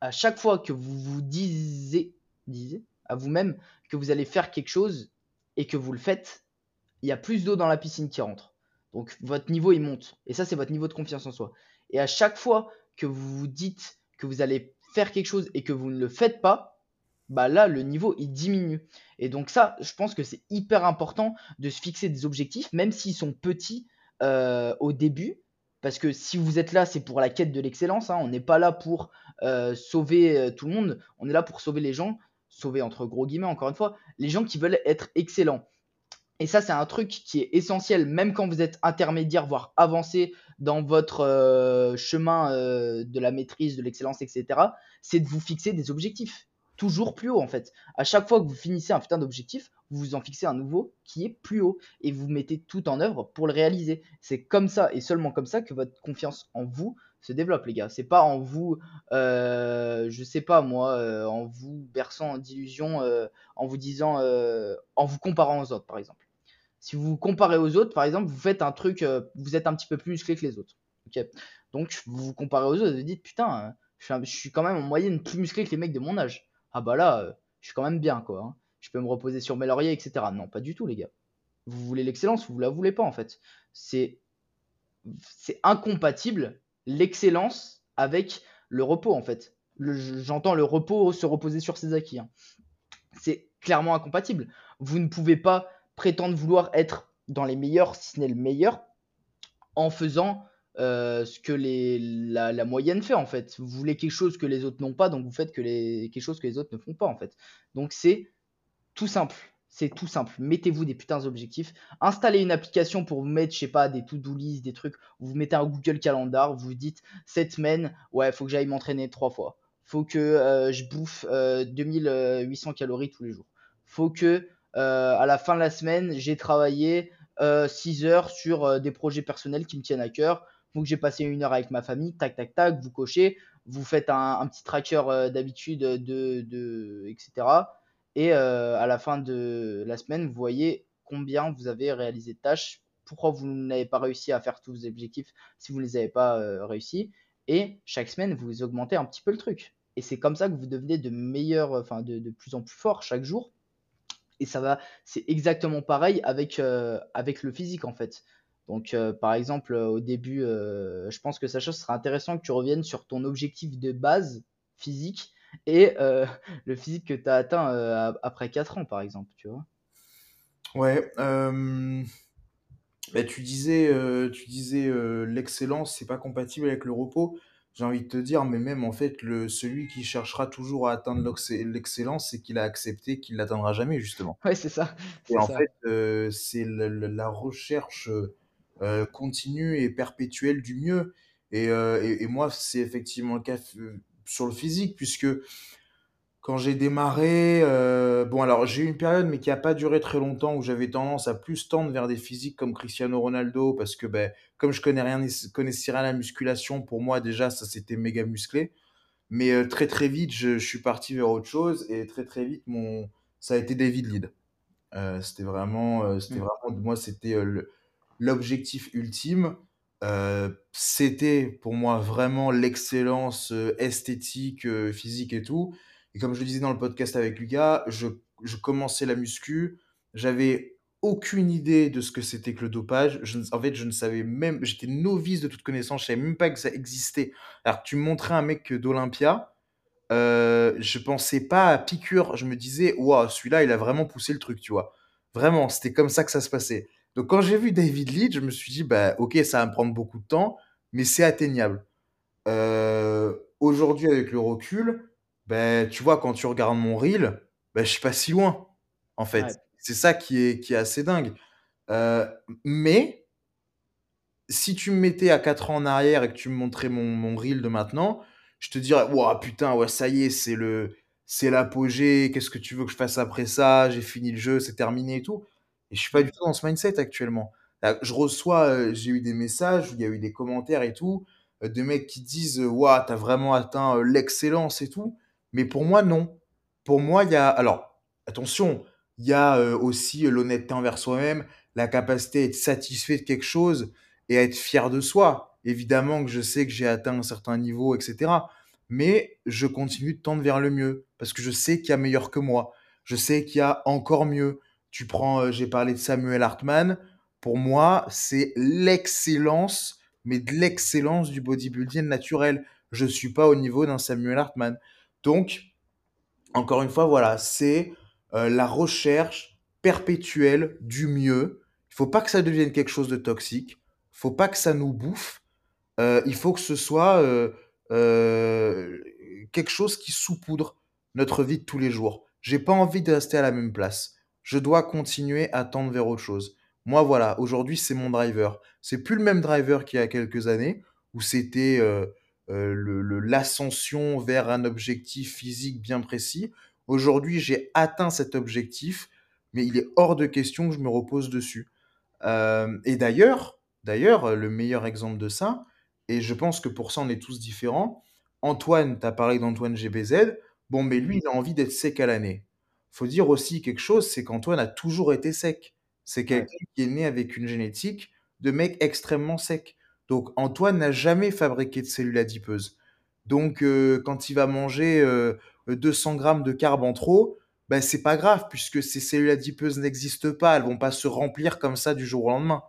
À chaque fois que vous vous disiez, disiez à vous-même que vous allez faire quelque chose et que vous le faites, il y a plus d'eau dans la piscine qui rentre. Donc votre niveau il monte. Et ça, c'est votre niveau de confiance en soi. Et à chaque fois que vous vous dites que vous allez faire quelque chose et que vous ne le faites pas, bah là, le niveau il diminue. Et donc ça, je pense que c'est hyper important de se fixer des objectifs, même s'ils sont petits euh, au début. Parce que si vous êtes là, c'est pour la quête de l'excellence. Hein. On n'est pas là pour euh, sauver euh, tout le monde. On est là pour sauver les gens, sauver entre gros guillemets encore une fois, les gens qui veulent être excellents. Et ça, c'est un truc qui est essentiel, même quand vous êtes intermédiaire, voire avancé dans votre euh, chemin euh, de la maîtrise, de l'excellence, et cetera. C'est de vous fixer des objectifs. Toujours plus haut, en fait. À chaque fois que vous finissez un putain d'objectif, vous vous en fixez un nouveau qui est plus haut. Et vous mettez tout en œuvre pour le réaliser. C'est comme ça, et seulement comme ça, que votre confiance en vous se développe, les gars. C'est pas en vous, euh, je sais pas moi, euh, en vous berçant d'illusions, euh, en vous disant, euh, en vous comparant aux autres, par exemple. Si vous vous comparez aux autres, par exemple, vous faites un truc, euh, vous êtes un petit peu plus musclé que les autres. Okay. Donc, vous vous comparez aux autres, vous dites, putain, euh, je, suis un, je, suis quand même en moyenne plus musclé que les mecs de mon âge. Ah bah là, euh, je suis quand même bien, quoi. Hein. Je peux me reposer sur mes lauriers, et cetera. Non, pas du tout, les gars. Vous voulez l'excellence, vous ne la voulez pas, en fait. C'est, c'est incompatible, l'excellence, avec le repos, en fait. Le, j'entends le repos, se reposer sur ses acquis. Hein. C'est clairement incompatible. Vous ne pouvez pas prétendre vouloir être dans les meilleurs, si ce n'est le meilleur, en faisant euh, ce que les, la, la, moyenne fait en fait. Vous voulez quelque chose que les autres n'ont pas, donc vous faites que les, quelque chose que les autres ne font pas en fait. Donc c'est tout simple. C'est tout simple. Mettez-vous des putains d'objectifs. Installez une application pour vous mettre, je sais pas, des to-do list, des trucs. Vous mettez un Google Calendar. Vous vous dites, cette semaine, ouais, faut que j'aille m'entraîner trois fois. Faut que euh, je bouffe euh, deux mille huit cents calories tous les jours. Faut que euh, à la fin de la semaine, j'ai travaillé euh, six heures sur euh, des projets personnels qui me tiennent à cœur. Faut que j'ai passé une heure avec ma famille. Tac, tac, tac. Vous cochez. Vous faites un, un petit tracker euh, d'habitude, de, de, et cetera. Et euh, à la fin de la semaine, vous voyez combien vous avez réalisé de tâches, pourquoi vous n'avez pas réussi à faire tous vos objectifs si vous ne les avez pas euh, réussi. Et chaque semaine, vous augmentez un petit peu le truc. Et c'est comme ça que vous devenez de meilleurs, enfin de, de plus en plus fort chaque jour. Et ça va, c'est exactement pareil avec, euh, avec le physique en fait. Donc euh, par exemple, euh, au début, euh, je pense que Sacha, ce sera intéressant que tu reviennes sur ton objectif de base physique et euh, le physique que tu as atteint euh, après quatre ans par exemple, tu vois. Ouais, euh, bah, tu disais, euh, tu disais euh, l'excellence, c'est pas compatible avec le repos. J'ai envie de te dire, mais même en fait, le, celui qui cherchera toujours à atteindre l'exce- l'excellence, c'est qu'il a accepté qu'il l'atteindra jamais, justement. Ouais, c'est ça, Et c'est en ça. fait, euh, c'est le- le- la recherche euh, continue et perpétuelle du mieux. Et, euh, et, et moi, c'est effectivement le cas euh, sur le physique, puisque quand j'ai démarré, euh, bon alors j'ai eu une période mais qui a pas duré très longtemps où j'avais tendance à plus tendre vers des physiques comme Cristiano Ronaldo parce que ben comme je connais rien, connaissais rien à la musculation, pour moi déjà ça c'était méga musclé. Mais euh, très très vite je, je suis parti vers autre chose et très très vite mon ça a été David Lead. Euh, c'était vraiment, euh, c'était Mm. vraiment, moi, c'était euh, le- l'objectif ultime. Euh, c'était pour moi vraiment l'excellence euh, esthétique, euh, physique et tout. Et comme je le disais dans le podcast avec Lucas, je, je commençais la muscu, j'avais aucune idée de ce que c'était que le dopage. Je, ne- en fait, je ne savais même, j'étais novice de toute connaissance, je savais même pas que ça existait. Alors, que tu me montrais un mec d'Olympia, euh, je pensais pas à piqûre. Je me disais, waouh, celui-là, il a vraiment poussé le truc, tu vois. Vraiment, c'était comme ça que ça se passait. Donc, quand j'ai vu David Lead, je me suis dit, bah, ok, ça va me prendre beaucoup de temps, mais c'est atteignable. Euh, aujourd'hui, avec le recul, bah, tu vois, quand tu regardes mon reel, bah, je suis pas si loin, en fait. Ouais. C'est ça qui est, qui est assez dingue. Euh, mais, si tu me mettais à quatre ans en arrière et que tu me montrais mon, mon reel de maintenant, je te dirais, ouah, putain, ouais, ça y est, c'est le, c'est l'apogée, qu'est-ce que tu veux que je fasse après ça? J'ai fini le jeu, c'est terminé et tout. Et je suis pas Mm. du tout dans ce mindset actuellement. Là, je reçois, euh, j'ai eu des messages où il y a eu des commentaires et tout, euh, de mecs qui disent, euh, ouah, t'as vraiment atteint euh, l'excellence et tout. Mais pour moi, non. Pour moi, il y a, alors, attention, il y a euh, aussi euh, l'honnêteté envers soi-même, la capacité à être satisfait de quelque chose et à être fier de soi. Évidemment que je sais que j'ai atteint un certain niveau, et cetera. mais je continue de tendre vers le mieux parce que je sais qu'il y a meilleur que moi. Je sais qu'il y a encore mieux. Tu prends, euh, j'ai parlé de Samuel Hartmann. Pour moi, c'est l'excellence, mais de l'excellence du bodybuilding naturel. Je suis pas au niveau d'un Samuel Hartmann. Donc, encore une fois, voilà, c'est euh, la recherche perpétuelle du mieux. Il faut pas que ça devienne quelque chose de toxique. Il faut pas que ça nous bouffe. Euh, il faut que ce soit euh, euh, quelque chose qui saupoudre notre vie de tous les jours. J'ai pas envie de rester à la même place. Je dois continuer à tendre vers autre chose. Moi, voilà, aujourd'hui, c'est mon driver. C'est plus le même driver qu'il y a quelques années, où c'était euh, euh, le- le- l'ascension vers un objectif physique bien précis. Aujourd'hui, j'ai atteint cet objectif, mais il est hors de question que je me repose dessus. Euh, et d'ailleurs, d'ailleurs, le meilleur exemple de ça, et je pense que pour ça on est tous différents, Antoine, tu as parlé d'Antoine G B Z, bon, mais lui, Mhm. il a envie d'être sec à l'année. Faut dire aussi quelque chose, c'est qu'Antoine a toujours été sec. C'est Ouais. quelqu'un qui est né avec une génétique de mec extrêmement sec. Donc Antoine n'a jamais fabriqué de cellules adipeuses. Donc euh, quand il va manger euh, deux cents grammes de carbs en trop, ben, c'est pas grave puisque ces cellules adipeuses n'existent pas, elles vont pas se remplir comme ça du jour au lendemain.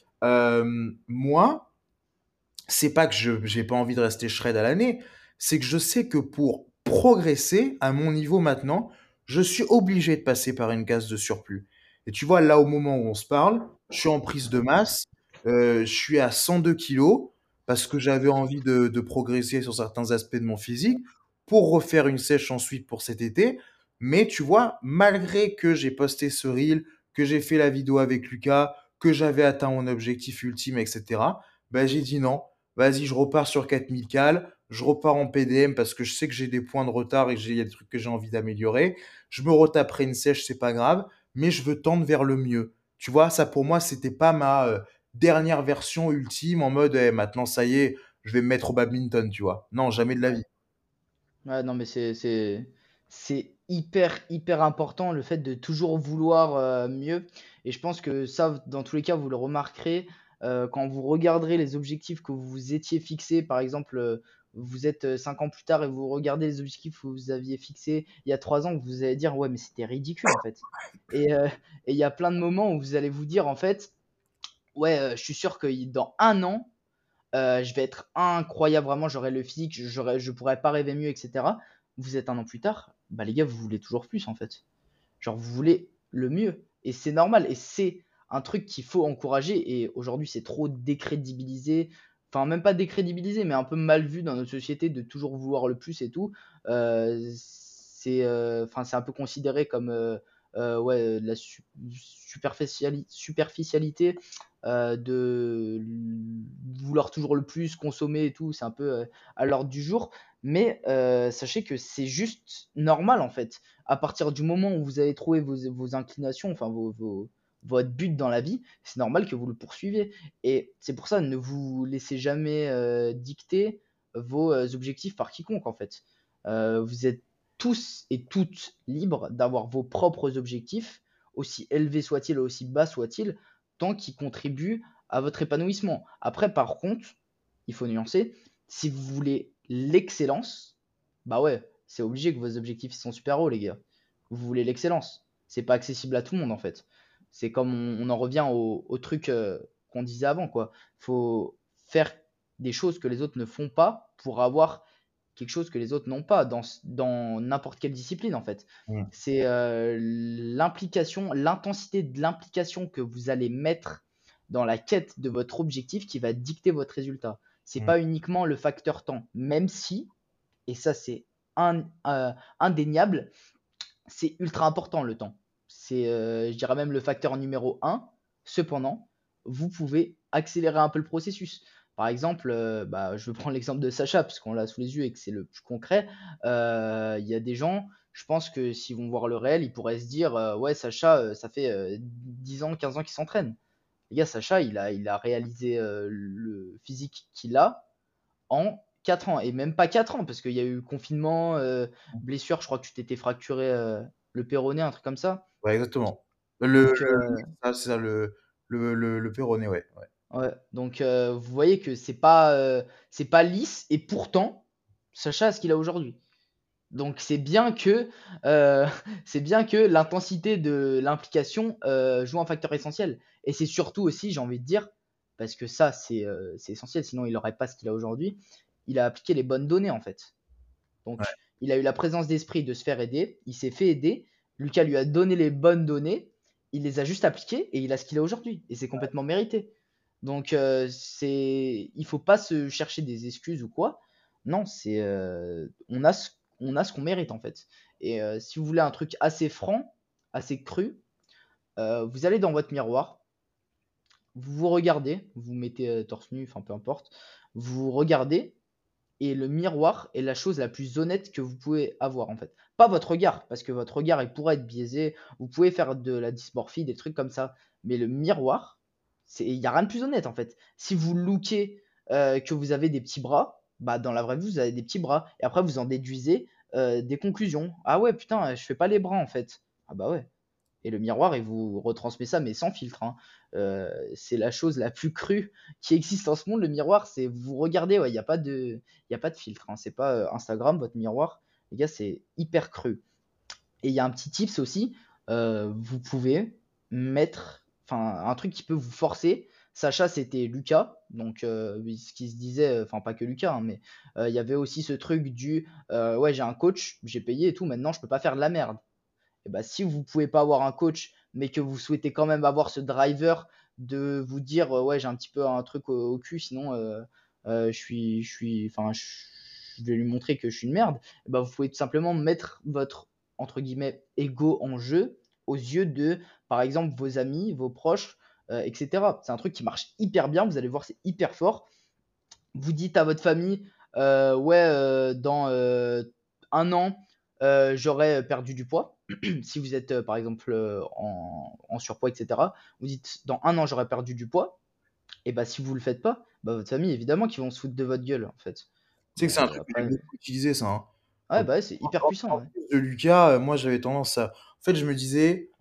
Euh, moi, c'est pas que je j'ai pas envie de rester shred à l'année, c'est que je sais que pour progresser à mon niveau maintenant, je suis obligé de passer par une case de surplus. Et tu vois, là, au moment où on se parle, je suis en prise de masse, euh, je suis à cent deux kilos parce que j'avais envie de, de progresser sur certains aspects de mon physique pour refaire une sèche ensuite pour cet été. Mais tu vois, malgré que j'ai posté ce reel, que j'ai fait la vidéo avec Lucas, que j'avais atteint mon objectif ultime, et cetera, ben, j'ai dit non, vas-y, je repars sur quatre mille cales, je repars en P D M parce que je sais que j'ai des points de retard et qu'il y a des trucs que j'ai envie d'améliorer. Je me retaperai une sèche, c'est pas grave, mais je veux tendre vers le mieux. Tu vois, ça pour moi, c'était pas ma euh, dernière version ultime en mode eh, maintenant ça y est, je vais me mettre au badminton, tu vois. Non, jamais de la Ouais. vie. Ouais, non, mais c'est c'est c'est hyper hyper important le fait de toujours vouloir euh, mieux. Et je pense que ça, dans tous les cas, vous le remarquerez euh, quand vous regarderez les objectifs que vous vous étiez fixés. Par exemple, euh, vous êtes euh, cinq ans plus tard et vous regardez les objectifs que vous aviez fixés il y a trois ans, vous allez dire ouais, mais c'était ridicule en fait. Et euh, et il y a plein de moments où vous allez vous dire en fait ouais, euh, je suis sûr que dans un an euh, je vais être incroyable, vraiment, j'aurai le physique, j'aurai, je pourrais pas rêver mieux, et cetera. Vous êtes un an plus tard, bah les gars, vous voulez toujours plus en fait. Genre, vous voulez le mieux. Et c'est normal. Et c'est un truc qu'il faut encourager. Et aujourd'hui, c'est trop décrédibilisé. Enfin, même pas décrédibilisé, mais un peu mal vu dans notre société de toujours vouloir le plus et tout. Euh, c'est euh, enfin, c'est un peu considéré comme euh, euh, ouais, de la su- superficiali- superficialité euh, de vouloir toujours le plus, consommer et tout. C'est un peu euh, à l'ordre du jour. Mais euh, sachez que c'est juste normal en fait à partir du moment où vous avez trouvé vos, vos inclinations, enfin vos, vos, votre but dans la vie, c'est normal que vous le poursuivez. Et c'est pour ça, ne vous laissez jamais euh, dicter vos euh, objectifs par quiconque, en fait. Euh, vous êtes tous et toutes libres d'avoir vos propres objectifs, aussi élevés soient-ils, aussi bas soient-ils, tant qu'ils contribuent à votre épanouissement. Après, par contre, il faut nuancer, si vous voulez l'excellence, bah ouais, c'est obligé que vos objectifs sont super hauts, les gars. Vous voulez l'excellence. C'est pas accessible à tout le monde, en fait. C'est comme on, on en revient au, au truc euh, qu'on disait avant, quoi. Faut faire des choses que les autres ne font pas pour avoir quelque chose que les autres n'ont pas dans, dans n'importe quelle discipline, en fait. Mm, C'est euh, l'implication, l'intensité de l'implication que vous allez mettre dans la quête de votre objectif qui va dicter votre résultat. C'est mm, pas uniquement le facteur temps, même si, et ça c'est un, euh, indéniable, c'est ultra important le temps. C'est, euh, je dirais même le facteur numéro un. Cependant, vous pouvez accélérer un peu le processus. Par exemple, euh, bah, je vais prendre l'exemple de Sacha, parce qu'on l'a sous les yeux et que c'est le plus concret. Euh, Il y a des gens, je pense que s'ils vont voir le réel, ils pourraient se dire euh, ouais, Sacha, euh, ça fait euh, dix ans, quinze ans qu'il s'entraîne. Les gars, Sacha, il a, il a réalisé euh, le physique qu'il a en quatre ans. Et même pas quatre ans, parce qu'il y a eu confinement, euh, blessure, je crois que tu t'étais fracturé euh, le péroné, un truc comme ça. ouais, exactement. Le, le, Donc, euh, ça, c'est ça, le, le, le, le péroné, ouais, ouais. ouais. Donc euh, vous voyez que c'est pas, euh, c'est pas lisse, et pourtant, Sacha a ce qu'il a aujourd'hui. Donc c'est bien que, euh, c'est bien que l'intensité de l'implication euh, joue un facteur essentiel. Et c'est surtout aussi, j'ai envie de dire, parce que ça c'est euh, c'est essentiel, sinon il n'aurait pas ce qu'il a aujourd'hui, il a appliqué les bonnes données en fait. Ouais, Donc il a eu la présence d'esprit de se faire aider, il s'est fait aider, Lucas lui a donné les bonnes données, il les a juste appliquées et il a ce qu'il a aujourd'hui. Et c'est complètement mérité. Donc euh, c'est, il faut pas se chercher des excuses ou quoi. Non, c'est, euh, on a ce, on a ce qu'on mérite en fait. Et euh, si vous voulez un truc assez franc, assez cru, euh, vous allez dans votre miroir, vous vous regardez, vous vous mettez euh, torse nu, enfin peu importe, vous vous regardez et le miroir est la chose la plus honnête que vous pouvez avoir en fait. Pas votre regard, parce que votre regard il pourrait être biaisé, vous pouvez faire de la dysmorphie, des trucs comme ça, mais le miroir, il n'y a rien de plus honnête en fait. Si vous lookez euh, que vous avez des petits bras, bah dans la vraie vie vous avez des petits bras, et après vous en déduisez euh, des conclusions. Ah ouais putain, je fais pas les bras en fait. Ah bah ouais. Et le miroir, il vous retransmet ça, mais sans filtre, hein. Euh, c'est la chose la plus crue qui existe en ce monde. Le miroir, c'est vous regardez, il ouais, n'y a, pas de, y a pas de filtre. Hein. C'est pas euh, Instagram, votre miroir. Les gars, c'est hyper cru. Et il y a un petit tips aussi. Euh, vous pouvez mettre, enfin, un truc qui peut vous forcer. Sacha, c'était Lucas. Donc, euh, ce qui se disait, enfin, pas que Lucas, hein, mais euh, il y avait aussi ce truc du euh, ouais, j'ai un coach, j'ai payé et tout. Maintenant, je peux pas faire de la merde. Et bah, si vous ne pouvez pas avoir un coach, mais que vous souhaitez quand même avoir ce driver de vous dire euh, ouais j'ai un petit peu un truc au, au cul, sinon euh, euh, je suis, je suis, enfin je, je vais lui montrer que je suis une merde. Et bah, vous pouvez tout simplement mettre votre entre guillemets ego en jeu aux yeux de par exemple vos amis, vos proches, euh, et cetera. C'est un truc qui marche hyper bien. Vous allez voir, c'est hyper fort. Vous dites à votre famille, euh, ouais, euh, dans euh, un an, euh, j'aurais perdu du poids. Si vous êtes, euh, par exemple, euh, en, en surpoids, et cetera, vous dites, dans un an, j'aurais perdu du poids. Et bah, si vous le faites pas, bah, votre famille, évidemment, qui vont se foutre de votre gueule, en fait. tu sais que c'est Bon, un euh, truc que j'ai après, beaucoup utilisé, ça, hein. ouais, En, bah, ouais, c'est hyper en- puissant, en ouais. plus de Lucas, euh, moi j'avais tendance à. En fait, je me disais,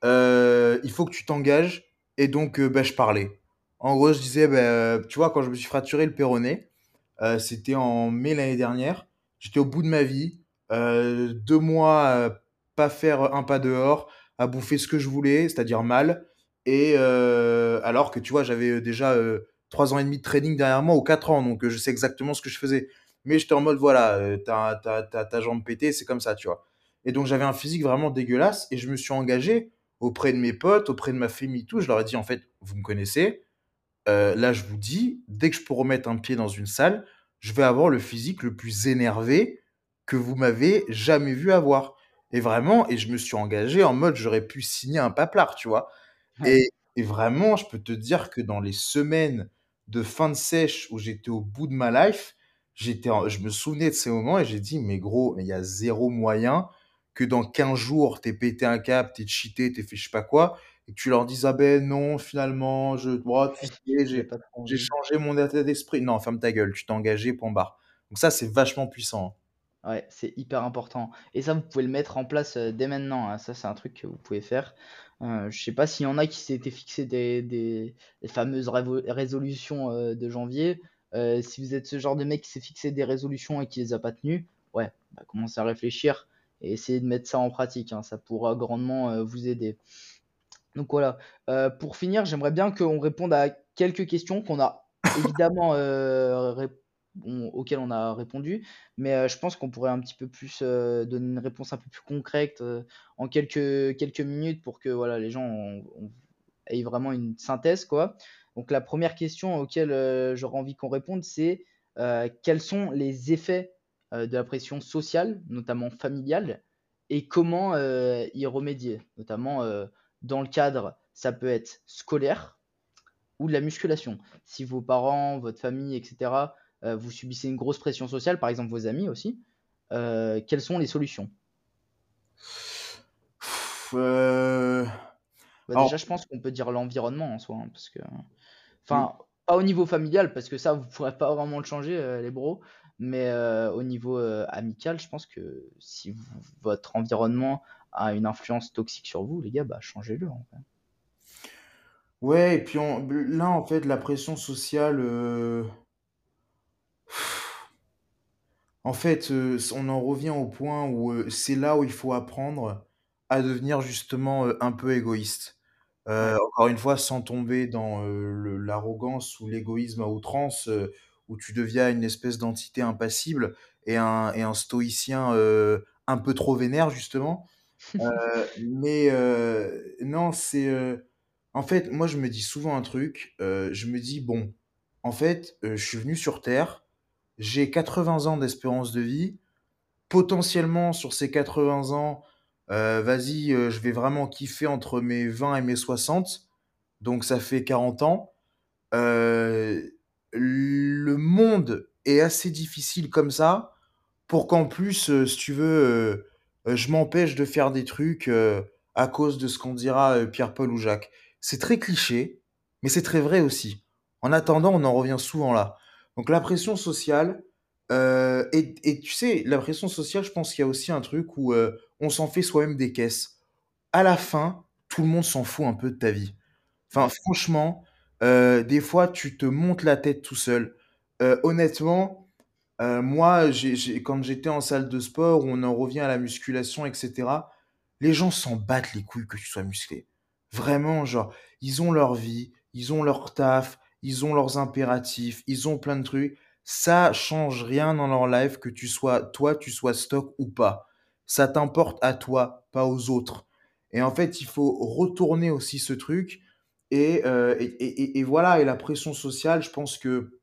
euh, il faut que tu t'engages, et donc euh, bah, je parlais. En gros, je disais, bah, euh, tu vois, quand je me suis fracturé le péroné, euh, c'était en mai l'année dernière, j'étais au bout de ma vie, euh, deux mois, euh, pas faire un pas dehors, à bouffer ce que je voulais, c'est-à-dire mal, et euh, alors que tu vois, j'avais déjà euh, trois ans et demi de training derrière moi, ou quatre ans, donc euh, je sais exactement ce que je faisais. Mais j'étais en mode, voilà, euh, t'as, t'as, t'as ta jambe pétée, c'est comme ça, tu vois. Et donc j'avais un physique vraiment dégueulasse et je me suis engagé auprès de mes potes, auprès de ma famille, tout. Je leur ai dit, en fait, vous me connaissez, euh, là je vous dis, dès que je peux remettre un pied dans une salle, je vais avoir le physique le plus énervé que vous m'avez jamais vu avoir. Et vraiment, et je me suis engagé en mode, j'aurais pu signer un paplard, tu vois. Ouais. Et, et vraiment, je peux te dire que dans les semaines de fin de sèche où j'étais au bout de ma life, j'étais en- je me souvenais de ces moments et j'ai dit, mais gros, mais il y a zéro moyen que dans quinze jours, t'aies pété un câble, t'aies cheaté, t'aies fait je sais pas quoi, et que tu leur dises, ah ben non, finalement, je, oh, tu sais, J'ai j'ai, pas trop j'ai envie. changé mon état d'esprit. Non, ferme ta gueule, tu t'es engagé, point barre. Donc ça, c'est vachement puissant. Ouais, c'est hyper important. Et ça, vous pouvez le mettre en place euh, dès maintenant, hein. Ça, c'est un truc que vous pouvez faire. Euh, je sais pas s'il y en a qui s'étaient fixé des, des, des fameuses révo- résolutions euh, de janvier. Euh, si vous êtes ce genre de mec qui s'est fixé des résolutions et qui les a pas tenues, ouais, bah, commencez à réfléchir et essayez de mettre ça en pratique, hein. Ça pourra grandement euh, vous aider. Donc voilà. Euh, pour finir, j'aimerais bien qu'on réponde à quelques questions qu'on a évidemment euh, ré- on- auxquelles on a répondu, mais euh, je pense qu'on pourrait un petit peu plus euh, donner une réponse un peu plus concrète euh, en quelques, quelques minutes pour que voilà, les gens ont- ont- aient vraiment une synthèse, quoi. Donc la première question auquel euh, j'aurais envie qu'on réponde, c'est euh, quels sont les effets euh, de la pression sociale, notamment familiale, et comment euh, y remédier, notamment euh, dans le cadre, ça peut être scolaire ou de la musculation. Si vos parents, votre famille, et cetera, euh, vous subissez une grosse pression sociale, par exemple vos amis aussi, euh, quelles sont les solutions? Pff, euh, Bah, alors, déjà, je pense qu'on peut dire l'environnement en soi, hein, parce que, le- enfin, pas au niveau familial, parce que ça, vous ne pourrez pas vraiment le changer, euh, les bros, mais euh, au niveau euh, amical, je pense que si vous- votre environnement a une influence toxique sur vous, les gars, bah, changez-le, en fait. ouais, et puis on- là, en fait, la pression sociale. euh, En fait, heu, s on en revient au point où, heu, c'est là où il faut apprendre à devenir justement, heu, un peu égoïste. Heu, Ouais. encore une fois, sans tomber dans, heu, le l'arrogance ou l'égoïsme à outrance, heu, où tu deviens une espèce d'entité impassible et un et un stoïcien, heu, un peu trop vénère justement. Heu, mais, heu, non, c'est, heu, en fait, moi je me dis souvent un truc, heu, je me dis: «Bon, en fait, heu, je suis venu sur terre, j'ai quatre-vingts ans d'espérance de vie. Potentiellement sur ces quatre-vingts ans, heu, vas-y, heu, je vais vraiment kiffer entre mes vingt et mes soixante, donc ça fait quarante ans. Heu, le monde est assez difficile comme ça pour qu'en plus, heu, si tu veux, heu heu, je m'empêche de faire des trucs, heu, à cause de ce qu'on dira, heu, Pierre, Paul ou Jacques. C'est très cliché, mais c'est très vrai aussi. En attendant, on en revient souvent là. Donc la pression sociale, heu et et tu sais, la pression sociale, je pense qu'il y a aussi un truc où, heu, on s'en fait soi-même des caisses. À la fin, tout le monde s'en fout un peu de ta vie. Enfin, Ouais. franchement, heu, des fois, tu te montes la tête tout seul. Heu, honnêtement, Heu, moi, j'ai j'ai quand j'étais en salle de sport, on en revient à la musculation et cetera, les gens s'en battent les couilles que tu sois musclé. Vraiment, genre, ils ont leur vie, ils ont leur taf, ils ont leurs impératifs, ils ont plein de trucs. Ça change rien dans leur life que tu sois toi, tu sois stock ou pas. Ça t'importe à toi, pas aux autres. Et en fait, il faut retourner aussi ce truc et heu et et et et voilà. Et la pression sociale, je pense que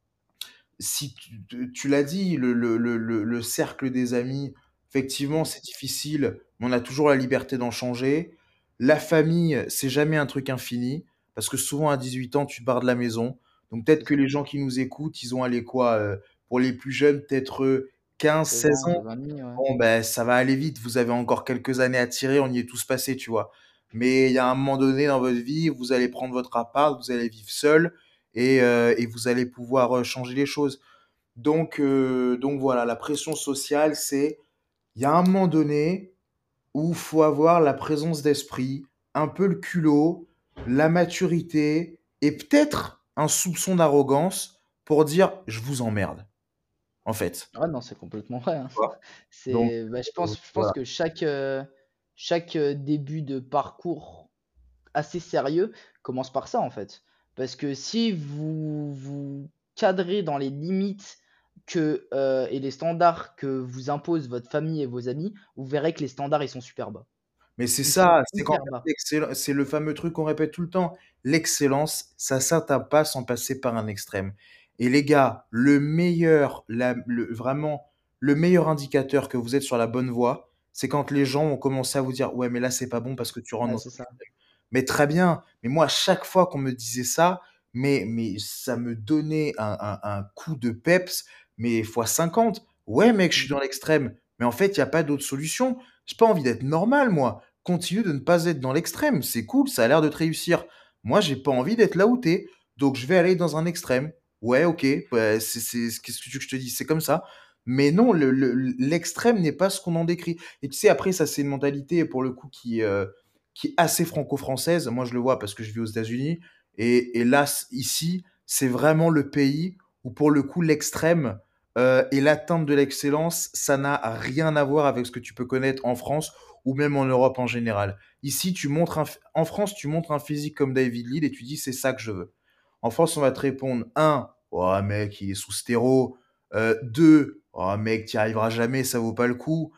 si tu tu tu l'as dit, le le le le le cercle des amis, effectivement, Mmh. c'est difficile, mais on a toujours la liberté d'en changer. La famille, c'est jamais un truc infini, parce que souvent à dix-huit ans, tu te barres de la maison. Donc peut-être C'est que ça. les gens qui nous écoutent, ils ont allez quoi, heu, pour les plus jeunes, peut-être, heu, quinze seize seize ans, ans. deux ans et demi, ouais. Bon, ben, ça va aller vite, vous avez encore quelques années à tirer, on y est tous passés, tu vois? Mais il y a un moment donné dans votre vie, vous allez prendre votre appart, vous allez vivre seul et heu et vous allez pouvoir, heu, changer les choses. Donc, heu, donc voilà, la pression sociale, c'est il y a un moment donné où il faut avoir la présence d'esprit, un peu le culot, la maturité et peut-être un soupçon d'arrogance pour dire: «Je vous emmerde», en fait. Ah non, c'est complètement vrai, hein. Tu vois? Donc, C'est bah, je heu, pense je pense voilà. que chaque, heu, chaque, heu, début de parcours assez sérieux commence par ça, en fait. Parce que si vous vous cadrez dans les limites que, heu et les standards que vous imposent votre famille et vos amis, vous verrez que les standards, ils sont super bas. Mais c'est Ils sont ça, c'est qu'en hyper fait, bas. l'excell c'est le fameux truc qu'on répète tout le temps. L'excellence, ça s'atteint pas sans passer par un extrême. Et les gars, le meilleur, la le vraiment, le meilleur indicateur que vous êtes sur la bonne voie, c'est quand les gens vont commencer à vous dire: «Ouais, mais là, c'est pas bon parce que tu rentres Ouais, dans c'est un ça. extrême». Mais très bien, mais moi, à chaque fois qu'on me disait ça, mais mais ça me donnait un un un coup de peps, mais fois cinquante. Ouais, mec, je suis Mmh. dans l'extrême, mais en fait, il y a pas d'autre solution. J'ai pas envie d'être normal, moi. Continue de ne pas être dans l'extrême, c'est cool, ça a l'air de te réussir. Moi, j'ai pas envie d'être là où tu es, donc je vais aller dans un extrême. Ouais, OK, bah, c'est c'est qu'est-ce que tu veux que je te dise? C'est comme ça. Mais non, le le l'extrême n'est pas ce qu'on en décrit. Et tu sais, après, ça, c'est une mentalité, pour le coup, qui, heu, qui est assez franco-française. Moi, je le vois parce que je vis aux États-Unis et et là, c ici, c'est vraiment le pays où, pour le coup, l'extrême, heu et l'atteinte de l'excellence, ça n'a rien à voir avec ce que tu peux connaître en France ou même en Europe en général. Ici, tu montres un, en France, tu montres un physique comme David Lille et tu dis c'est ça que je veux. En France, on va te répondre un, oh mec, il est sous stéro. Euh, deux, oh mec, tu n'y arriveras jamais, ça vaut pas le coup.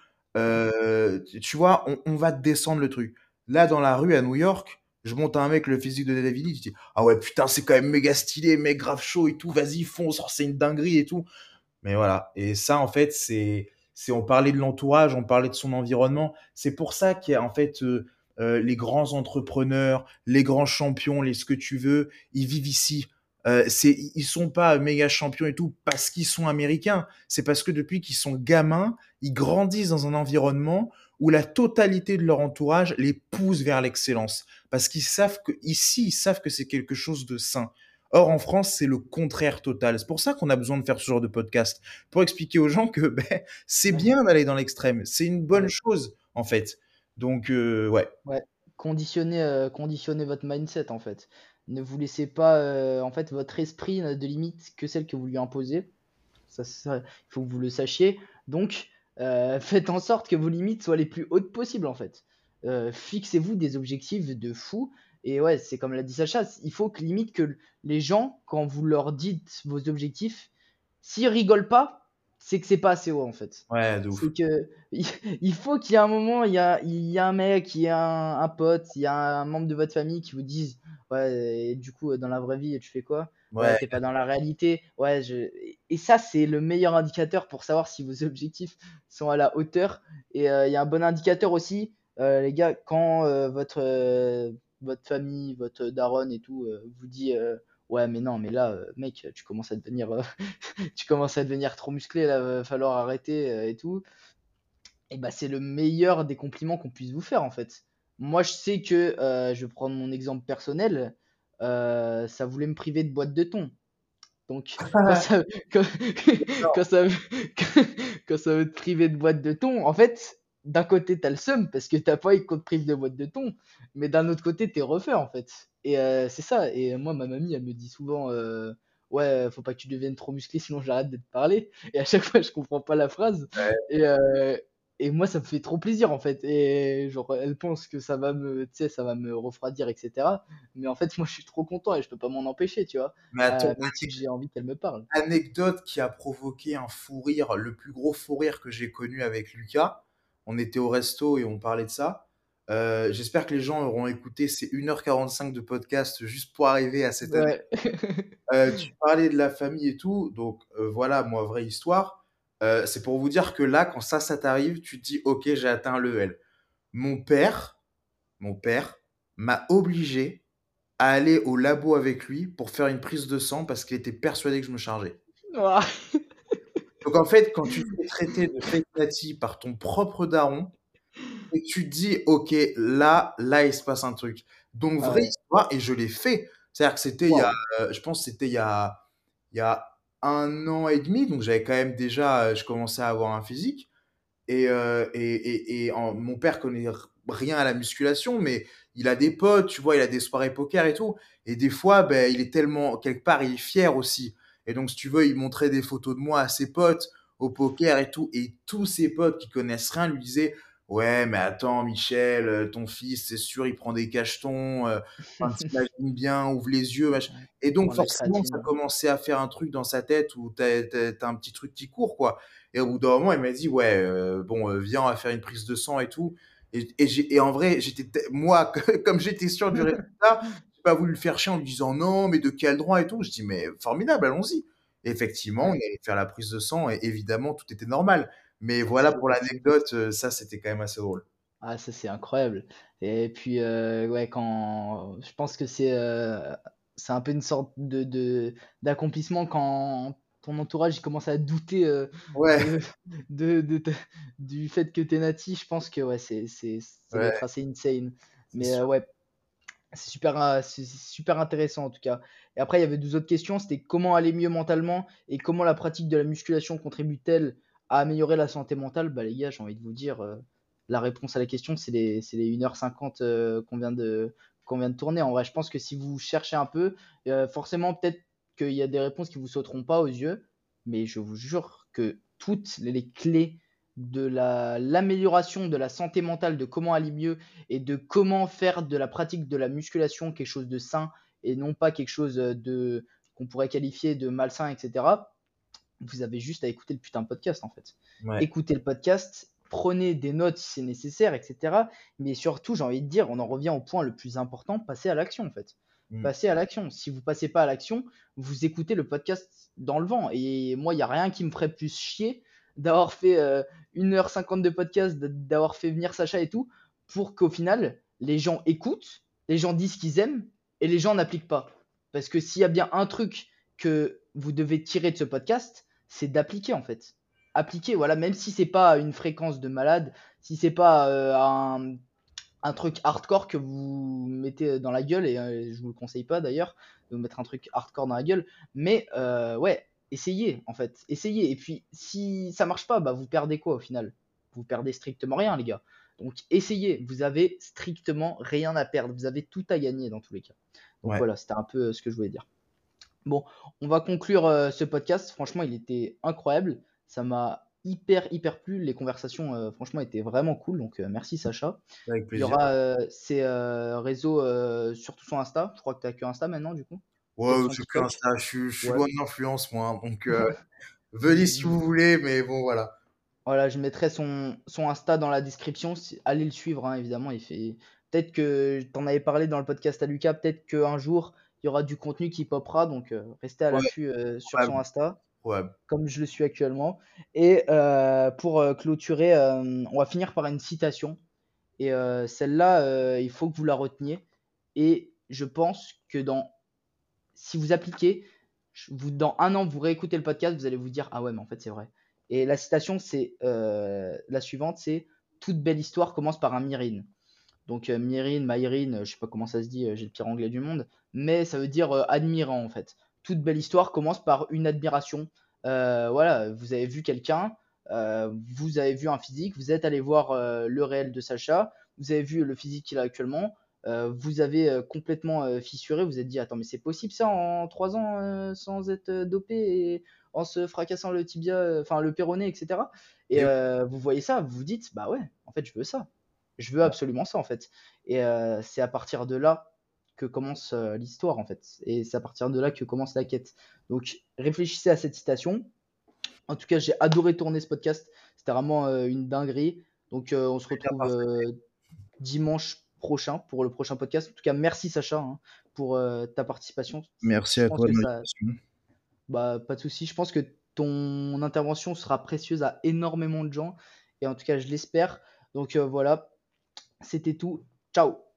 Euh, tu tu vois, on, on va te descendre le truc. Là, dans la rue à New York, je monte à un mec le physique de David Lille, je dis ah ouais, putain, c'est quand même méga stylé, mec, grave chaud et tout, vas-y, fonce, oh, c'est une dinguerie et tout. Mais voilà. Et ça, en fait, c'est, c'est, on parlait de l'entourage, on parlait de son environnement. C'est pour ça qu'il y a, en fait, euh, euh, les grands entrepreneurs, les grands champions, les ce que tu veux, ils vivent ici. Euh, c'est, ils sont pas méga champions et tout parce qu'ils sont américains. C'est parce que depuis qu'ils sont gamins, ils grandissent dans un environnement où la totalité de leur entourage les pousse vers l'excellence. Parce qu'ils savent que ici, ils savent que c'est quelque chose de sain. Or, en France, c'est le contraire total. C'est pour ça qu'on a besoin de faire ce genre de podcast, pour expliquer aux gens que ben, c'est Ouais, bien d'aller dans l'extrême, c'est une bonne ouais, chose, en fait. Donc, euh, ouais. ouais. Conditionnez, heu, conditionnez votre mindset, en fait. Ne vous laissez pas, heu, en fait, votre esprit n'a de limite que celle que vous lui imposez. Ça, ça, il faut que vous le sachiez. Donc, euh, faites en sorte que vos limites soient les plus hautes possibles, en fait. Euh, fixez-vous des objectifs de fou. Et ouais, c'est comme l'a dit Sacha, il faut que limite que les gens, quand vous leur dites vos objectifs, s'ils rigolent pas, c'est que c'est pas assez haut, en fait. Ouais, de ouf. C'est que il il faut qu'il y ait un moment, il y a, il y a un mec, il y a un, un pote, il y a un membre de votre famille qui vous dise ouais, et du coup, dans la vraie vie, tu fais quoi? Ouais, Ouais, t'es pas dans la réalité. Ouais, je... Et ça, c'est le meilleur indicateur pour savoir si vos objectifs sont à la hauteur. Et euh, il y a un bon indicateur aussi, euh, les gars, quand euh, votre, euh, votre famille, votre daronne et tout euh, vous dit euh, ouais, mais non, mais là, euh, mec, tu commences à devenir, euh, tu commences à devenir trop musclé, là, va falloir arrêter euh, et tout. Et bah, c'est le meilleur des compliments qu'on puisse vous faire en fait. Moi, je sais que, euh, je vais prendre mon exemple personnel, euh, ça voulait me priver de boîte de thon. Donc, quand ça, quand, quand ça, quand ça veut te priver de boîte de thon, en fait, d'un côté, t'as le seum parce que t'as pas envie qu'on te prive de boîte de thon, mais d'un autre côté, t'es refait en fait. Et euh, c'est ça. Et moi, ma mamie, elle me dit souvent, euh, ouais, faut pas que tu deviennes trop musclé, sinon j'arrête de te parler. Et à chaque fois, je comprends pas la phrase. Et, euh, et moi, ça me fait trop plaisir en fait. Et genre, elle pense que ça va me, tu sais, ça va me refroidir, et cetera. Mais en fait, moi, je suis trop content et je peux pas m'en empêcher, tu vois. mais attends, Euh, même si j'ai envie qu'elle me parle. anecdote qui a provoqué un fou rire, le plus gros fou rire que j'ai connu avec Lucas. On était au resto et on parlait de ça. Euh, j'espère que les gens auront écouté ces une heure quarante-cinq de podcast juste pour arriver à cette année. Ouais. Euh, tu parlais de la famille et tout, donc euh, voilà, moi, vraie histoire. Euh, c'est pour vous dire que là, quand ça, ça t'arrive, tu te dis, ok, j'ai atteint le L. Mon père, mon père m'a obligé à aller au labo avec lui pour faire une prise de sang parce qu'il était persuadé que je me chargeais. Ouah. Donc en fait, quand tu te fais traiter de fake natty par ton propre daron, et que tu te dis, ok, là, là, il se passe un truc. Donc Ah vraie ouais. histoire, et je l'ai fait. C'est-à-dire que c'était il y a, Waouh. euh, je pense que c'était il y a, il y a un an et demi, donc j'avais quand même déjà, euh, je commençais à avoir un physique. Et, euh, et, et, et en- mon père connaît r- rien à la musculation, mais il a des potes, tu vois, il a des soirées poker et tout. Et des fois, ben, il est tellement, quelque part, il est fier aussi. Et donc, si tu veux, il montrait des photos de moi à ses potes au poker et tout. Et tous ses potes qui connaissent rien lui disaient, ouais, mais attends, Michel, euh, ton fils, c'est sûr, il prend des cachetons. Euh, enfin, t'imagines bien, ouvre les yeux, machin. Ouais. Et Il donc, prend de la forcément, ça créatine. commençait à faire un truc dans sa tête où t'as, t'as, t'as un petit truc qui court, quoi. Et au bout d'un moment, il m'a dit, ouais, euh, bon, euh, viens, on va faire une prise de sang et tout. Et, et, j'ai- et en vrai, j'étais, t- moi, comme j'étais sûr du résultat, j'ai pas voulu le faire chier en lui disant non, mais de quel droit et tout. Je dis, mais formidable, allons-y. Et effectivement, on Ouais. est allé faire la prise de sang et évidemment, tout était normal. Mais Ça voilà s'est pour passé. l'anecdote, euh, ça, c'était quand même assez drôle. Ah, ça c'est incroyable. Et puis, euh, ouais, quand je pense que c'est euh, c'est un peu une sorte de, de- d'accomplissement quand ton entourage il commence à douter euh, Ouais, de, de, de ta- du fait que t'es nati. Je pense que ouais, c'est, c'est, ça doit ouais, être assez insane. c'est Mais euh, sûr. ouais, c'est super, euh, c'est c'est super intéressant en tout cas. Et après, il y avait deux autres questions. C'était comment aller mieux mentalement et comment la pratique de la musculation contribue-t-elle à améliorer la santé mentale? Bah les gars, j'ai envie de vous dire, euh, la réponse à la question, c'est les, c'est les une heure cinquante euh, qu'on vient de, qu'on vient de tourner. En vrai, je pense que si vous cherchez un peu, euh, forcément, peut-être qu'il y a des réponses qui vous sauteront pas aux yeux, mais je vous jure que toutes les, les clés de la, l'amélioration de la santé mentale, de comment aller mieux, et de comment faire de la pratique de la musculation quelque chose de sain et non pas quelque chose de qu'on pourrait qualifier de malsain, et cetera. Vous avez juste à écouter le putain de podcast en fait. Ouais. Écoutez le podcast, prenez des notes si c'est nécessaire, et cetera. Mais surtout, j'ai envie de dire, on en revient au point le plus important, passez à l'action en fait. Mm. Passez à l'action. Si vous passez pas à l'action, vous écoutez le podcast dans le vent. Et moi, il n'y a rien qui me ferait plus chier d'avoir fait euh, une heure cinquante de podcast, d'avoir fait venir Sacha et tout, pour qu'au final, les gens écoutent, les gens disent ce qu'ils aiment, et les gens n'appliquent pas. Parce que s'il y a bien un truc que vous devez tirer de ce podcast, c'est d'appliquer en fait. Appliquer, voilà, même si c'est pas une fréquence de malade, si c'est pas euh, un, un truc hardcore que vous mettez dans la gueule, et euh, je vous le conseille pas d'ailleurs, de vous mettre un truc hardcore dans la gueule, mais euh, ouais, essayez en fait, essayez. Et puis si ça marche pas, bah vous perdez quoi au final? Vous perdez strictement rien, les gars. Donc essayez, vous avez strictement rien à perdre, vous avez tout à gagner dans tous les cas. Donc Ouais. voilà, c'était un peu ce que je voulais dire. Bon, on va conclure euh, ce podcast. Franchement, il était incroyable. Ça m'a hyper, hyper plu. Les conversations, euh, franchement, étaient vraiment cool. Donc, euh, merci Sacha. Avec Il y plaisir. aura euh, ses euh, réseaux, euh, surtout son Insta. Je crois que tu as que Insta maintenant, du coup. Ouais, Peut-être son c'est qu'un TikTok. ça, je suis je suis Ouais. loin de l'influence moi, hein, donc heu, venez si vous voulez, mais bon voilà. Voilà, je mettrai son, son Insta dans la description. Si- Allez le suivre, hein, évidemment. Il fait. Peut-être que t'en avais parlé dans le podcast à Lucas. Peut-être qu'un jour, il y aura du contenu qui popera. Donc, euh, restez à Ouais, l'affût euh, sur son probable, Insta, probable. comme je le suis actuellement. Et euh, pour euh, clôturer, euh, on va finir par une citation. Et euh, celle-là, euh, il faut que vous la reteniez. Et je pense que dans, si vous appliquez, je- vous, dans un an, vous réécoutez le podcast, vous allez vous dire, ah ouais, mais en fait, c'est vrai. Et la citation, c'est euh, la suivante, c'est toute belle histoire commence par un Myrine. Donc euh, Myrine, Myrine, euh, je sais pas comment ça se dit, euh, j'ai le pire anglais du monde, mais ça veut dire euh, admirant en fait. Toute belle histoire commence par une admiration. Euh, voilà, vous avez vu quelqu'un, euh, vous avez vu un physique, vous êtes allé voir euh, le réel de Sacha, vous avez vu le physique qu'il a actuellement, euh, vous avez euh, complètement euh, fissuré, vous êtes dit attends mais c'est possible ça en trois ans euh, sans être euh, dopé et en se fracassant le tibia, euh, enfin le péroné, et cetera. Et Et euh, vous voyez ça, vous vous dites bah ouais, en fait je veux ça. Je veux absolument ça en fait. Et euh, c'est à partir de là que commence euh, l'histoire en fait. Et c'est à partir de là que commence la quête. Donc réfléchissez à cette citation. En tout cas, j'ai adoré tourner ce podcast. C'était vraiment euh, une dinguerie. Donc euh, on se plaisir retrouve partagé. euh, dimanche prochain pour le prochain podcast. En tout cas, merci Sacha hein, pour euh, ta participation. Merci Je à pense toi de que ça, l'invitation. bah, pas de souci. Je pense que ton intervention sera précieuse à énormément de gens. Et en tout cas, je l'espère. Donc euh, voilà, c'était tout. Ciao.